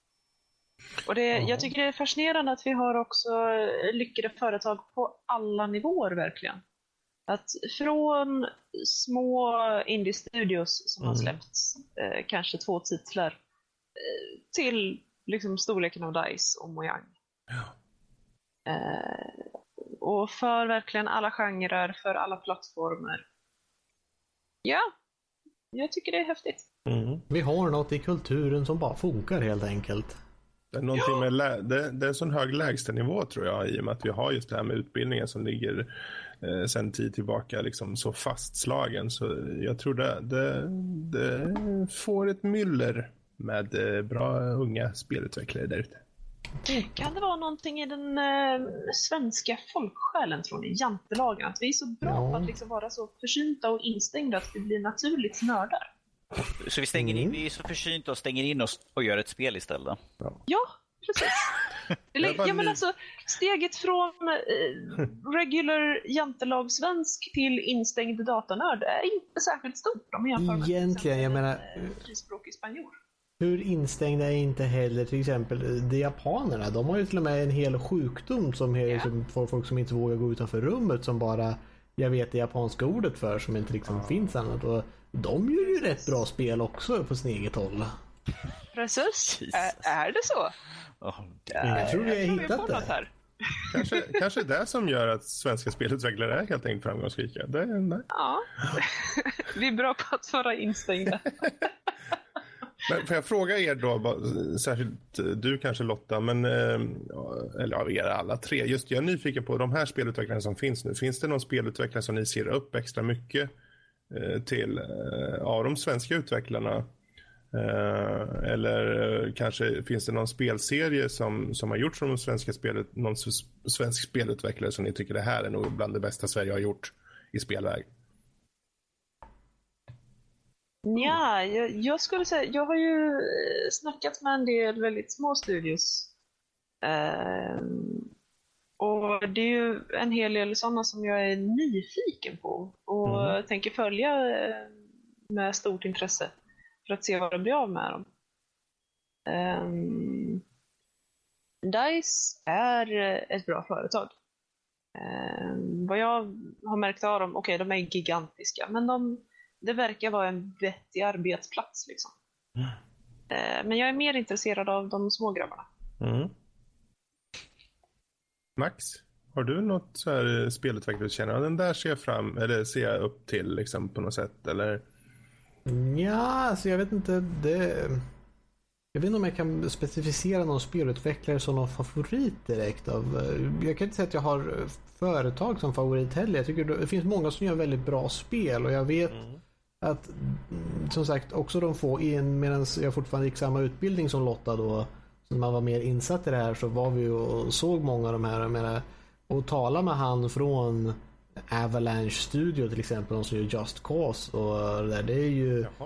[SPEAKER 3] Och det, jag tycker det är fascinerande att vi har också lyckade företag på alla nivåer verkligen. Att från små indie-studios som mm. har släppts, eh, kanske två titlar, eh, till liksom storleken av DICE och Mojang. Ja. Eh, och för verkligen alla genrer, för alla plattformar. Ja, jag tycker det är häftigt.
[SPEAKER 1] Mm. Vi har något i kulturen som bara funkar helt enkelt.
[SPEAKER 2] Det är, någonting med lä- det, det är en sån hög lägstanivå tror jag, i och med att vi har just det här med utbildningen som ligger eh, sedan tid tillbaka liksom så fastslagen. Så jag tror det, det, det får ett myller med eh, bra unga spelutvecklare där ute.
[SPEAKER 3] Kan det vara någonting i den eh, svenska folksjälen, tror ni, jantelagen, att vi är så bra ja. på att liksom vara så försynta och instängda att vi blir naturligt nördar?
[SPEAKER 4] Så vi stänger in, vi är så försynta och stänger in oss och gör ett spel istället.
[SPEAKER 3] Ja, ja precis. Eller, ja, men alltså, steget från eh, regular jantelag-svensk till instängd datanörd är inte särskilt stort. De jämför
[SPEAKER 1] egentligen,
[SPEAKER 3] med
[SPEAKER 1] jag menar,
[SPEAKER 3] frispråkig spanjor.
[SPEAKER 1] Hur instängda är inte heller till exempel de japanerna? De har ju till och med en hel sjukdom som är, yeah. som får folk som inte vågar gå utanför rummet, som bara jag vet det japanska ordet för, som inte liksom ja. finns annat. Och de gör ju rätt bra spel också på sin eget håll.
[SPEAKER 3] Precis. Är, är det så?
[SPEAKER 1] Oh, jag tror vi har hittat det.
[SPEAKER 3] Här.
[SPEAKER 2] Kanske, kanske det som gör att svenska spelutvecklare är helt enkelt framgångsrika. Det är, nej.
[SPEAKER 3] Ja, vi är bra på att vara instängda.
[SPEAKER 2] Men får jag fråga er då, särskilt du kanske Lotta, men eller av er alla tre, just jag är nyfiken på de här spelutvecklarna som finns nu. Finns det någon spelutvecklare som ni ser upp extra mycket till av de svenska utvecklarna? Eller kanske finns det någon spelserie som, som har gjorts från de svenska spelet, någon svensk spelutvecklare som ni tycker det här är nog bland det bästa Sverige har gjort i spelväg?
[SPEAKER 3] Ja, jag, jag skulle säga, jag har ju snackat med en del väldigt små studios. Um, och det är ju en hel del sådana som jag är nyfiken på och mm. tänker följa med stort intresse för att se vad det blir av med dem. Um, DICE är ett bra företag. Um, vad jag har märkt av dem, okej, okay, de är gigantiska, men de det verkar vara en vettig arbetsplats liksom. Mm. Eh, men jag är mer intresserad av de små grabbarna.
[SPEAKER 2] Mm. Max, har du något så här spelutvecklare du känner? Den där ser jag fram, eller ser jag upp till liksom på något sätt, eller?
[SPEAKER 1] Ja, alltså jag vet inte det... Jag vet inte om jag kan specificera någon spelutvecklare som någon favorit direkt av. Jag kan inte säga att jag har företag som favorit heller. Jag tycker det finns många som gör väldigt bra spel, och jag vet mm. att som sagt också de får in, medan jag fortfarande gick samma utbildning som Lotta då, så när man var mer insatt i det här så var vi och såg många av de här, jag menar, och tala med han från Avalanche Studio till exempel, de som gör Just Cause och det där, det är ju Jaha.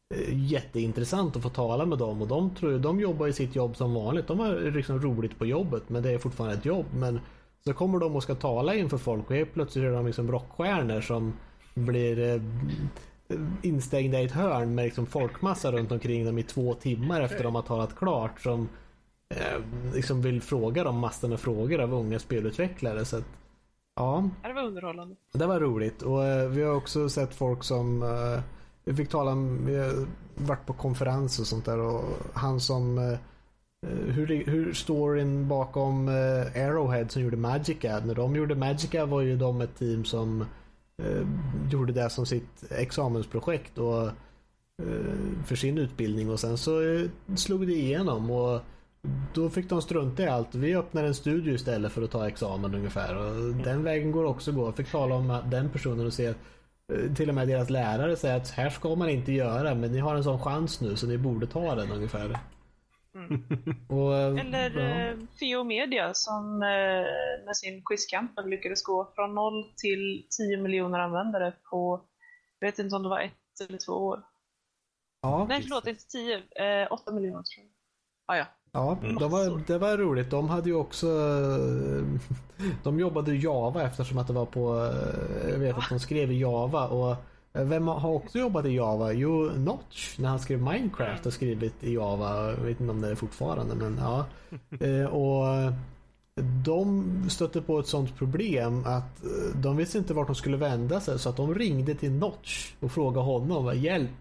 [SPEAKER 1] jätteintressant att få tala med dem, och de tror de jobbar i sitt jobb som vanligt. De har liksom roligt på jobbet, men det är fortfarande ett jobb. Men så kommer de och ska tala inför folk, och helt plötsligt är de liksom rockstjärnor som blir eh, instängda i ett hörn med liksom folkmassa runt omkring dem i två timmar efter de har talat klart, som eh, liksom vill fråga dem massor med frågor av unga spelutvecklare. Så att, ja,
[SPEAKER 3] det var underhållande.
[SPEAKER 1] Det var roligt, och eh, vi har också sett folk som eh, vi fick tala om, vi har varit på konferens och sånt där, och han som eh, hur, hur storyn bakom eh, Arrowhead som gjorde Magica, när de gjorde Magica var ju de ett team som eh, gjorde det som sitt examensprojekt och eh, för sin utbildning, och sen så eh, slog det igenom, och då fick de strunta i allt. Vi öppnade en studio istället för att ta examen ungefär, och den vägen går också gå. Jag fick tala om den personen och se att till och med deras lärare säger att här ska man inte göra, men ni har en sån chans nu så ni borde ta den ungefär.
[SPEAKER 3] Mm.
[SPEAKER 1] Och,
[SPEAKER 3] eller ja. Fio Media som eh, med sin quizkampen lyckades gå från noll till tio miljoner användare på, jag vet inte om det var ett eller två år.
[SPEAKER 1] Ja,
[SPEAKER 3] nej förlåt, inte tio, eh, åtta miljoner tror jag. Ah, ja.
[SPEAKER 1] Ja, det var, det var roligt. De hade ju också de jobbade i Java eftersom att det var på, jag vet att de skrev i Java, och vem har också jobbat i Java? Jo, Notch, när han skrev Minecraft har skrivit i Java. Jag vet inte om det är fortfarande, men ja. Och de stötte på ett sånt problem att de visste inte vart de skulle vända sig, så att de ringde till Notch och frågade honom vad hjälp.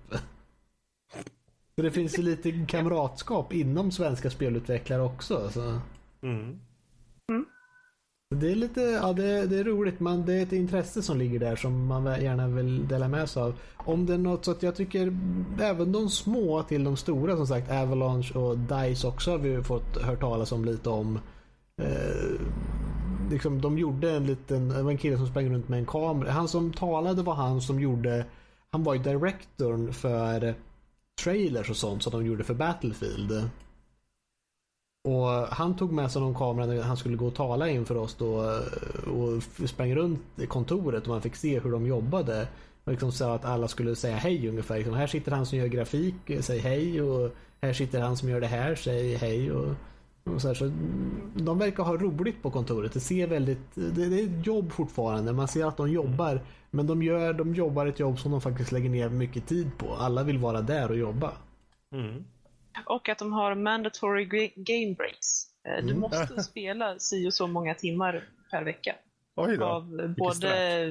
[SPEAKER 1] Så det finns ju lite kamratskap inom svenska spelutvecklare också. Så.
[SPEAKER 2] Mm.
[SPEAKER 3] Mm.
[SPEAKER 1] Det är lite, ja det, det är roligt, men det är ett intresse som ligger där som man gärna vill dela med sig av. Om det är något, så att jag tycker även de små till de stora, som sagt Avalanche och DICE också har vi fått hört talas om lite om. Eh, liksom de gjorde en liten, det var en kille som sprang runt med en kamera. Han som talade var han som gjorde, han var ju directorn för trailers och sånt som de gjorde för Battlefield. Och han tog med sig någon kamera när han skulle gå och tala inför oss då, och sprang runt i kontoret, och man fick se hur de jobbade. Och liksom sa att alla skulle säga hej ungefär. Liksom, här sitter han som gör grafik, säg hej, och här sitter han som gör det här, säg hej. Och, och så, här, så de verkar ha roligt på kontoret. Det ser väldigt, det, det är ett jobb fortfarande. Man ser att de jobbar, men de gör, de jobbar ett jobb som de faktiskt lägger ner mycket tid på. Alla vill vara där och jobba.
[SPEAKER 2] Mm.
[SPEAKER 3] Och att de har mandatory game breaks. Du mm. måste spela si och så många timmar per vecka.
[SPEAKER 2] Oj då.
[SPEAKER 3] Av både...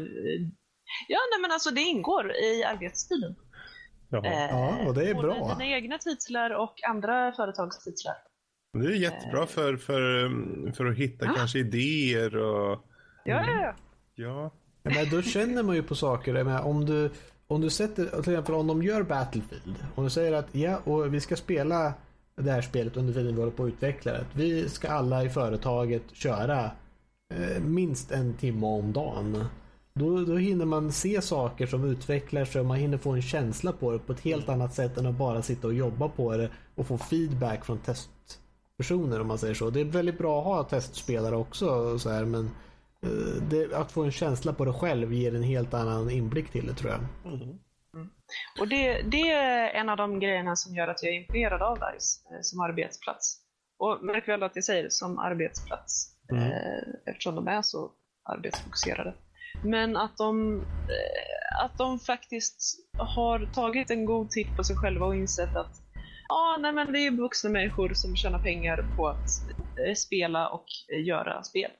[SPEAKER 3] Ja, nej, men alltså det ingår i arbetstiden.
[SPEAKER 1] Eh, ja, och det är
[SPEAKER 3] både
[SPEAKER 1] bra.
[SPEAKER 3] Dina egna titlar och andra företags titlar.
[SPEAKER 2] Det är jättebra för, för, för att hitta ja. kanske idéer och...
[SPEAKER 3] Ja, ja, ja.
[SPEAKER 2] Ja.
[SPEAKER 1] Ja, men då känner man ju på saker. Jag menar, om du om du sätter, till exempel om de gör Battlefield, om du säger att ja, och vi ska spela det här spelet under tiden vi håller på att utveckla det. Vi ska alla i företaget köra eh, minst en timme om dagen. Då, då hinner man se saker som utvecklar sig, och man hinner få en känsla på det på ett helt annat sätt än att bara sitta och jobba på det och få feedback från testpersoner, om man säger så. Det är väldigt bra att ha testspelare också så här, men det, att få en känsla på det själv ger en helt annan inblick till det, tror jag.
[SPEAKER 3] Mm. Mm. Och det, det är en av de grejerna som gör att jag är imponerad av DICE eh, som arbetsplats. Och märk väl att jag säger som arbetsplats, mm. eh, eftersom de är så arbetsfokuserade. Men att de, eh, att de faktiskt har tagit en god titt på sig själva och insett att ja, nej, men det är vuxna människor som tjänar pengar på att eh, spela och eh, göra spel.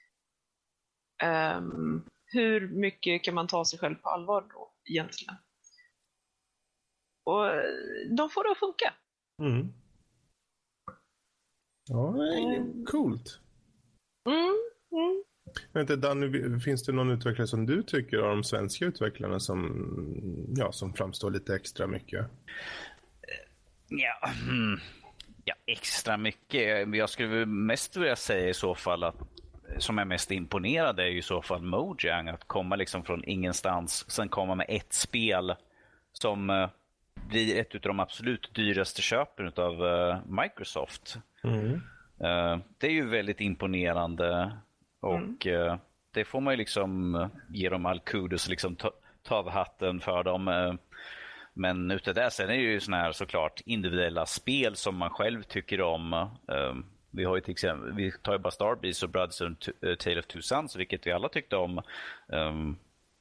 [SPEAKER 3] Um, hur mycket kan man ta sig själv på allvar då egentligen? Och de får det att funka.
[SPEAKER 2] Mm. Ja, det är coolt.
[SPEAKER 3] Mm, mm.
[SPEAKER 2] Jag vet inte, Danny, finns det någon utvecklare som du tycker av de svenska utvecklarna som, ja, som framstår lite extra mycket?
[SPEAKER 4] Ja, ja extra mycket. Jag skulle mest vilja säga i så fall att som är mest imponerad är ju i så fall Mojang, att komma liksom från ingenstans, sen komma med ett spel som uh, blir ett av de absolut dyraste köpen av uh, Microsoft.
[SPEAKER 2] Mm.
[SPEAKER 4] Uh, det är ju väldigt imponerande, och mm. uh, det får man ju liksom uh, ge dem all kudos, liksom ta, ta av hatten för dem. Uh, Men utav det sen är det ju såna här såklart individuella spel som man själv tycker om. Um, vi har ju till exempel, vi tar ju bara Star Breeze och Brothers and uh, Tale of Two Sons, vilket vi alla tyckte om. Um,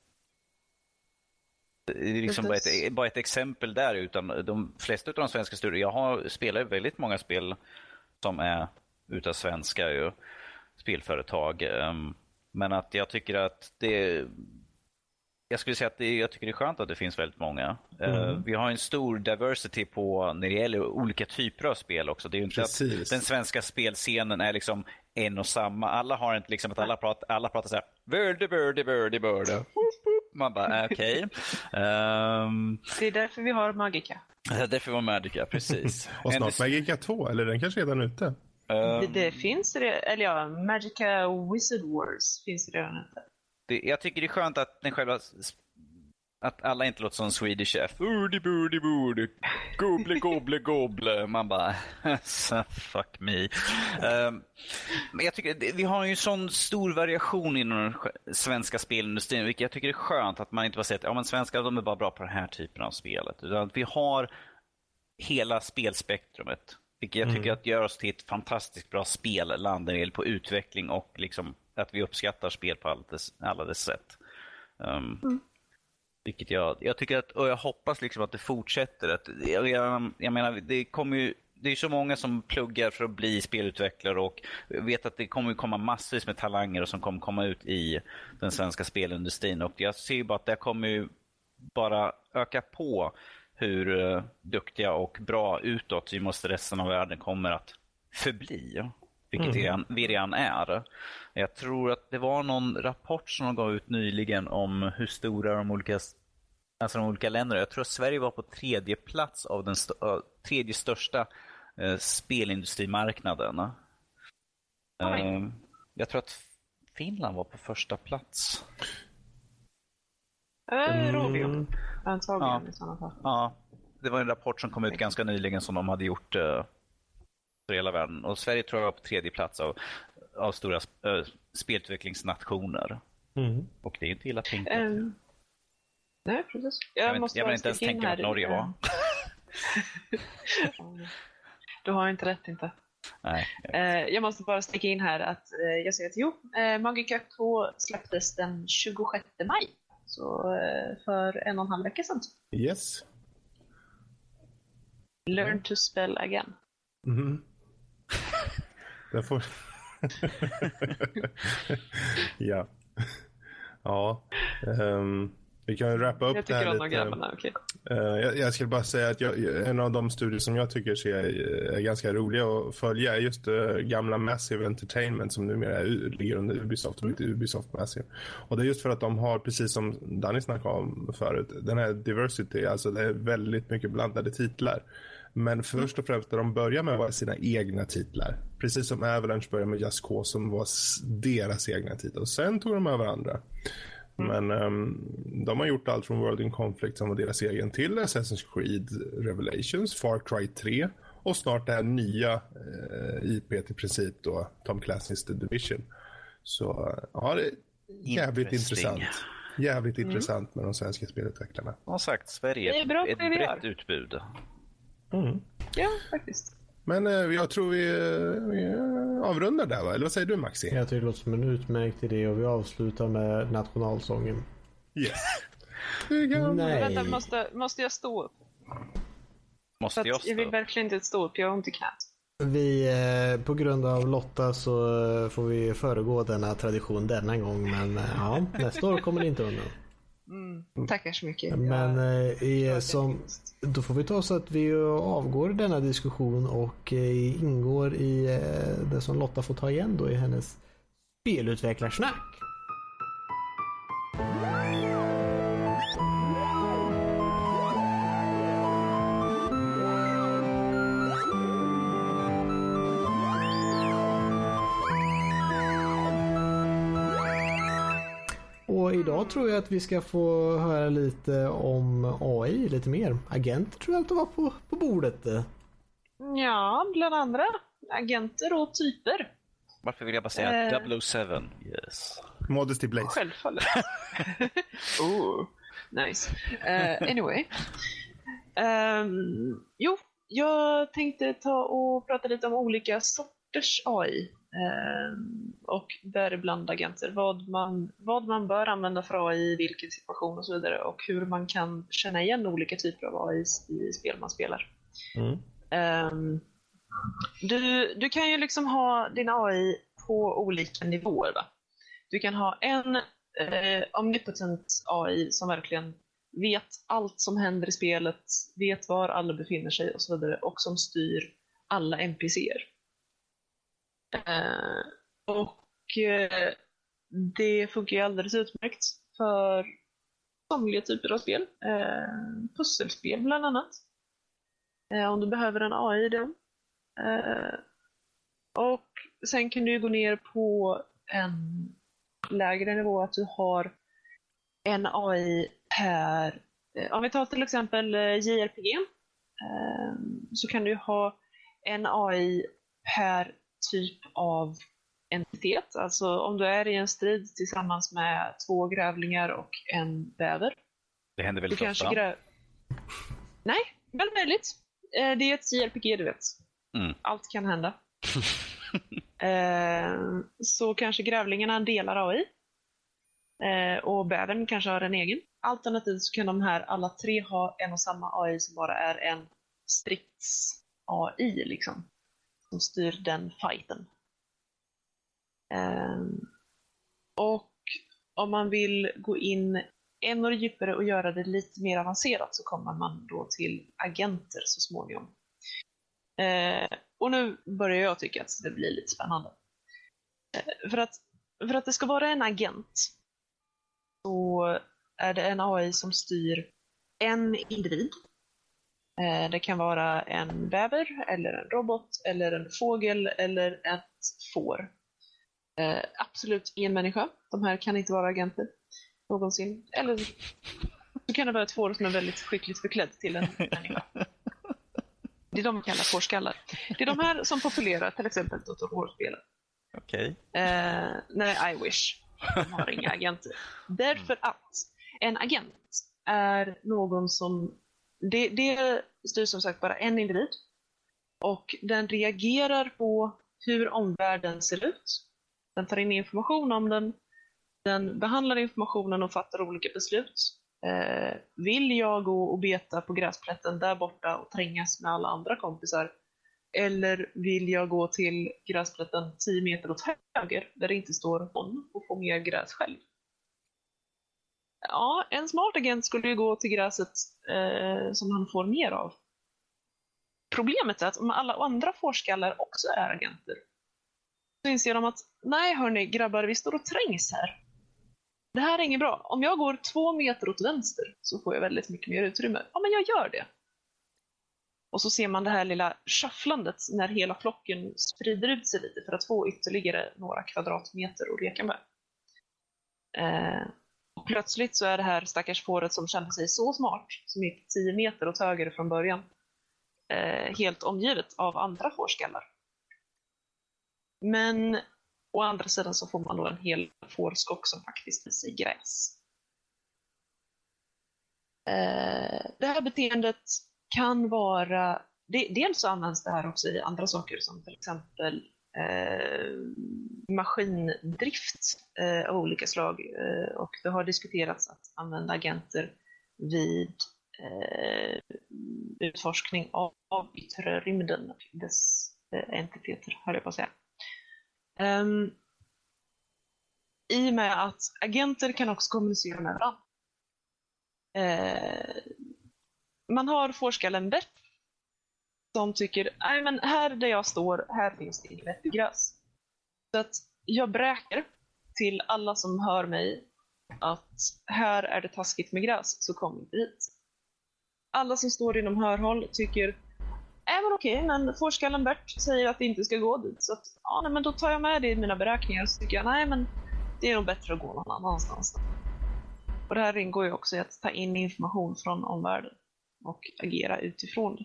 [SPEAKER 4] det är liksom bara ett, bara ett exempel där, utan de flesta av de svenska studier, jag har spelar ju väldigt många spel som är utav svenska ju, spelföretag. Um, men att jag tycker att det Jag skulle säga att det, jag tycker det är skönt att det finns väldigt många. Mm. Uh, vi har en stor diversity på när det gäller olika typer av spel också. Det är ju inte Precis. Att den svenska spelscenen är liksom en och samma. Alla har inte liksom att alla pratar, alla pratar så här birdie, birdie, birdie, birdie. Man bara, okej. Okay. Um,
[SPEAKER 3] det är därför vi har Magica.
[SPEAKER 4] Det är därför vi har Magica, precis.
[SPEAKER 2] Och snart Magica två, eller den kanske redan ute?
[SPEAKER 3] Um, det, det finns det, eller ja, Magica Wizard Wars finns det redan ute.
[SPEAKER 4] Det, jag tycker det är skönt att den själva att alla inte låter som Swedish Chef. Urdi burdi burdi. Gobble gobble gobble. Man bara fuck me. Um, men jag tycker vi har ju en sån stor variation inom den svenska spelindustrin, vilket jag tycker är skönt att man inte bara säger att ja, men svenskar de är bara bra på den här typen av spelet, utan att vi har hela spelspektrumet, vilket jag tycker mm. att gör oss till ett fantastiskt bra spelland när det gäller på utveckling och liksom att vi uppskattar spel på alla dess, alla dess sätt. Um, mm. Vilket jag, jag tycker att, och jag hoppas liksom att det fortsätter. Att, jag, jag, jag menar, det kommer ju, det är så många som pluggar för att bli spelutvecklare, och jag vet att det kommer komma massvis med talanger som kommer komma ut i den svenska spelindustrin, och jag ser ju bara att det kommer ju bara öka på hur uh, duktiga och bra utåt vi måste resten av världen kommer att förbli. Vilket mm. vi redan är. Jag tror att det var någon rapport som de gav ut nyligen om hur stora de olika, alltså de olika länderna. Jag tror att Sverige var på tredje plats av den st- tredje största eh, spelindustrimarknaden. Eh, jag tror att Finland var på första plats.
[SPEAKER 3] Äh, Rovio. Antagligen
[SPEAKER 4] ja.
[SPEAKER 3] i sådana fall.
[SPEAKER 4] Ja, det var en rapport som kom ut ganska nyligen som de hade gjort eh, för hela världen. Och Sverige tror jag var på tredje plats av, av stora äh, spelutvecklingsnationer. Mm. Och det är inte illa tänkt. Um,
[SPEAKER 3] nej, precis.
[SPEAKER 4] Jag, jag, vet, måste jag vill inte ens tänka att Norge var.
[SPEAKER 3] Du har inte rätt inte.
[SPEAKER 4] Nej,
[SPEAKER 3] jag, uh, jag måste bara sticka in här att uh, jag säger att jo, uh, Magica två släpptes den tjugosjätte maj. Så uh, för en och en halv vecka sedan.
[SPEAKER 2] Yes.
[SPEAKER 3] Learn to spell again.
[SPEAKER 2] Mm. Det får... ja. Ja. Um, vi kan ju wrappa upp
[SPEAKER 3] jag
[SPEAKER 2] det här
[SPEAKER 3] lite. Grabbarna, okay.
[SPEAKER 2] uh, jag, jag skulle bara säga att jag, en av de studier som jag tycker ser, är ganska roliga att följa är just uh, gamla Massive Entertainment som numera är, ligger under Ubisoft och heter Ubisoft Massive. Och det är just för att de har, precis som Danny snackade om förut, den här diversity, alltså det är väldigt mycket blandade titlar. Men först och främst när de börjar med var sina egna titlar. Precis som Avalanche började med Just Cause som var deras egna titlar. Och sen tog de över andra. Mm. Men um, de har gjort allt från World in Conflict som var deras egen till Assassin's Creed Revelations, Far Cry tre och snart det här nya uh, I P i princip då, Tom Clancy's The Division. Så ja, det är jävligt intressant. Jävligt mm. intressant med de svenska spelutvecklarna.
[SPEAKER 4] Som sagt, Sverige är ett, bra ett brett utbud.
[SPEAKER 2] Mm.
[SPEAKER 3] Ja, faktiskt.
[SPEAKER 2] Men eh, jag tror vi, vi avrundar där, va? Eller vad säger du, Maxi?
[SPEAKER 1] Jag tycker det låter som en utmärkt idé och vi avslutar med nationalsången.
[SPEAKER 2] Yes.
[SPEAKER 1] Nej.
[SPEAKER 3] Vänta, måste, måste jag stå upp?
[SPEAKER 4] Måste jag stå upp?
[SPEAKER 3] Jag vill verkligen inte stå upp, jag har ont i knät.
[SPEAKER 1] Vi, eh, på grund av Lotta så eh, får vi föregå denna tradition denna gång, men eh, ja, nästa år kommer det inte undan.
[SPEAKER 3] Mm, tackar så mycket.
[SPEAKER 1] Men eh, i, som, då får vi ta så att vi avgår denna diskussion och eh, ingår i eh, det som Lotta får ta igen då i hennes spelutvecklarsnack. Och idag tror jag att vi ska få höra lite om A I, lite mer. Agenter tror jag att det var på, på bordet.
[SPEAKER 3] Ja, bland andra. Agenter och typer.
[SPEAKER 4] Varför vill jag bara säga eh... double oh seven? Yes.
[SPEAKER 2] Modesty Blaze.
[SPEAKER 3] Självfallet. oh, nice. Uh, anyway. Um, jo, jag tänkte ta och prata lite om olika sorters A I. Um, och däribland agenter. Vad man, vad man bör använda för A I i vilken situation och så vidare. Och hur man kan känna igen olika typer av A I i spel man spelar. Mm. Um, du, du kan ju liksom ha din A I på olika nivåer, va? Du kan ha en eh, omnipotent A I som verkligen vet allt som händer i spelet, vet var alla befinner sig och så vidare, och som styr alla N P C:er. Eh, och eh, det funkar ju alldeles utmärkt för somliga typer av spel. Eh, pusselspel bland annat. Eh, om du behöver en A I i det. Eh, och sen kan du gå ner på en lägre nivå, att du har en A I per, om vi tar till exempel J R P G, så kan du ha en A I per typ av entitet. Alltså om du är i en strid tillsammans med två grävlingar och en bäver.
[SPEAKER 4] Det händer väldigt ofta.
[SPEAKER 3] Grä... Nej, väl möjligt. Det är ett J R P G, du vet. Mm. Allt kan hända. eh, så kanske grävlingarna delar A I. Eh, och bävern kanske har en egen. Alternativt så kan de här alla tre ha en och samma A I som bara är en strids A I liksom. Som styr den fighten. Eh, och om man vill gå in ännu djupare och göra det lite mer avancerat, så kommer man då till agenter så småningom. Eh, och nu börjar jag tycka att det blir lite spännande. Eh, för, att, för att det ska vara en agent, så är det en A I som styr en individ. Eh, det kan vara en bäver, eller en robot, eller en fågel, eller ett får. Eh, absolut ingen människa. De här kan inte vara agenter någonsin. Eller så kan det vara ett får som är väldigt skickligt förklädd till en människa. Det är de kallar fårskallar. Det är de här som populerar till exempel Total War-spelen.
[SPEAKER 4] Okej.
[SPEAKER 3] Okay. Eh, nej, I wish. De har inga agenter. Därför att en agent är någon som... Det, det styr som sagt bara en individ. Och den reagerar på hur omvärlden ser ut. Den tar in information om den. Den behandlar informationen och fattar olika beslut. Eh, vill jag gå och beta på gräsplätten där borta och trängas med alla andra kompisar? Eller vill jag gå till gräsplätten tio meter åt höger där det inte står någon och få mer gräs själv? Ja, en smart agent skulle ju gå till gräset eh, som han får mer av. Problemet är att om alla andra fårskallar också är agenter, så inser de att nej hörni grabbar, vi står och trängs här. Det här är inget bra. Om jag går två meter åt vänster så får jag väldigt mycket mer utrymme. Ja, men jag gör det. Och så ser man det här lilla shufflandet när hela flocken sprider ut sig lite för att få ytterligare några kvadratmeter att leka med. Eh, och plötsligt så är det här stackars fåret som känner sig så smart, som gick tio meter åt höger från början, eh, helt omgivet av andra fårskallar. Men å andra sidan så får man då en hel fårskock som faktiskt visar gräs. Eh, det här beteendet kan vara... Det, dels så används det här också i andra saker som till exempel eh, maskindrift eh, av olika slag. Eh, och det har diskuterats att använda agenter vid eh, utforskning av, av yttre rymden och dess eh, entiteter, höll jag på att säga. Um, I och med att agenter kan också kommunicera med varandra. Uh, man har fårskallen Bert som tycker, nej men här där jag står, här finns det inget gräs. Så att jag bräker till alla som hör mig att här är det taskigt med gräs, så kom inte hit. Alla som står inom hörhåll tycker, Äh, men okej, men fårskallen Bert säger att det inte ska gå dit. Så att, ja, nej, men då tar jag med det i mina beräkningar. Så tycker jag, nej men det är nog bättre att gå någon annanstans. Och det här ingår ju också i att ta in information från omvärlden och agera utifrån det.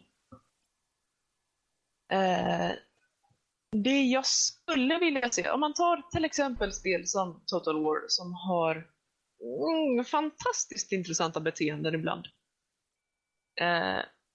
[SPEAKER 3] Eh, det jag skulle vilja se, om man tar till exempel spel som Total War som har mm, fantastiskt intressanta beteenden ibland. Eh,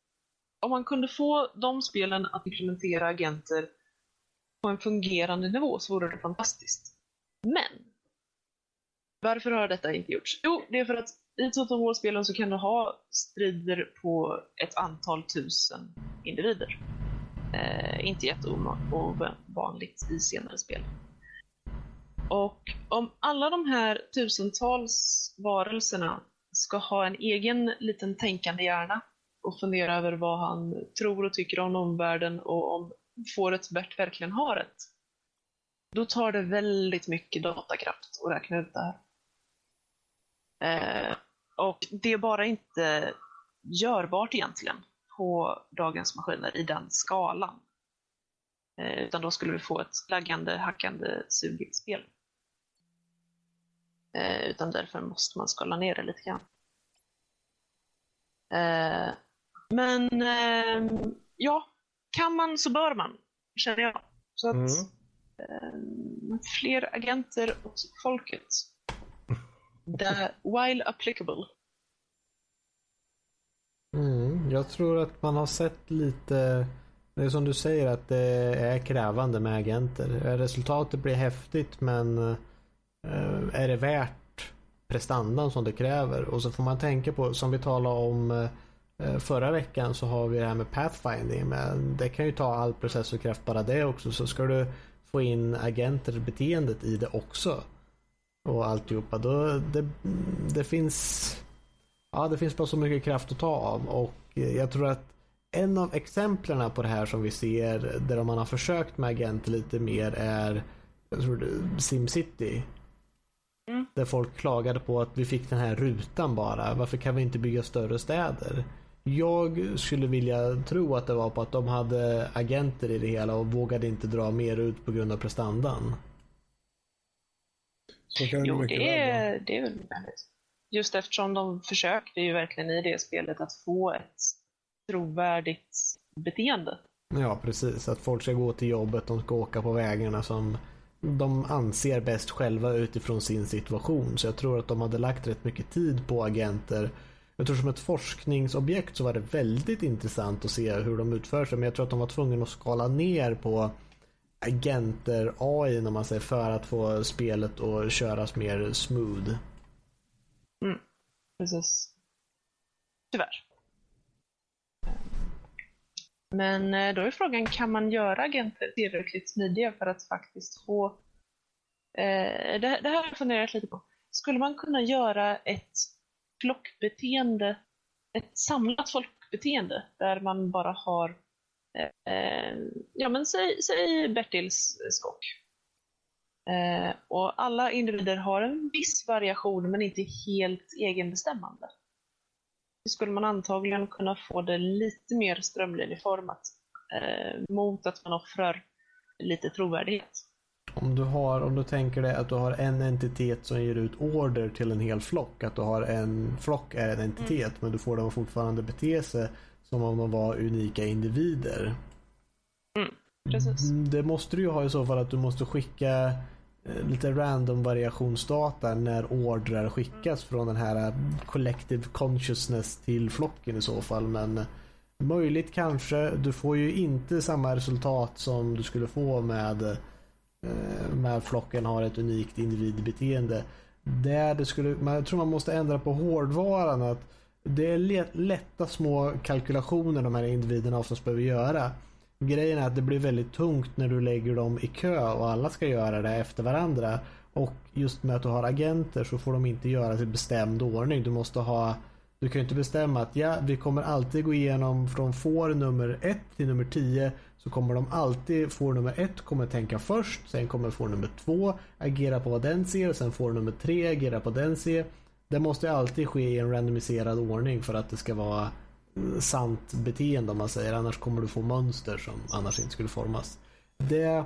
[SPEAKER 3] om man kunde få de spelen att implementera agenter på en fungerande nivå så vore det fantastiskt. Men varför har detta inte gjorts? Jo, det är för att i Total War-spelen så kan du ha strider på ett antal tusen individer. Eh, inte jätteovanligt i senare spel. Och om alla de här tusentals varelserna ska ha en egen liten tänkande hjärna och fundera över vad han tror och tycker om omvärlden och om fåret Bert verkligen har rätt, då tar det väldigt mycket datakraft att räkna ut det här. Eh, och det är bara inte görbart egentligen på dagens maskiner i den skalan. Eh, utan då skulle vi få ett laggande, hackande, sugigt spel. Eh, utan därför måste man skala ner det lite grann. Eh, men eh, ja, kan man så bör man, känner jag. Så att
[SPEAKER 2] Mm.
[SPEAKER 3] eh, fler agenter åt folket. The, while applicable.
[SPEAKER 1] Mm, jag tror att man har sett lite, det är som du säger att det är krävande med agenter. Resultatet blir häftigt, men eh, är det värt prestandan som det kräver? Och så får man tänka på, som vi talade om eh, förra veckan, så har vi det här med pathfinding, men det kan ju ta all processorkraft bara det också. Så ska du få in agenter beteendet i det också och alltihopa, då det, det finns ja, det finns bara så mycket kraft att ta av. Och jag tror att en av exemplen på det här som vi ser där man har försökt med agenter lite mer är, jag tror det, SimCity.
[SPEAKER 3] Mm.
[SPEAKER 1] Där folk klagade på att vi fick den här rutan bara. Varför kan vi inte bygga större städer? Jag skulle vilja tro att det var på att de hade agenter i det hela och vågade inte dra mer ut på grund av prestandan.
[SPEAKER 2] Så kan det
[SPEAKER 3] Jo,
[SPEAKER 2] mycket
[SPEAKER 3] det
[SPEAKER 2] väl vara.
[SPEAKER 3] är, det är väl väldigt. Just eftersom de försökte ju verkligen i det spelet att få ett trovärdigt beteende.
[SPEAKER 1] Ja, precis. Att folk ska gå till jobbet, de ska åka på vägarna som de anser bäst själva utifrån sin situation. Så jag tror att de hade lagt rätt mycket tid på agenter. Jag tror som ett forskningsobjekt så var det väldigt intressant att se hur de utför sig. Men jag tror att de var tvungna att skala ner på agenter A I när man säger, för att få spelet att köras mer smooth.
[SPEAKER 3] Mm, precis. Tyvärr. Men då är frågan, kan man göra agenter tillräckligt smidiga för att faktiskt få... Eh, det, det här har jag funderat lite på. Skulle man kunna göra ett flockbeteende, ett samlat flockbeteende där man bara har eh, ja men säg, säg Bertils skock. Eh, och alla individer har en viss variation men inte helt egenbestämmande. Så skulle man antagligen kunna få det lite mer strömlinjeformat eh, mot att man offrar lite trovärdighet.
[SPEAKER 1] Om du har, om du tänker dig att du har en entitet som ger ut order till en hel flock, att du har en flock är en entitet, mm. men du får dem fortfarande bete sig som om de var unika individer.
[SPEAKER 3] Mm, precis.
[SPEAKER 1] Det måste du ju ha i så fall, att du måste skicka lite random variationsdata när ordrar skickas från den här collective consciousness till flocken i så fall, men möjligt kanske. Du får ju inte samma resultat som du skulle få med med flocken har ett unikt individbeteende. Där det skulle, man, jag tror man måste ändra på hårdvaran, att det är lätta små kalkylationer de här individerna oftast behöver göra. Grejen är att det blir väldigt tungt när du lägger dem i kö och alla ska göra det efter varandra. Och just med att du har agenter så får de inte göra i bestämd ordning. Du måste ha, du kan ju inte bestämma att ja, vi kommer alltid gå igenom från får nummer ett till nummer tio, så kommer de alltid, får nummer ett kommer tänka först, sen kommer får nummer två agera på vad den ser, sen får nummer tre agera på den ser. Det måste alltid ske i en randomiserad ordning för att det ska vara sant beteende om man säger, annars kommer du få mönster som annars inte skulle formas. Det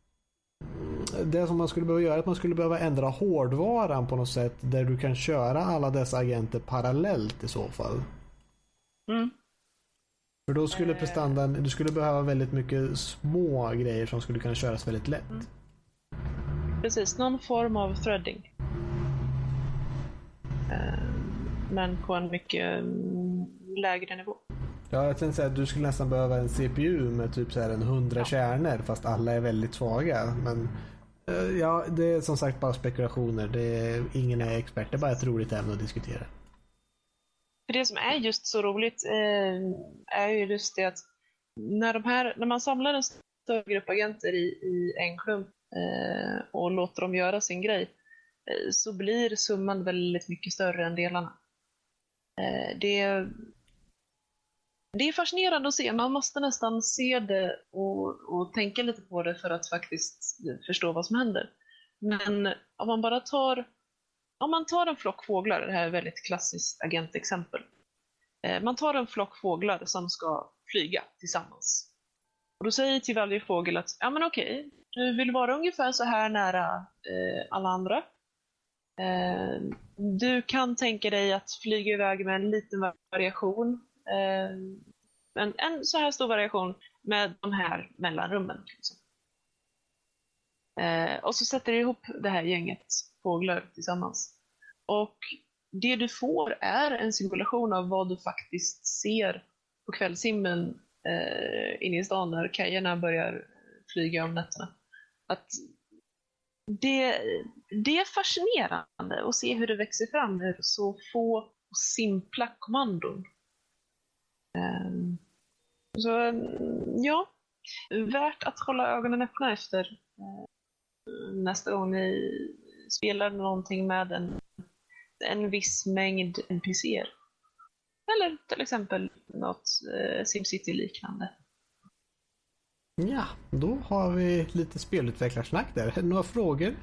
[SPEAKER 1] det som man skulle behöva göra är att man skulle behöva ändra hårdvaran på något sätt där du kan köra alla dessa agenter parallellt i så fall.
[SPEAKER 3] Mm.
[SPEAKER 1] För då skulle prestandan, du skulle behöva väldigt mycket små grejer som skulle kunna köras väldigt lätt.
[SPEAKER 3] Mm. Precis, någon form av threading. Men på en mycket lägre nivå.
[SPEAKER 1] Ja, jag tänkte säga att du skulle nästan behöva en C P U med typ så här en hundra ja. kärnor fast alla är väldigt svaga. Men ja, det är som sagt bara spekulationer. Det är, ingen är expert, det är bara ett roligt ämne att diskutera.
[SPEAKER 3] För det som är just så roligt eh, är ju just det att när, de här, när man samlar en större grupp agenter i, i en klump eh, och låter dem göra sin grej eh, så blir summan väldigt mycket större än delarna. Eh, det Det är fascinerande att se. Man måste nästan se det och, och tänka lite på det för att faktiskt förstå vad som händer. Men om man bara tar om man tar en flock fåglar, det här är ett väldigt klassiskt agentexempel. Man tar en flock fåglar som ska flyga tillsammans. Och då säger till varje fågel att ja men okej, du vill vara ungefär så här nära eh, alla andra. Eh, du kan tänka dig att flyga iväg med en liten variation. Eh, men en så här stor variation med de här mellanrummen. Liksom. Eh, och så sätter du ihop det här gänget fåglar tillsammans. Och det du får är en simulation av vad du faktiskt ser på kvällshimlen eh, inne i stan när kajerna börjar flyga om nätterna. Att det, det är fascinerande att se hur det växer fram ur så få och simpla kommandon. Um, så ja, värt att hålla ögonen öppna efter uh, nästa gång ni spelar någonting med en, en viss mängd N P C-er. Eller till exempel något uh, SimCity-liknande.
[SPEAKER 1] Ja, då har vi lite spelutvecklarsnack där. Några frågor?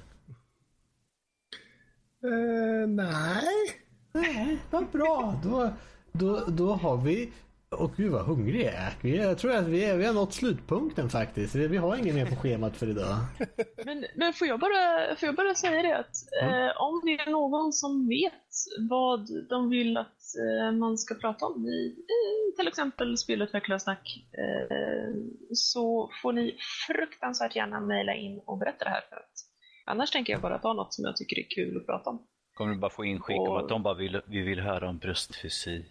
[SPEAKER 2] Uh, nej.
[SPEAKER 1] Nej, vad bra. Då, då, då har vi... Och gud vad hungrig jag är. Jag tror att vi, är, vi har nått slutpunkten faktiskt. Vi har ingen mer på schemat för idag.
[SPEAKER 3] Men, men får, jag bara, får jag bara säga det att mm. eh, om det är någon som vet vad de vill att eh, man ska prata om i eh, till exempel spelutvecklarsnack eh, så får ni fruktansvärt gärna mejla in och berätta det här för att annars tänker jag bara ta något som jag tycker är kul att prata om.
[SPEAKER 4] Kommer du bara få inskick och... om att de bara vill, vi vill höra om bröstfysik?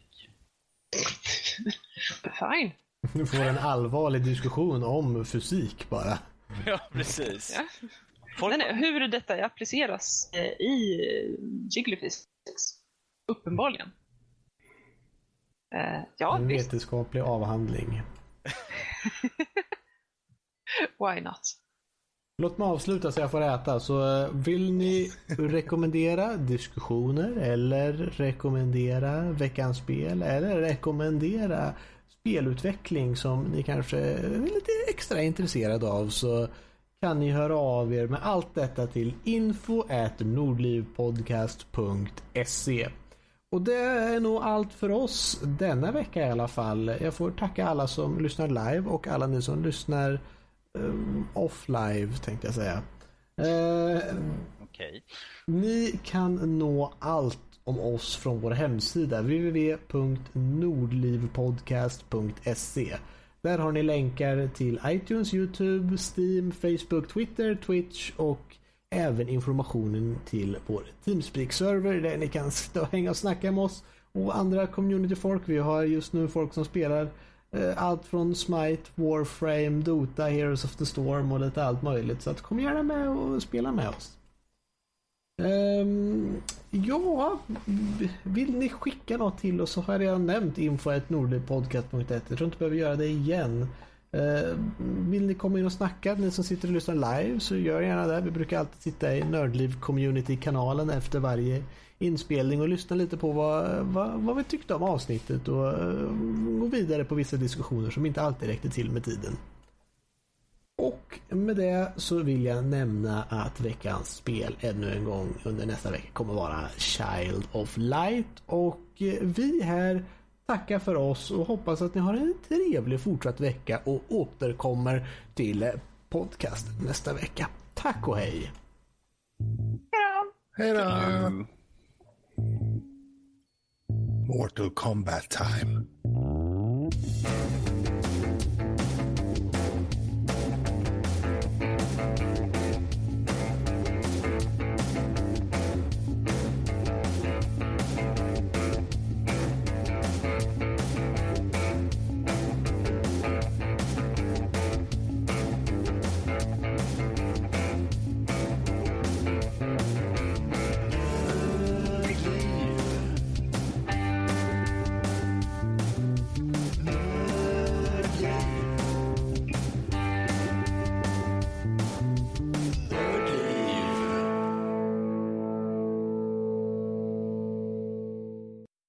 [SPEAKER 3] Fine.
[SPEAKER 1] Du får en allvarlig diskussion om fysik bara.
[SPEAKER 4] Ja, precis.
[SPEAKER 3] Ja. Folk... Nej, nej, hur detta appliceras i Jiggly Physics. Uppenbarligen. Uh, ja,
[SPEAKER 1] en vetenskaplig avhandling.
[SPEAKER 3] Why not?
[SPEAKER 1] Låt mig avsluta så jag får äta. Så vill ni rekommendera diskussioner eller rekommendera veckans spel eller rekommendera spelutveckling som ni kanske är lite extra intresserade av så kan ni höra av er med allt detta till info at nordlivpodcast punkt se. Och det är nog allt för oss denna vecka i alla fall. Jag får tacka alla som lyssnar live och alla ni som lyssnar Um, off-live tänkte jag säga. Uh,
[SPEAKER 4] okay.
[SPEAKER 1] Ni kan nå allt om oss från vår hemsida w w w punkt nordlivpodcast punkt se. Där har ni länkar till iTunes, YouTube, Steam, Facebook, Twitter, Twitch och även informationen till vår Teamspeak-server där ni kan stå, hänga och snacka med oss och andra community-folk. Vi har just nu folk som spelar allt från Smite, Warframe, Dota, Heroes of the Storm och lite allt möjligt. Så att kom gärna med och spela med oss. Um, ja, vill ni skicka något till oss så har jag redan nämnt info at nordlivpodcast punkt se. Jag tror inte behöver göra det igen. Uh, vill ni komma in och snacka, ni som sitter och lyssnar live, så gör gärna det. Vi brukar alltid sitta i Nördliv Community-kanalen efter varje inspelning och lyssna lite på vad, vad, vad vi tyckte om avsnittet och uh, gå vidare på vissa diskussioner som inte alltid räckte till med tiden. Och med det så vill jag nämna att veckans spel ännu en gång under nästa vecka kommer vara Child of Light och vi här tackar för oss och hoppas att ni har en trevlig fortsatt vecka och återkommer till podcasten nästa vecka. Tack och hej!
[SPEAKER 2] Hej då! Mortal Kombat time.